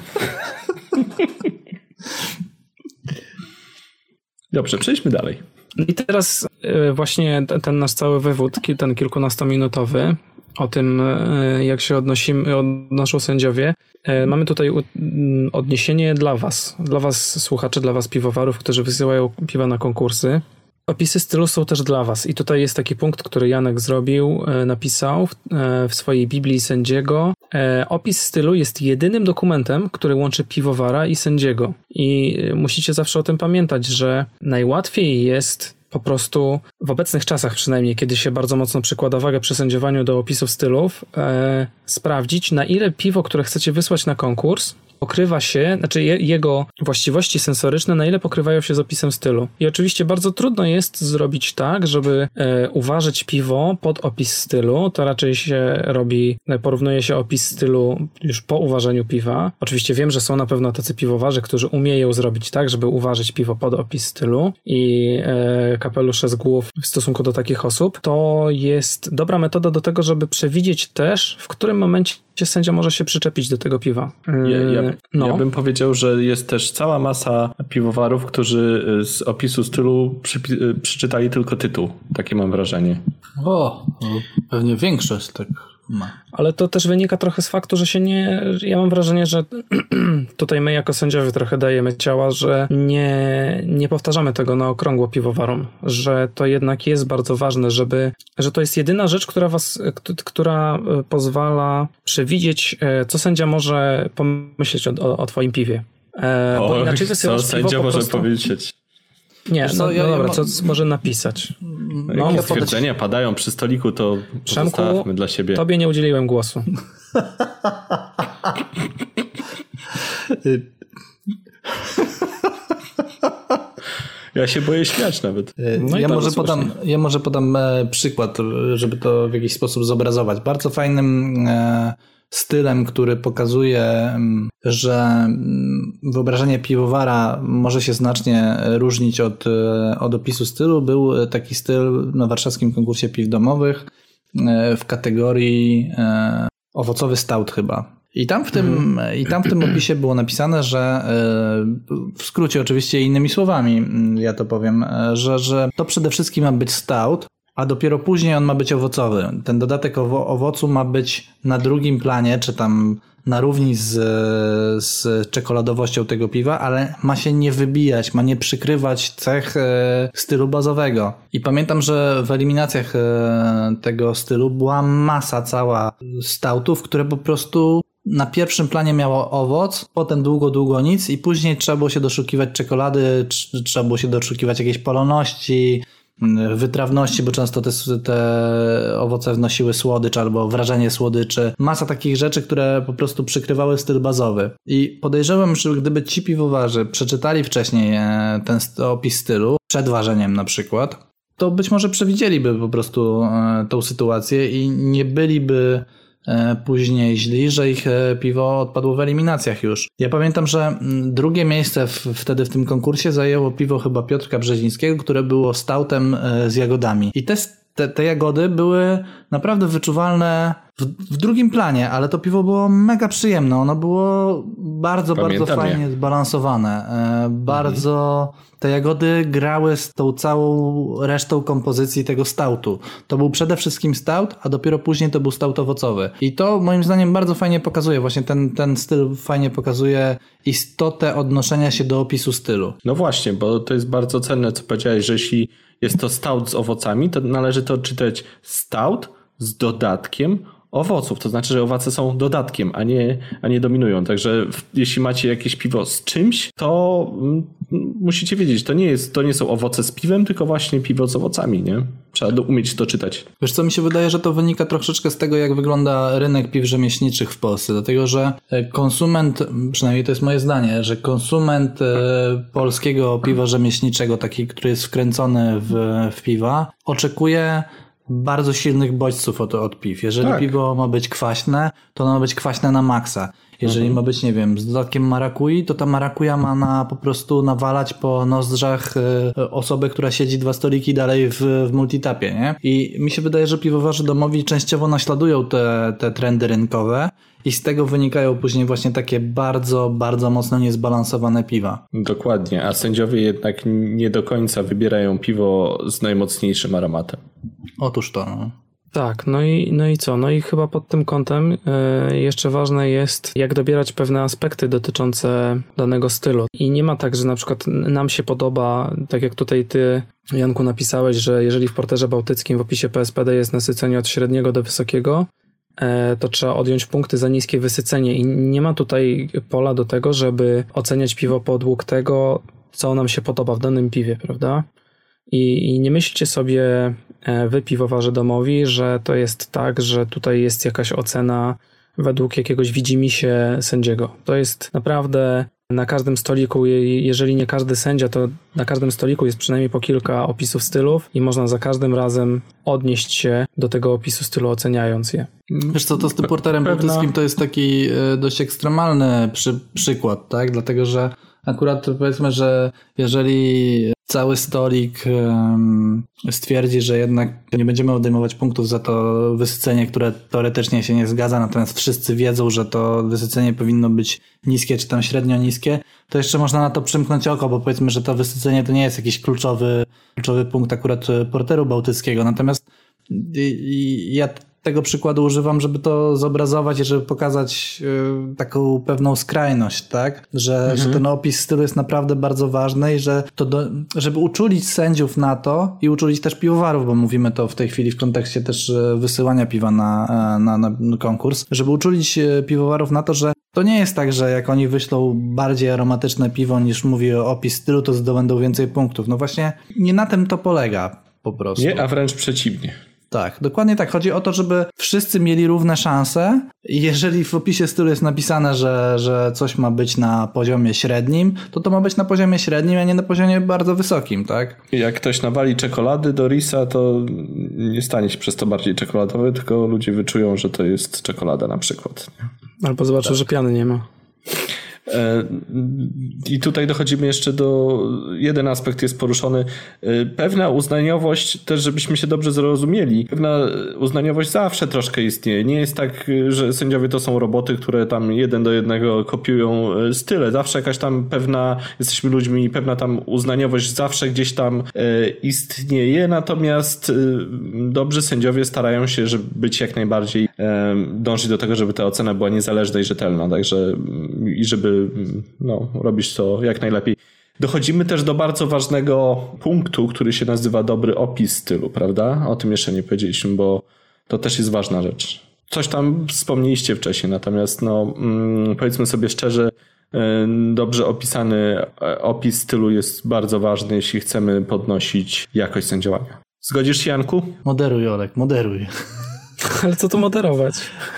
Dobrze, przejdźmy dalej. I teraz właśnie ten nasz cały wywód, ten kilkunastominutowy, o tym, jak się odnosimy, odnoszą sędziowie. Mamy tutaj odniesienie dla was, dla was słuchaczy, dla was piwowarów, którzy wysyłają piwa na konkursy. Opisy stylu są też dla was i tutaj jest taki punkt, który Janek zrobił, napisał w, w swojej Biblii sędziego. Opis stylu jest jedynym dokumentem, który łączy piwowara i sędziego i musicie zawsze o tym pamiętać, że najłatwiej jest po prostu w obecnych czasach przynajmniej, kiedy się bardzo mocno przykłada wagę przy sędziowaniu do opisów stylów, e, sprawdzić, na ile piwo, które chcecie wysłać na konkurs, pokrywa się, znaczy je, jego właściwości sensoryczne, na ile pokrywają się z opisem stylu. I oczywiście bardzo trudno jest zrobić tak, żeby e, uważać piwo pod opis stylu. To raczej się robi, porównuje się opis stylu już po uważaniu piwa. Oczywiście wiem, że są na pewno tacy piwowarze, którzy umieją zrobić tak, żeby uważać piwo pod opis stylu i e, kapelusze z głów w stosunku do takich osób. To jest dobra metoda do tego, żeby przewidzieć też, w którym momencie sędzia może się przyczepić do tego piwa. Ja, ja, no. ja bym powiedział, że jest też cała masa piwowarów, którzy z opisu stylu przy, przeczytali tylko tytuł. Takie mam wrażenie. O, pewnie większość tak ma. Ale to też wynika trochę z faktu, że się nie... Ja mam wrażenie, że tutaj my jako sędziowie trochę dajemy ciała, że nie, nie powtarzamy tego na okrągło piwowarom. Że to jednak jest bardzo ważne, żeby... Że to jest jedyna rzecz, która was... która pozwala przewidzieć, co sędzia może pomyśleć o, o, o twoim piwie. E, o, bo inaczej co sędzia może prostu... powiedzieć? Nie, no, no ja, dobra, ja ma... co może napisać? No, jakie stwierdzenia padają przy stoliku, to zostawmy dla siebie. Tobie nie udzieliłem głosu. Ja się boję śmiać nawet. No ja, może podam, ja może podam przykład, żeby to w jakiś sposób zobrazować. Bardzo fajnym e, stylem, który pokazuje, że wyobrażenie piwowara może się znacznie różnić od, od opisu stylu, był taki styl na warszawskim konkursie piw domowych w kategorii owocowy stout chyba. I tam w tym, mhm. i tam w tym opisie było napisane, że w skrócie oczywiście innymi słowami ja to powiem, że, że to przede wszystkim ma być stout, a dopiero później on ma być owocowy. Ten dodatek owo- owocu ma być na drugim planie, czy tam na równi z, z czekoladowością tego piwa, ale ma się nie wybijać, ma nie przykrywać cech e, stylu bazowego. I pamiętam, że w eliminacjach e, tego stylu była masa cała stoutów, które po prostu na pierwszym planie miało owoc, potem długo, długo nic i później trzeba było się doszukiwać czekolady, tr- trzeba było się doszukiwać jakiejś poloności, wytrawności, bo często te, te owoce wnosiły słodycz albo wrażenie słodyczy. Masa takich rzeczy, które po prostu przykrywały styl bazowy. I podejrzewam, że gdyby ci piwowarzy przeczytali wcześniej ten opis stylu, przed ważeniem na przykład, to być może przewidzieliby po prostu tą sytuację i nie byliby później źli, że ich piwo odpadło w eliminacjach już. Ja pamiętam, że drugie miejsce w, wtedy w tym konkursie zajęło piwo chyba Piotrka Brzezińskiego, które było stoutem z jagodami. I te, te, te jagody były naprawdę wyczuwalne w, w drugim planie, ale to piwo było mega przyjemne. Ono było bardzo, Pamiętam bardzo fajnie je. zbalansowane. Bardzo... Mhm. Te jagody grały z tą całą resztą kompozycji tego stoutu. To był przede wszystkim stout, a dopiero później to był stout owocowy. I to moim zdaniem bardzo fajnie pokazuje, właśnie ten, ten styl fajnie pokazuje istotę odnoszenia się do opisu stylu. No właśnie, bo to jest bardzo cenne, co powiedziałeś, że jeśli jest to stout z owocami, to należy to czytać stout z dodatkiem owoców, to znaczy, że owoce są dodatkiem, a nie, a nie dominują. Także w, jeśli macie jakieś piwo z czymś, to m, musicie wiedzieć, to nie jest, to nie są owoce z piwem, tylko właśnie piwo z owocami, nie? Trzeba do, umieć to czytać. Wiesz co, mi się wydaje, że to wynika troszeczkę z tego, jak wygląda rynek piw rzemieślniczych w Polsce, dlatego, że konsument, przynajmniej to jest moje zdanie, że konsument e, polskiego piwa rzemieślniczego, taki, który jest wkręcony w, w piwa, oczekuje bardzo silnych bodźców od, od piw. Jeżeli tak. piwo ma być kwaśne, to ono ma być kwaśne na maksa. Jeżeli mhm. ma być, nie wiem, z dodatkiem marakui, to ta marakuja ma na, po prostu nawalać po nozdrzach y, osobę, która siedzi dwa stoliki dalej w, w multitapie, nie? I mi się wydaje, że piwowarzy domowi częściowo naśladują te, te trendy rynkowe i z tego wynikają później właśnie takie bardzo, bardzo mocno niezbalansowane piwa. Dokładnie, a sędziowie jednak nie do końca wybierają piwo z najmocniejszym aromatem. Otóż to, no. Tak, no i, no i co? No i chyba pod tym kątem y, jeszcze ważne jest, jak dobierać pewne aspekty dotyczące danego stylu. I nie ma tak, że na przykład nam się podoba, tak jak tutaj ty, Janku, napisałeś, że jeżeli w porterze bałtyckim w opisie P S P D jest nasycenie od średniego do wysokiego, y, to trzeba odjąć punkty za niskie wysycenie i nie ma tutaj pola do tego, żeby oceniać piwo podług tego, co nam się podoba w danym piwie, prawda? I, I nie myślcie sobie, wy piwowarze domowi, że to jest tak, że tutaj jest jakaś ocena według jakiegoś widzimisię sędziego. To jest naprawdę na każdym stoliku, jeżeli nie każdy sędzia, to na każdym stoliku jest przynajmniej po kilka opisów stylów i można za każdym razem odnieść się do tego opisu stylu, oceniając je. Wiesz co, to z tym porterem Pewna... bałtyckim to jest taki dość ekstremalny przy, przykład, tak? Dlatego, że akurat powiedzmy, że jeżeli cały stolik um, stwierdzi, że jednak nie będziemy odejmować punktów za to wysycenie, które teoretycznie się nie zgadza, natomiast wszyscy wiedzą, że to wysycenie powinno być niskie, czy tam średnio niskie, to jeszcze można na to przymknąć oko, bo powiedzmy, że to wysycenie to nie jest jakiś kluczowy, kluczowy punkt akurat porteru bałtyckiego. Natomiast i, i ja tego przykładu używam, żeby to zobrazować i żeby pokazać y, taką pewną skrajność, tak? Że, mhm. że ten opis stylu jest naprawdę bardzo ważny i że to do, żeby uczulić sędziów na to i uczulić też piwowarów, bo mówimy to w tej chwili w kontekście też wysyłania piwa na, na, na konkurs, żeby uczulić piwowarów na to, że to nie jest tak, że jak oni wyślą bardziej aromatyczne piwo niż mówi opis stylu, to zdobędą więcej punktów. No właśnie nie na tym to polega po prostu. Nie, a wręcz przeciwnie. Tak, dokładnie tak. Chodzi o to, żeby wszyscy mieli równe szanse i jeżeli w opisie stylu jest napisane, że, że coś ma być na poziomie średnim, to to ma być na poziomie średnim, a nie na poziomie bardzo wysokim, tak? Jak ktoś nawali czekolady do risa, to nie stanie się przez to bardziej czekoladowy, tylko ludzie wyczują, że to jest czekolada na przykład. Nie? Albo zobaczę, tak. że piany nie ma. I tutaj dochodzimy jeszcze do, jeden aspekt jest poruszony, pewna uznaniowość, też żebyśmy się dobrze zrozumieli, pewna uznaniowość zawsze troszkę istnieje. Nie jest tak, że sędziowie to są roboty, które tam jeden do jednego kopiują style. Zawsze jakaś tam pewna, jesteśmy ludźmi i pewna tam uznaniowość zawsze gdzieś tam istnieje, natomiast dobrzy sędziowie starają się, żeby być jak najbardziej, dążyć do tego, żeby ta ocena była niezależna i rzetelna, także i żeby no, robić to jak najlepiej. Dochodzimy też do bardzo ważnego punktu, który się nazywa dobry opis stylu, prawda? O tym jeszcze nie powiedzieliśmy, bo to też jest ważna rzecz. Coś tam wspomnieliście wcześniej, natomiast no, mm, powiedzmy sobie szczerze, dobrze opisany opis stylu jest bardzo ważny, jeśli chcemy podnosić jakość sędziowania. Zgodzisz się, Janku? Moderuj, Olek, moderuj. Ale co tu moderować?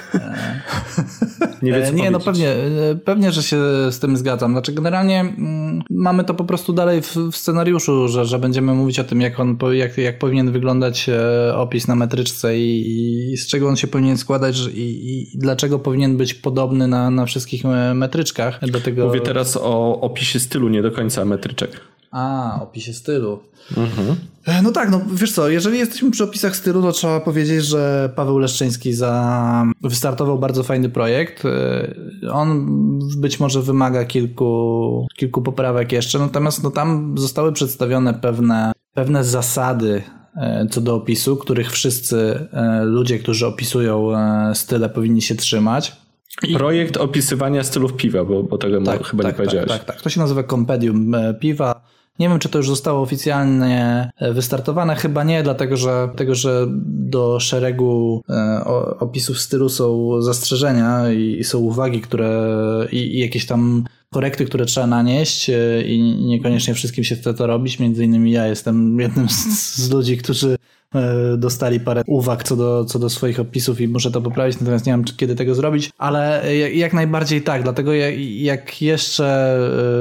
Nie, wie, co nie no pewnie, pewnie, że się z tym zgadzam. Znaczy generalnie mm, mamy to po prostu dalej w, w scenariuszu, że, że będziemy mówić o tym, jak on jak, jak powinien wyglądać e, opis na metryczce i, i z czego on się powinien składać i, i dlaczego powinien być podobny na, na wszystkich metryczkach. Dlatego... Mówię teraz o opisie stylu, nie do końca metryczek. A, opisie stylu. Mhm. No tak, no wiesz co, jeżeli jesteśmy przy opisach stylu, to trzeba powiedzieć, że Paweł Leszczyński za... wystartował bardzo fajny projekt. On być może wymaga kilku, kilku poprawek jeszcze, natomiast no, tam zostały przedstawione pewne, pewne zasady co do opisu, których wszyscy ludzie, którzy opisują style, powinni się trzymać. I... Projekt opisywania stylów piwa, bo, bo tego tak, chyba tak, nie powiedziałeś. Tak, tak, tak. To się nazywa Kompendium Piwa. Nie wiem, czy to już zostało oficjalnie wystartowane. Chyba nie, dlatego że, dlatego, że do szeregu opisów stylu są zastrzeżenia i są uwagi, które i, i jakieś tam korekty, które trzeba nanieść i niekoniecznie wszystkim się chce to robić. Między innymi ja jestem jednym z, z ludzi, którzy dostali parę uwag co do, co do swoich opisów i muszę to poprawić, natomiast nie wiem, kiedy tego zrobić, ale jak najbardziej tak, dlatego jak, jak jeszcze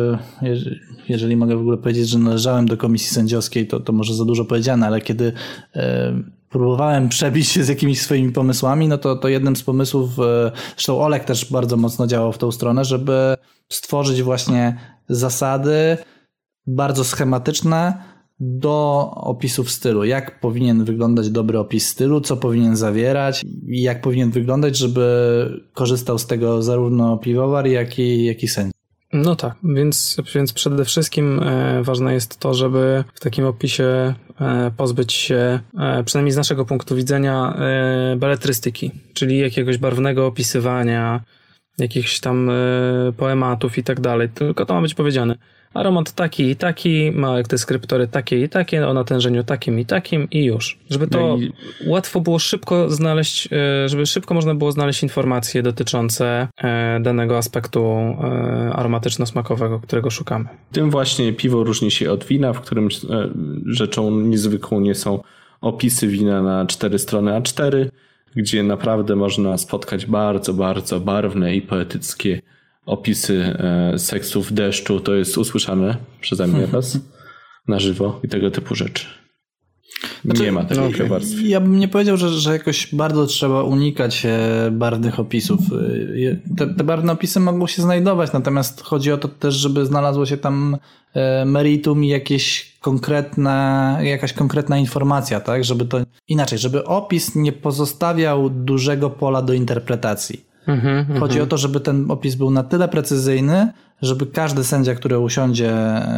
jeżeli mogę w ogóle powiedzieć, że należałem do komisji sędziowskiej, to, to może za dużo powiedziane, ale kiedy próbowałem przebić się z jakimiś swoimi pomysłami, no to, to jednym z pomysłów, zresztą Olek też bardzo mocno działał w tą stronę, żeby stworzyć właśnie zasady bardzo schematyczne do opisów stylu. Jak powinien wyglądać dobry opis stylu, co powinien zawierać i jak powinien wyglądać, żeby korzystał z tego zarówno piwowar, jak i, jak i sędzia. No tak, więc, więc przede wszystkim e, ważne jest to, żeby w takim opisie e, pozbyć się, e, przynajmniej z naszego punktu widzenia, e, beletrystyki, czyli jakiegoś barwnego opisywania, jakichś tam e, poematów i tak dalej, tylko to ma być powiedziane. Aromat taki i taki, ma deskryptory takie i takie, o natężeniu takim i takim i już. Żeby to no i... łatwo było szybko znaleźć, żeby szybko można było znaleźć informacje dotyczące danego aspektu aromatyczno-smakowego, którego szukamy. Tym właśnie piwo różni się od wina, w którym rzeczą niezwykłą nie są opisy wina na cztery strony A cztery, gdzie naprawdę można spotkać bardzo, bardzo barwne i poetyckie opisy e, seksów deszczu. To jest usłyszane przeze mnie raz na żywo i tego typu rzeczy. Znaczy, nie ma takiej okay. warstwy. Ja bym nie powiedział, że, że jakoś bardzo trzeba unikać barwnych opisów. Te, te barwne opisy mogą się znajdować, natomiast chodzi o to też, żeby znalazło się tam meritum i jakieś konkretne, jakaś konkretna informacja, tak? Żeby to inaczej, żeby opis nie pozostawiał dużego pola do interpretacji. Mm-hmm, Chodzi mm-hmm. o to, żeby ten opis był na tyle precyzyjny, żeby każdy sędzia, który usiądzie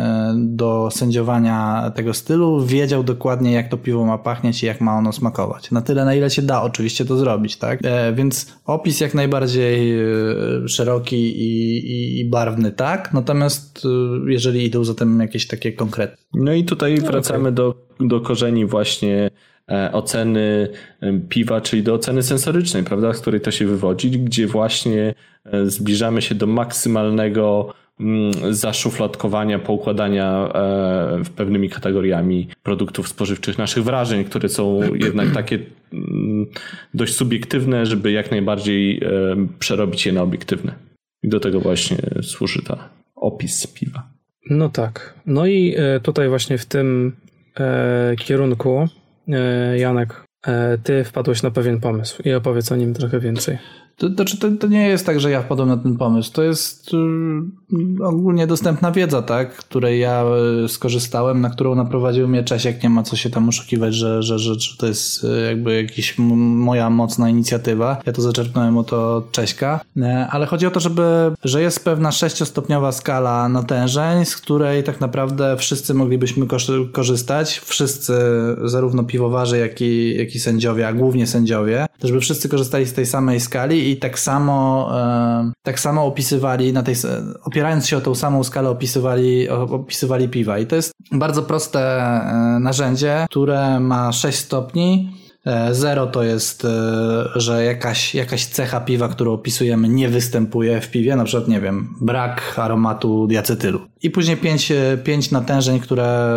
do sędziowania tego stylu, wiedział dokładnie, jak to piwo ma pachnieć i jak ma ono smakować. Na tyle, na ile się da oczywiście to zrobić, tak? E, więc opis jak najbardziej szeroki i, i, i barwny, tak? Natomiast jeżeli idą za tym jakieś takie konkretne. No i tutaj no, wracamy okay. do, do korzeni właśnie oceny piwa, czyli do oceny sensorycznej, prawda, z której to się wywodzi, gdzie właśnie zbliżamy się do maksymalnego zaszufladkowania, poukładania w pewnymi kategoriami produktów spożywczych, naszych wrażeń, które są jednak takie dość subiektywne, żeby jak najbardziej przerobić je na obiektywne. I do tego właśnie służy ta opis piwa. No tak. No i tutaj właśnie w tym kierunku Janek ty wpadłeś na pewien pomysł i opowiedz o nim trochę więcej. To, to, to, to nie jest tak, że ja wpadłem na ten pomysł. To jest y, ogólnie dostępna wiedza, tak, której ja y, skorzystałem, na którą naprowadził mnie Czesiek. Nie ma co się tam oszukiwać, że, że, że, że to jest y, jakby jakaś m- moja mocna inicjatywa. Ja to zaczerpnąłem od, od Cześka. Y, ale chodzi o to, żeby, że jest pewna sześciostopniowa skala natężeń, z której tak naprawdę wszyscy moglibyśmy korzy- korzystać. Wszyscy, zarówno piwowarze, jak i, jak i sędziowie, a głównie sędziowie, żeby wszyscy korzystali z tej samej skali i tak samo e, tak samo opisywali, na tej, opierając się o tą samą skalę opisywali, opisywali piwa. I to jest bardzo proste e, narzędzie, które ma sześć stopni. E, zero to jest, e, że jakaś, jakaś cecha piwa, którą opisujemy, nie występuje w piwie, na przykład, nie wiem, brak aromatu diacetylu. I później pięć, pięć natężeń, które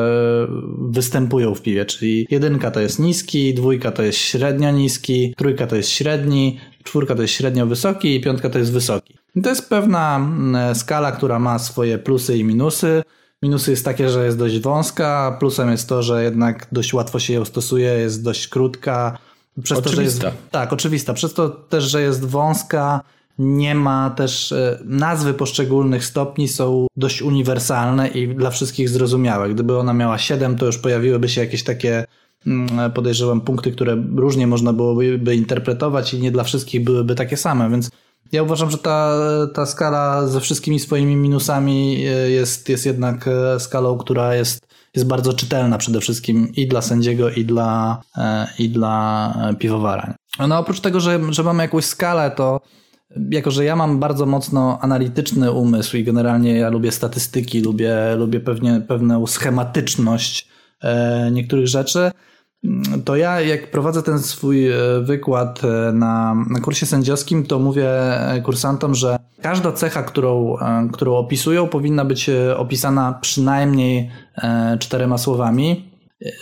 występują w piwie, czyli jedynka to jest niski, dwójka to jest średnio niski, trójka to jest średni, czwórka to jest średnio wysoki i piątka to jest wysoki. I to jest pewna skala, która ma swoje plusy i minusy. Minusy jest takie, że jest dość wąska, plusem jest to, że jednak dość łatwo się ją stosuje, jest dość krótka. Przez oczywista. To, że jest, tak, oczywista. Przez to też, że jest wąska, nie ma też, nazwy poszczególnych stopni są dość uniwersalne i dla wszystkich zrozumiałe. Gdyby ona miała siedem, to już pojawiłyby się jakieś takie, podejrzewam, punkty, które różnie można byłoby interpretować i nie dla wszystkich byłyby takie same, więc ja uważam, że ta, ta skala ze wszystkimi swoimi minusami jest, jest jednak skalą, która jest, jest bardzo czytelna przede wszystkim i dla sędziego, i dla, i dla piwowara. No oprócz tego, że, że mamy jakąś skalę, to jako, że ja mam bardzo mocno analityczny umysł i generalnie ja lubię statystyki, lubię, lubię pewnie, pewną schematyczność niektórych rzeczy, to ja jak prowadzę ten swój wykład na, na kursie sędziowskim, to mówię kursantom, że każda cecha, którą, którą opisują, powinna być opisana przynajmniej czterema słowami.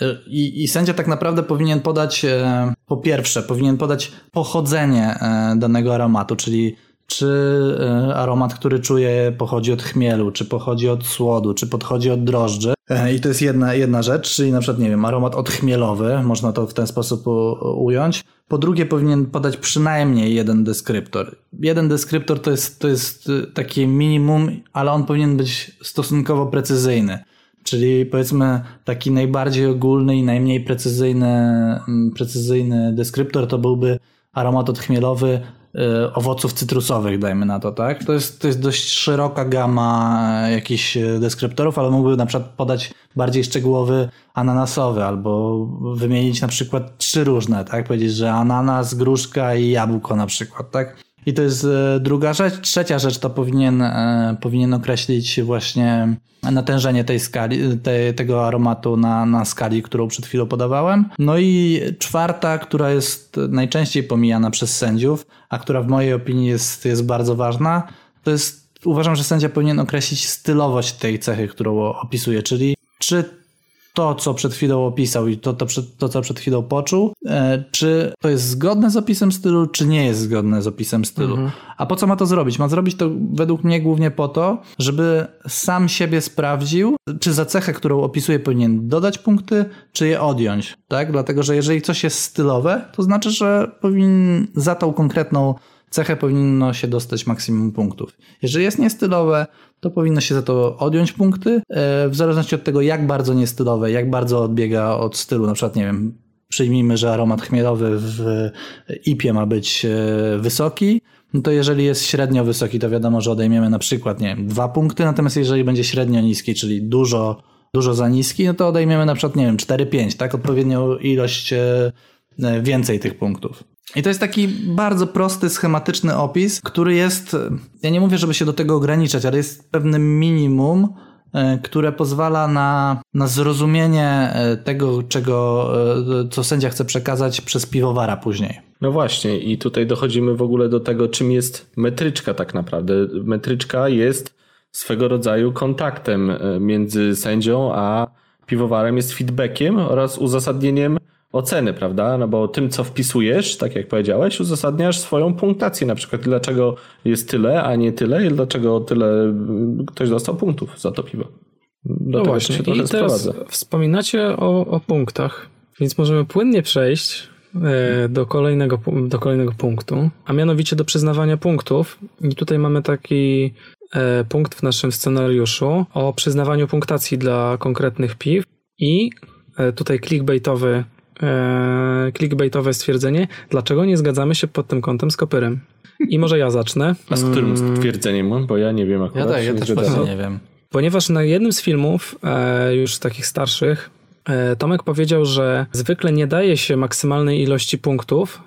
I, I sędzia tak naprawdę powinien podać, po pierwsze, powinien podać pochodzenie danego aromatu, czyli czy aromat, który czuję, pochodzi od chmielu, czy pochodzi od słodu, czy pochodzi od drożdży. I to jest jedna, jedna rzecz, czyli na przykład, nie wiem, aromat odchmielowy, można to w ten sposób u, ująć. Po drugie, powinien podać przynajmniej jeden deskryptor. Jeden deskryptor to jest, to jest takie minimum, ale on powinien być stosunkowo precyzyjny. Czyli powiedzmy taki najbardziej ogólny i najmniej precyzyjny, precyzyjny deskryptor to byłby aromat odchmielowy y, owoców cytrusowych, dajmy na to, tak? To jest, to jest dość szeroka gama jakichś deskryptorów, ale mógłby na przykład podać bardziej szczegółowy ananasowy albo wymienić na przykład trzy różne, tak? Powiedzieć, że ananas, gruszka i jabłko na przykład, tak? I to jest druga rzecz. Trzecia rzecz to powinien, powinien określić właśnie natężenie tej skali, te, tego aromatu na, na skali, którą przed chwilą podawałem. No i czwarta, która jest najczęściej pomijana przez sędziów, a która w mojej opinii jest, jest bardzo ważna, to jest, uważam, że sędzia powinien określić stylowość tej cechy, którą opisuje, czyli czy to, co przed chwilą opisał i to, to, to, co przed chwilą poczuł, e, czy to jest zgodne z opisem stylu, czy nie jest zgodne z opisem stylu. Mhm. A po co ma to zrobić? Ma zrobić to według mnie głównie po to, żeby sam siebie sprawdził, czy za cechę, którą opisuje, powinien dodać punkty, czy je odjąć. Tak? Dlatego, że jeżeli coś jest stylowe, to znaczy, że powinien za tą konkretną cechę powinno się dostać maksimum punktów. Jeżeli jest niestylowe, to powinno się za to odjąć punkty, w zależności od tego, jak bardzo niestylowe, jak bardzo odbiega od stylu. Na przykład, nie wiem, przyjmijmy, że aromat chmielowy w I P ie ma być wysoki, no to jeżeli jest średnio wysoki, to wiadomo, że odejmiemy na przykład, nie wiem, dwa punkty, natomiast jeżeli będzie średnio niski, czyli dużo, dużo za niski, no to odejmiemy na przykład, nie wiem, cztery pięć, tak? Odpowiednią ilość więcej tych punktów. I to jest taki bardzo prosty, schematyczny opis, który jest, ja nie mówię, żeby się do tego ograniczać, ale jest pewnym minimum, które pozwala na, na zrozumienie tego, czego, co sędzia chce przekazać przez piwowara później. No właśnie i tutaj dochodzimy w ogóle do tego, czym jest metryczka tak naprawdę. Metryczka jest swego rodzaju kontaktem między sędzią a piwowarem, jest feedbackiem oraz uzasadnieniem oceny, prawda? No bo tym, co wpisujesz, tak jak powiedziałeś, uzasadniasz swoją punktację. Na przykład dlaczego jest tyle, a nie tyle i dlaczego tyle ktoś dostał punktów za to piwo. Do no tego właśnie. się trochę I teraz sprowadza. Wspominacie o, o punktach, więc możemy płynnie przejść do kolejnego, do kolejnego punktu, a mianowicie do przyznawania punktów. I tutaj mamy taki punkt w naszym scenariuszu o przyznawaniu punktacji dla konkretnych piw i tutaj clickbaitowy, clickbaitowe stwierdzenie, dlaczego nie zgadzamy się pod tym kątem z Kopyrem. I może ja zacznę. A z którym stwierdzeniem? Bo ja nie wiem akurat. Ja, tak, ja też właśnie nie wiem. Ponieważ na jednym z filmów, już takich starszych, Tomek powiedział, że zwykle nie daje się maksymalnej ilości punktów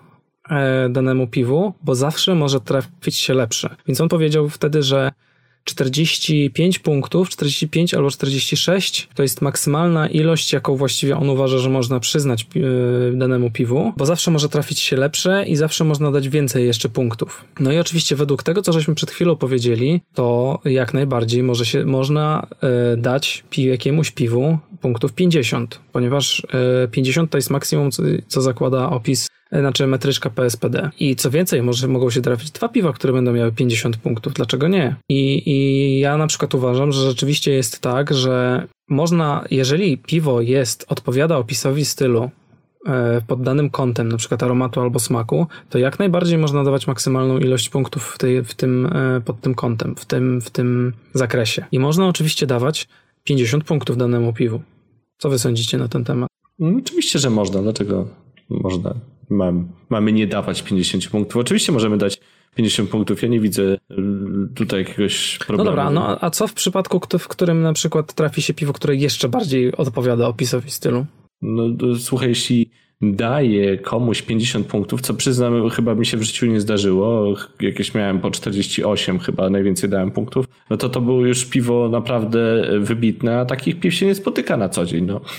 danemu piwu, bo zawsze może trafić się lepsze. Więc on powiedział wtedy, że czterdzieści pięć punktów, czterdzieści pięć albo czterdzieści sześć to jest maksymalna ilość, jaką właściwie on uważa, że można przyznać danemu piwu, bo zawsze może trafić się lepsze i zawsze można dać więcej jeszcze punktów. No i oczywiście według tego, co żeśmy przed chwilą powiedzieli, to jak najbardziej może się, można y, dać pi, jakiemuś piwu punktów pięćdziesiąt, ponieważ y, pięćdziesiąt to jest maksimum, co, co zakłada opis, znaczy metryczka P S P D. I co więcej, może mogą się trafić dwa piwa, które będą miały pięćdziesiąt punktów. Dlaczego nie? I, I ja na przykład uważam, że rzeczywiście jest tak, że można, jeżeli piwo jest, odpowiada opisowi stylu e, pod danym kątem, na przykład aromatu albo smaku, to jak najbardziej można dawać maksymalną ilość punktów w, tej, w tym, e, pod tym kątem, w tym, w tym zakresie. I można oczywiście dawać pięćdziesiąt punktów danemu piwu. Co wy sądzicie na ten temat? No, oczywiście, że można. Dlaczego można? Mam, mamy nie dawać pięćdziesiąt punktów. Oczywiście możemy dać pięćdziesiąt punktów. Ja nie widzę tutaj jakiegoś problemu. No dobra, no a co w przypadku, w którym na przykład trafi się piwo, które jeszcze bardziej odpowiada opisowi stylu? No słuchaj, jeśli daję komuś pięćdziesiąt punktów, co przyznam, chyba mi się w życiu nie zdarzyło, jakieś miałem po czterdzieści osiem, chyba najwięcej dałem punktów, no to to było już piwo naprawdę wybitne, a takich piw się nie spotyka na co dzień, no.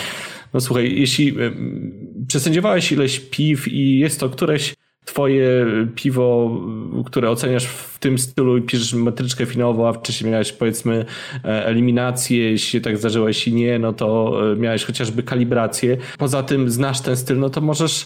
No słuchaj, jeśli przesędziowałeś ileś piw i jest to któreś twoje piwo, które oceniasz w tym stylu i piszesz metryczkę finałową, a wcześniej miałeś powiedzmy eliminację, jeśli się tak zdarzyło, jeśli nie, no to miałeś chociażby kalibrację. Poza tym znasz ten styl, no to możesz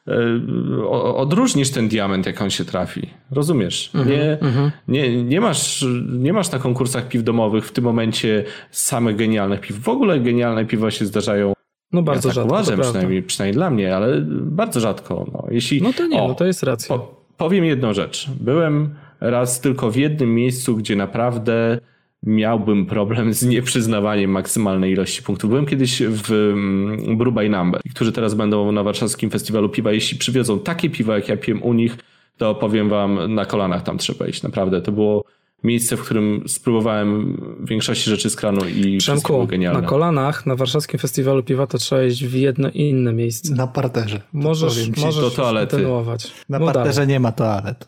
odróżnisz ten diament, jak on się trafi. Rozumiesz? Mm-hmm, nie, mm-hmm. nie, nie, masz, nie masz na konkursach piw domowych w tym momencie samych genialnych piw. W ogóle genialne piwa się zdarzają. No bardzo ja tak rzadko. Uważam, przynajmniej, przynajmniej dla mnie, ale bardzo rzadko. No, jeśli, no to nie, o, no to jest racja. Po, powiem jedną rzecz. Byłem raz tylko w jednym miejscu, gdzie naprawdę miałbym problem z nieprzyznawaniem maksymalnej ilości punktów. Byłem kiedyś w Brew by Number, którzy teraz będą na warszawskim festiwalu piwa. Jeśli przywiozą takie piwa, jak ja piłem u nich, to powiem wam, na kolanach tam trzeba iść. Naprawdę. To było miejsce, w którym spróbowałem większości rzeczy z kranu i wszystko było genialne. Na kolanach na warszawskim festiwalu piwa to trzeba iść w jedno i inne miejsce. Na parterze. Możesz, możesz do toalety. kontynuować. Na no parterze dalej. nie ma toalet.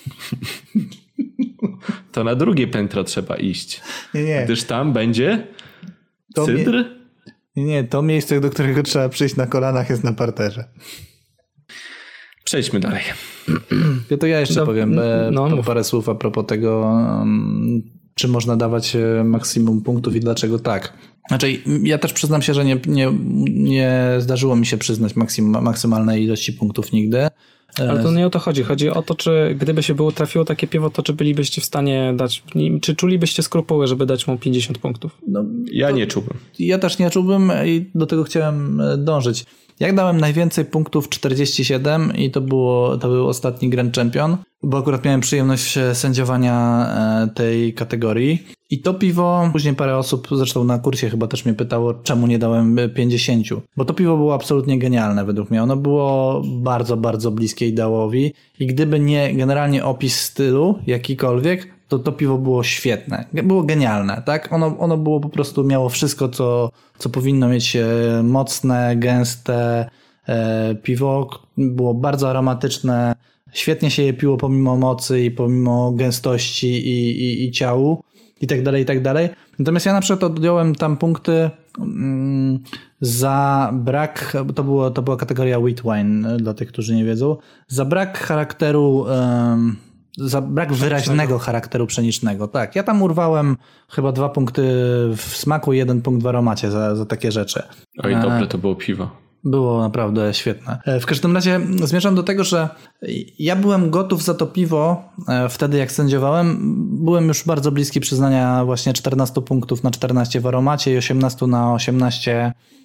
To na drugie piętro trzeba iść. Nie, nie. Gdyż tam będzie to cydr. Nie, nie, nie, to miejsce, do którego trzeba przyjść na kolanach, jest na parterze. Przejdźmy dalej. Ja to ja jeszcze no, powiem no, no, mów. parę słów a propos tego, um, czy można dawać maksimum punktów i dlaczego tak. Znaczy, ja też przyznam się, że nie, nie, nie zdarzyło mi się przyznać maksym, maksymalnej ilości punktów nigdy. Ale to nie o to chodzi. Chodzi o to, czy gdyby się było trafiło takie piwo, to czy bylibyście w stanie dać, czy czulibyście skrupuły, żeby dać mu pięćdziesiąt punktów? No, ja to, nie czułbym. Ja też nie czułbym i do tego chciałem dążyć. Jak dałem najwięcej punktów? czterdzieści siedem i to, było, to był ostatni Grand Champion, bo akurat miałem przyjemność sędziowania tej kategorii. I to piwo, później parę osób, zresztą na kursie chyba też mnie pytało, czemu nie dałem pięćdziesiąt. Bo to piwo było absolutnie genialne według mnie. Ono było bardzo, bardzo bliskie ideałowi i gdyby nie generalnie opis stylu jakikolwiek, to to piwo było świetne. Było genialne, tak? Ono, ono było po prostu, miało wszystko, co, co powinno mieć mocne, gęste e, piwo. Było bardzo aromatyczne. Świetnie się je piło pomimo mocy i pomimo gęstości i, i, i ciału i tak dalej, i tak dalej. Natomiast ja na przykład odjąłem tam punkty mm, za brak, to, było, to była kategoria wheat wine, dla tych, którzy nie wiedzą, za brak charakteru... Um, za brak wyraźnego charakteru pszenicznego. Tak, ja tam urwałem chyba dwa punkty w smaku i jeden punkt w aromacie za, za takie rzeczy. Oj, dobre to było piwo. Było naprawdę świetne. W każdym razie zmierzam do tego, że ja byłem gotów za to piwo wtedy, jak sędziowałem. Byłem już bardzo bliski przyznania właśnie czternastu punktów na czternaście w aromacie i osiemnaście na osiemnaście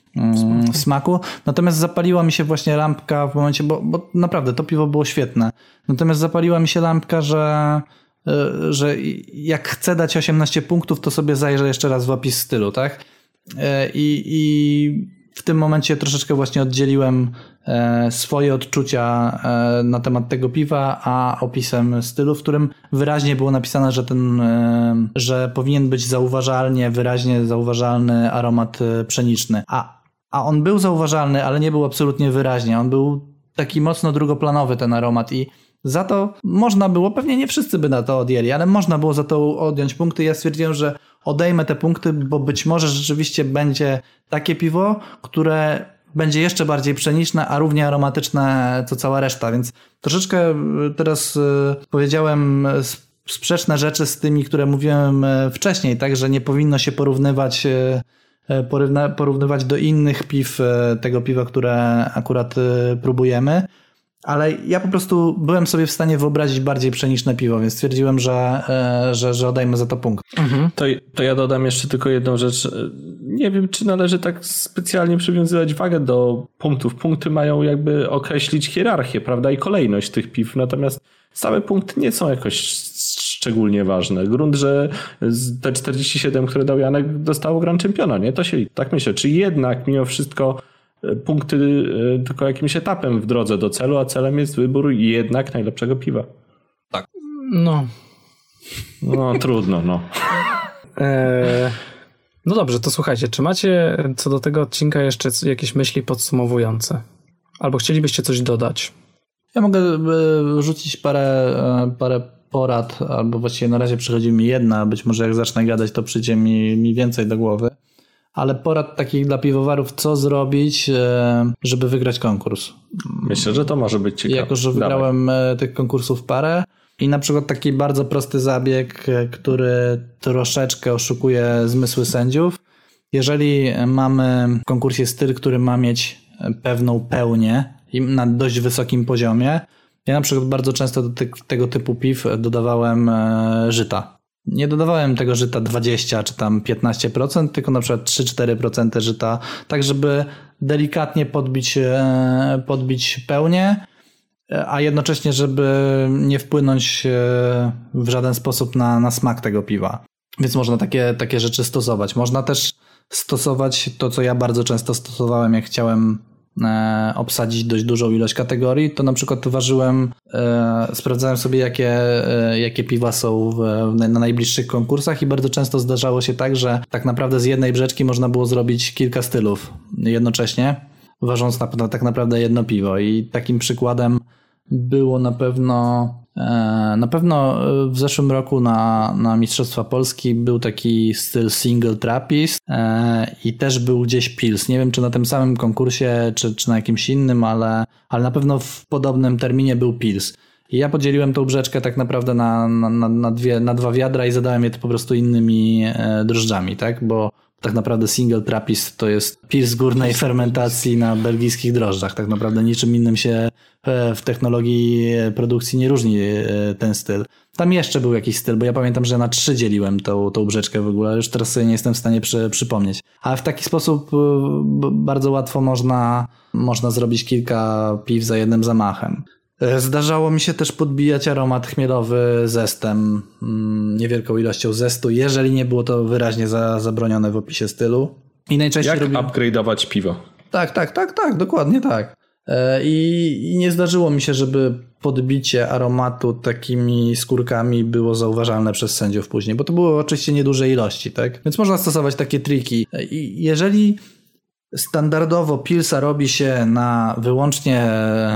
mm, w smaku. Natomiast zapaliła mi się właśnie lampka w momencie, bo, bo naprawdę to piwo było świetne. Natomiast zapaliła mi się lampka, że że jak chcę dać osiemnaście punktów, to sobie zajrzę jeszcze raz w opis stylu, tak? I, i w tym momencie troszeczkę właśnie oddzieliłem swoje odczucia na temat tego piwa, a opisem stylu, w którym wyraźnie było napisane, że ten, że powinien być zauważalnie, wyraźnie zauważalny aromat pszeniczny. A, a on był zauważalny, ale nie był absolutnie wyraźnie. On był taki mocno drugoplanowy, ten aromat, i za to można było, pewnie nie wszyscy by na to odjęli, ale można było za to odjąć punkty. Ja stwierdziłem, że odejmę te punkty, bo być może rzeczywiście będzie takie piwo, które będzie jeszcze bardziej pszeniczne, a równie aromatyczne co cała reszta, więc troszeczkę teraz powiedziałem sprzeczne rzeczy z tymi, które mówiłem wcześniej, tak, że nie powinno się porównywać porównywać do innych piw tego piwa, które akurat próbujemy. Ale ja po prostu byłem sobie w stanie wyobrazić bardziej pszeniczne piwo, więc stwierdziłem, że, że, że odejmę za to punkt. Mhm. To, to ja dodam jeszcze tylko jedną rzecz. Nie wiem, czy należy tak specjalnie przywiązywać wagę do punktów. Punkty mają jakby określić hierarchię, prawda, i kolejność tych piw, natomiast same punkty nie są jakoś szczególnie ważne. Grunt, że te czterdzieści siedem, które dał Janek, dostało Grand Championa, nie? To się tak myślę. Czy jednak mimo wszystko punkty tylko jakimś etapem w drodze do celu, a celem jest wybór jednak najlepszego piwa. Tak. No. No trudno, no. Eee, no dobrze, to słuchajcie, czy macie co do tego odcinka jeszcze jakieś myśli podsumowujące? Albo chcielibyście coś dodać? Ja mogę rzucić parę, parę porad, albo właściwie na razie przychodzi mi jedna, być może jak zacznę gadać, to przyjdzie mi, mi więcej do głowy. Ale porad takich dla piwowarów, co zrobić, żeby wygrać konkurs. Myślę, że to może być ciekawe. Jako, że wygrałem Dawaj. tych konkursów parę i na przykład taki bardzo prosty zabieg, który troszeczkę oszukuje zmysły sędziów. Jeżeli mamy w konkursie styl, który ma mieć pewną pełnię i na dość wysokim poziomie, ja na przykład bardzo często do ty- tego typu piw dodawałem żyta. Nie dodawałem tego żyta dwadzieścia czy tam piętnaście procent, tylko na przykład trzy cztery procent żyta, tak żeby delikatnie podbić, podbić pełnię, a jednocześnie żeby nie wpłynąć w żaden sposób na, na smak tego piwa. Więc można takie, takie rzeczy stosować. Można też stosować to, co ja bardzo często stosowałem, jak chciałem e, obsadzić dość dużą ilość kategorii, to na przykład ważyłem, e, sprawdzałem sobie, jakie, e, jakie piwa są w, na, na najbliższych konkursach i bardzo często zdarzało się tak, że tak naprawdę z jednej brzeczki można było zrobić kilka stylów jednocześnie, ważąc na, na, tak naprawdę jedno piwo. I takim przykładem było na pewno na pewno w zeszłym roku na, na Mistrzostwa Polski był taki styl single trappist i też był gdzieś pils. Nie wiem, czy na tym samym konkursie, czy, czy na jakimś innym, ale, ale na pewno w podobnym terminie był pils. I ja podzieliłem tą brzeczkę tak naprawdę na, na, na, dwie, na dwa wiadra i zadałem je po prostu innymi drożdżami, tak? Bo tak naprawdę single trappist to jest pils górnej fermentacji na belgijskich drożdżach. Tak naprawdę niczym innym się w technologii produkcji nie różni ten styl. Tam jeszcze był jakiś styl, bo ja pamiętam, że na trzy dzieliłem tą, tą brzeczkę w ogóle, już teraz sobie nie jestem w stanie przy, przypomnieć. Ale w taki sposób bardzo łatwo można, można zrobić kilka piw za jednym zamachem. Zdarzało mi się też podbijać aromat chmielowy zestem, niewielką ilością zestu, jeżeli nie było to wyraźnie za, zabronione w opisie stylu. I najczęściej Jak robiłem... upgrade'ować piwo? Tak, tak, tak, tak, dokładnie tak. I, I nie zdarzyło mi się, żeby podbicie aromatu takimi skórkami było zauważalne przez sędziów później, bo to były oczywiście nieduże ilości, tak? Więc można stosować takie triki. I jeżeli standardowo pilsa robi się na wyłącznie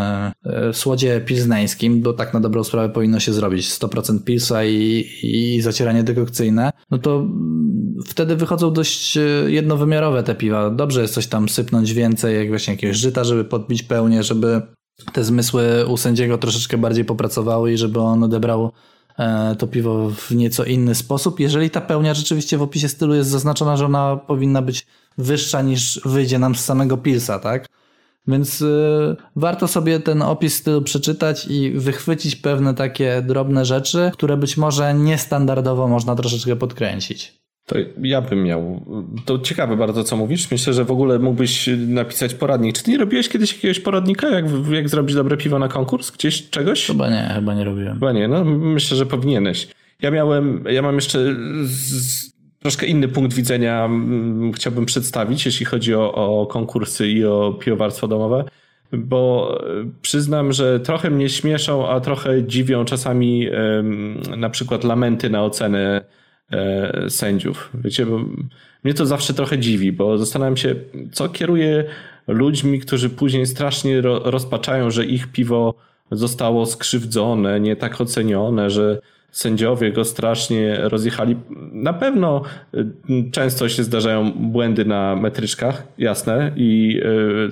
słodzie pilsneńskim, bo tak na dobrą sprawę powinno się zrobić sto procent pilsa i, i zacieranie dekokcyjne, no to wtedy wychodzą dość jednowymiarowe te piwa. Dobrze jest coś tam sypnąć więcej, jak właśnie jakiegoś żyta, żeby podbić pełnię, żeby te zmysły u sędziego troszeczkę bardziej popracowały i żeby on odebrał to piwo w nieco inny sposób. Jeżeli ta pełnia rzeczywiście w opisie stylu jest zaznaczona, że ona powinna być wyższa niż wyjdzie nam z samego pilsa, tak? Więc yy, warto sobie ten opis stylu przeczytać i wychwycić pewne takie drobne rzeczy, które być może niestandardowo można troszeczkę podkręcić. To ja bym miał. To ciekawe bardzo, co mówisz. Myślę, że w ogóle mógłbyś napisać poradnik. Czy ty nie robiłeś kiedyś jakiegoś poradnika, jak, jak zrobić dobre piwo na konkurs? Gdzieś czegoś? Chyba nie, chyba nie robiłem. Chyba nie, no myślę, że powinieneś. Ja miałem, ja mam jeszcze z, troszkę inny punkt widzenia m, chciałbym przedstawić, jeśli chodzi o, o konkursy i o piwowarstwo domowe, bo przyznam, że trochę mnie śmieszą, a trochę dziwią czasami em, na przykład lamenty na ocenę e, sędziów. Wiecie, bo mnie to zawsze trochę dziwi, bo zastanawiam się, co kieruje ludźmi, którzy później strasznie ro, rozpaczają, że ich piwo zostało skrzywdzone, nie tak ocenione, że sędziowie go strasznie rozjechali. Na pewno często się zdarzają błędy na metryczkach, jasne, i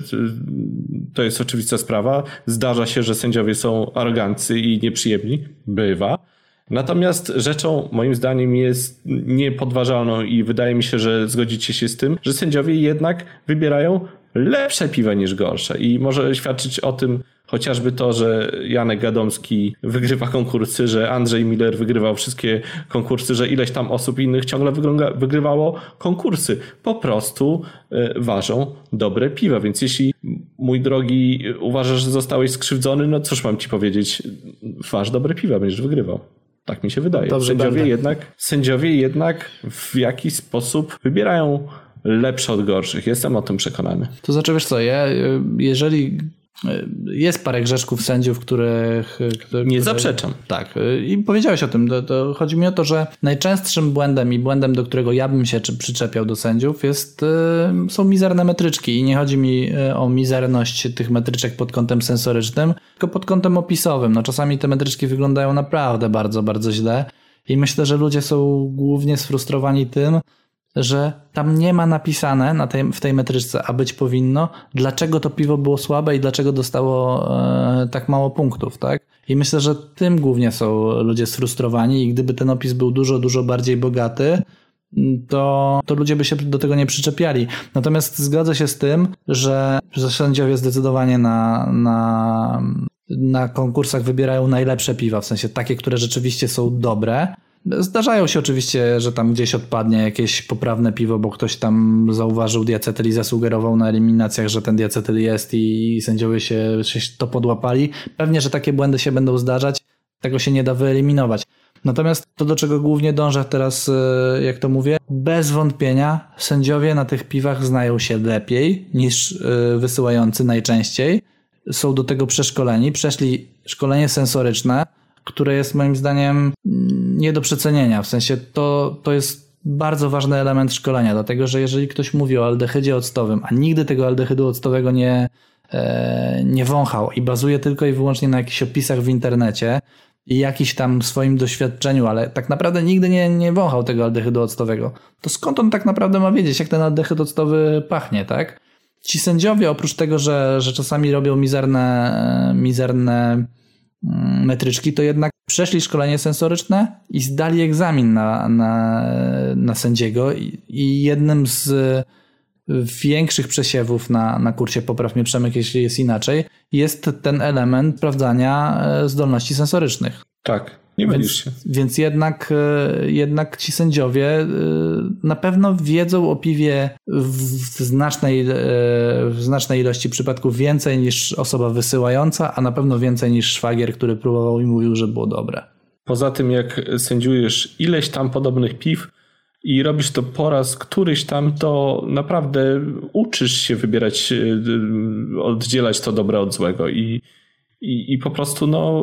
to jest oczywista sprawa. Zdarza się, że sędziowie są arogancy i nieprzyjemni. Bywa. Natomiast rzeczą moim zdaniem jest niepodważalną i wydaje mi się, że zgodzicie się z tym, że sędziowie jednak wybierają lepsze piwa niż gorsze i może świadczyć o tym chociażby to, że Janek Gadomski wygrywa konkursy, że Andrzej Miller wygrywał wszystkie konkursy, że ileś tam osób innych ciągle wygrywało konkursy. Po prostu ważą dobre piwa, więc jeśli, mój drogi, uważasz, że zostałeś skrzywdzony, no cóż mam ci powiedzieć, waż dobre piwa, będziesz wygrywał. Tak mi się wydaje. Dobrze, sędziowie jednak, sędziowie jednak w jakiś sposób wybierają lepsze od gorszych. Jestem o tym przekonany. To znaczy, wiesz co, ja, jeżeli jest parę grzeszków sędziów, których... Które, nie zaprzeczam. Tak. I powiedziałeś o tym. To, to chodzi mi o to, że najczęstszym błędem i błędem, do którego ja bym się czy przyczepiał do sędziów, jest, są mizerne metryczki. I nie chodzi mi o mizerność tych metryczek pod kątem sensorycznym, tylko pod kątem opisowym. No, czasami te metryczki wyglądają naprawdę bardzo, bardzo źle. I myślę, że ludzie są głównie sfrustrowani tym, że tam nie ma napisane na tej, w tej metryczce, a być powinno, dlaczego to piwo było słabe i dlaczego dostało e, tak mało punktów, tak? I myślę, że tym głównie są ludzie sfrustrowani i gdyby ten opis był dużo, dużo bardziej bogaty, to, to ludzie by się do tego nie przyczepiali. Natomiast zgodzę się z tym, że, że sędziowie zdecydowanie na, na, na konkursach wybierają najlepsze piwa, w sensie takie, które rzeczywiście są dobre. Zdarzają się oczywiście, że tam gdzieś odpadnie jakieś poprawne piwo, bo ktoś tam zauważył diacetyl i zasugerował na eliminacjach, że ten diacetyl jest i sędziowie się, się to podłapali. Pewnie, że takie błędy się będą zdarzać, tego się nie da wyeliminować. Natomiast to, do czego głównie dążę teraz, jak to mówię, bez wątpienia sędziowie na tych piwach znają się lepiej niż wysyłający najczęściej. Są do tego przeszkoleni, przeszli szkolenie sensoryczne, które jest moim zdaniem nie do przecenienia. W sensie to, to jest bardzo ważny element szkolenia, dlatego że jeżeli ktoś mówi o aldehydzie octowym, a nigdy tego aldehydu octowego nie, e, nie wąchał i bazuje tylko i wyłącznie na jakichś opisach w internecie i jakiś tam swoim doświadczeniu, ale tak naprawdę nigdy nie, nie wąchał tego aldehydu octowego, to skąd on tak naprawdę ma wiedzieć, jak ten aldehyd octowy pachnie, tak? Ci sędziowie, oprócz tego, że, że czasami robią mizerne, mizerne metryczki, to jednak przeszli szkolenie sensoryczne i zdali egzamin na, na, na sędziego i, i jednym z większych przesiewów na, na kursie Popraw mnie Przemek, jeśli jest inaczej, jest ten element sprawdzania zdolności sensorycznych. Tak, nie mylisz się. Więc jednak, jednak ci sędziowie na pewno wiedzą o piwie w znacznej, w znacznej ilości przypadków więcej niż osoba wysyłająca, a na pewno więcej niż szwagier, który próbował i mówił, że było dobre. Poza tym, jak sędziujesz ileś tam podobnych piw i robisz to po raz któryś tam, to naprawdę uczysz się wybierać, oddzielać to dobre od złego i, i, i po prostu no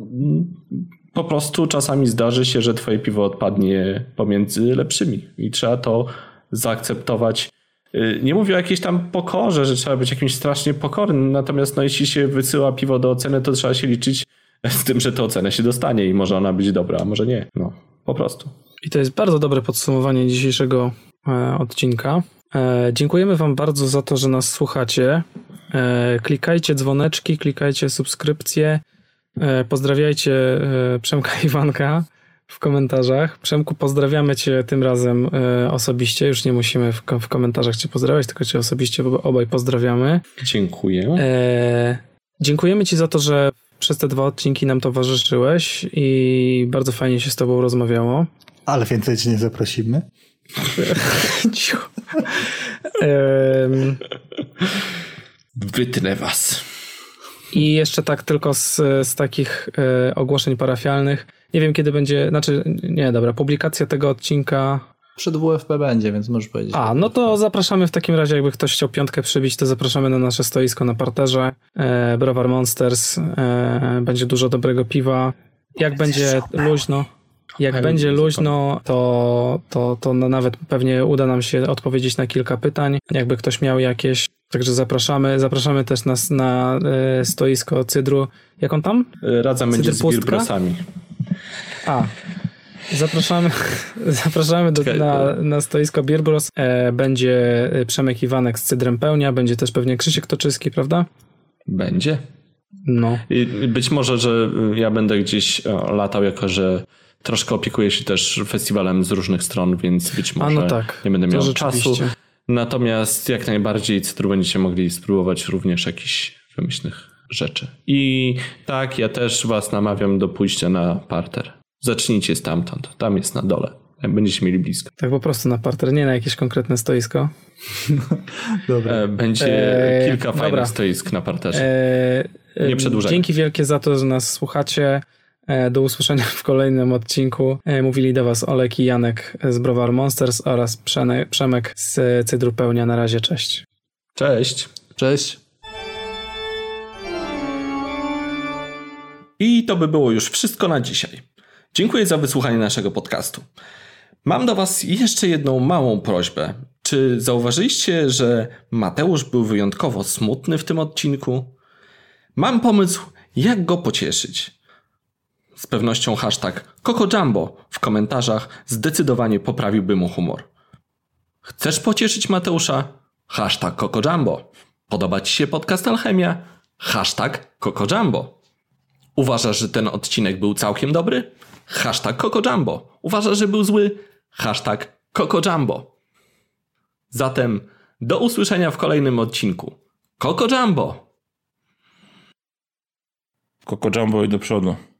po prostu czasami zdarzy się, że twoje piwo odpadnie pomiędzy lepszymi i trzeba to zaakceptować. Nie mówię o jakiejś tam pokorze, że trzeba być jakimś strasznie pokornym, natomiast no, jeśli się wysyła piwo do oceny, to trzeba się liczyć z tym, że tę ocenę się dostanie i może ona być dobra, a może nie. No, po prostu. I to jest bardzo dobre podsumowanie dzisiejszego e, odcinka. E, dziękujemy wam bardzo za to, że nas słuchacie. E, klikajcie dzwoneczki, klikajcie subskrypcje. E, pozdrawiajcie e, Przemka i Iwanka w komentarzach. Przemku, pozdrawiamy cię tym razem e, osobiście. Już nie musimy w, w komentarzach cię pozdrawiać, tylko cię osobiście obaj pozdrawiamy. Dziękuję. E, dziękujemy ci za to, że przez te dwa odcinki nam towarzyszyłeś i bardzo fajnie się z tobą rozmawiało. Ale więcej cię nie zaprosimy. Cicho. um, Wytnę was. I jeszcze tak tylko z, z takich e, ogłoszeń parafialnych. Nie wiem kiedy będzie, znaczy nie, dobra, publikacja tego odcinka... Przed W F P będzie, więc możesz powiedzieć. A, no to zapraszamy w takim razie, jakby ktoś chciał piątkę przybić, to zapraszamy na nasze stoisko na parterze. E, Browar Monsters, e, będzie dużo dobrego piwa. Jak będzie luźno, jak będzie luźno, to, to, to nawet pewnie uda nam się odpowiedzieć na kilka pytań, jakby ktoś miał jakieś. Także zapraszamy, zapraszamy też nas na e, stoisko Cydru. Jak on tam? Radzam będzie z Beerbrosami. A, zapraszamy, zapraszamy do, na, na stoisko Beerbros. E, będzie Przemek Iwanek z Cydrem Pełnia, będzie też pewnie Krzysiek Toczyski, prawda? Będzie. No. I być może, że ja będę gdzieś latał, jako że troszkę opiekuję się też festiwalem z różnych stron, więc być może no tak, nie będę miał rzeczywiście. czasu. Natomiast jak najbardziej Cydru będziecie mogli spróbować również jakichś wymyślnych rzeczy. I tak, ja też was namawiam do pójścia na parter. Zacznijcie stamtąd. Tam jest na dole. Będziecie mieli blisko. Tak po prostu na parter, nie na jakieś konkretne stoisko. Dobra. Będzie eee, kilka fajnych dobra. stoisk na parterze. Eee, nie przedłużaj. Dzięki wielkie za to, że nas słuchacie. Do usłyszenia w kolejnym odcinku. Mówili do was Olek i Janek z Browar Monsters oraz Przemek z Cydru Pełnia. Na razie, cześć. Cześć. Cześć. I to by było już wszystko na dzisiaj. Dziękuję za wysłuchanie naszego podcastu. Mam do was jeszcze jedną małą prośbę. Czy zauważyliście, że Mateusz był wyjątkowo smutny w tym odcinku? Mam pomysł, jak go pocieszyć. Z pewnością hashtag CocoJumbo w komentarzach zdecydowanie poprawiłby mu humor. Chcesz pocieszyć Mateusza? Hashtag CocoJumbo. Podoba ci się podcast Alchemia? Hashtag CocoJumbo. Uważasz, że ten odcinek był całkiem dobry? Hashtag CocoJumbo. Uważasz, że był zły? Hashtag CocoJumbo. Zatem do usłyszenia w kolejnym odcinku. CocoJumbo. CocoJumbo i do przodu.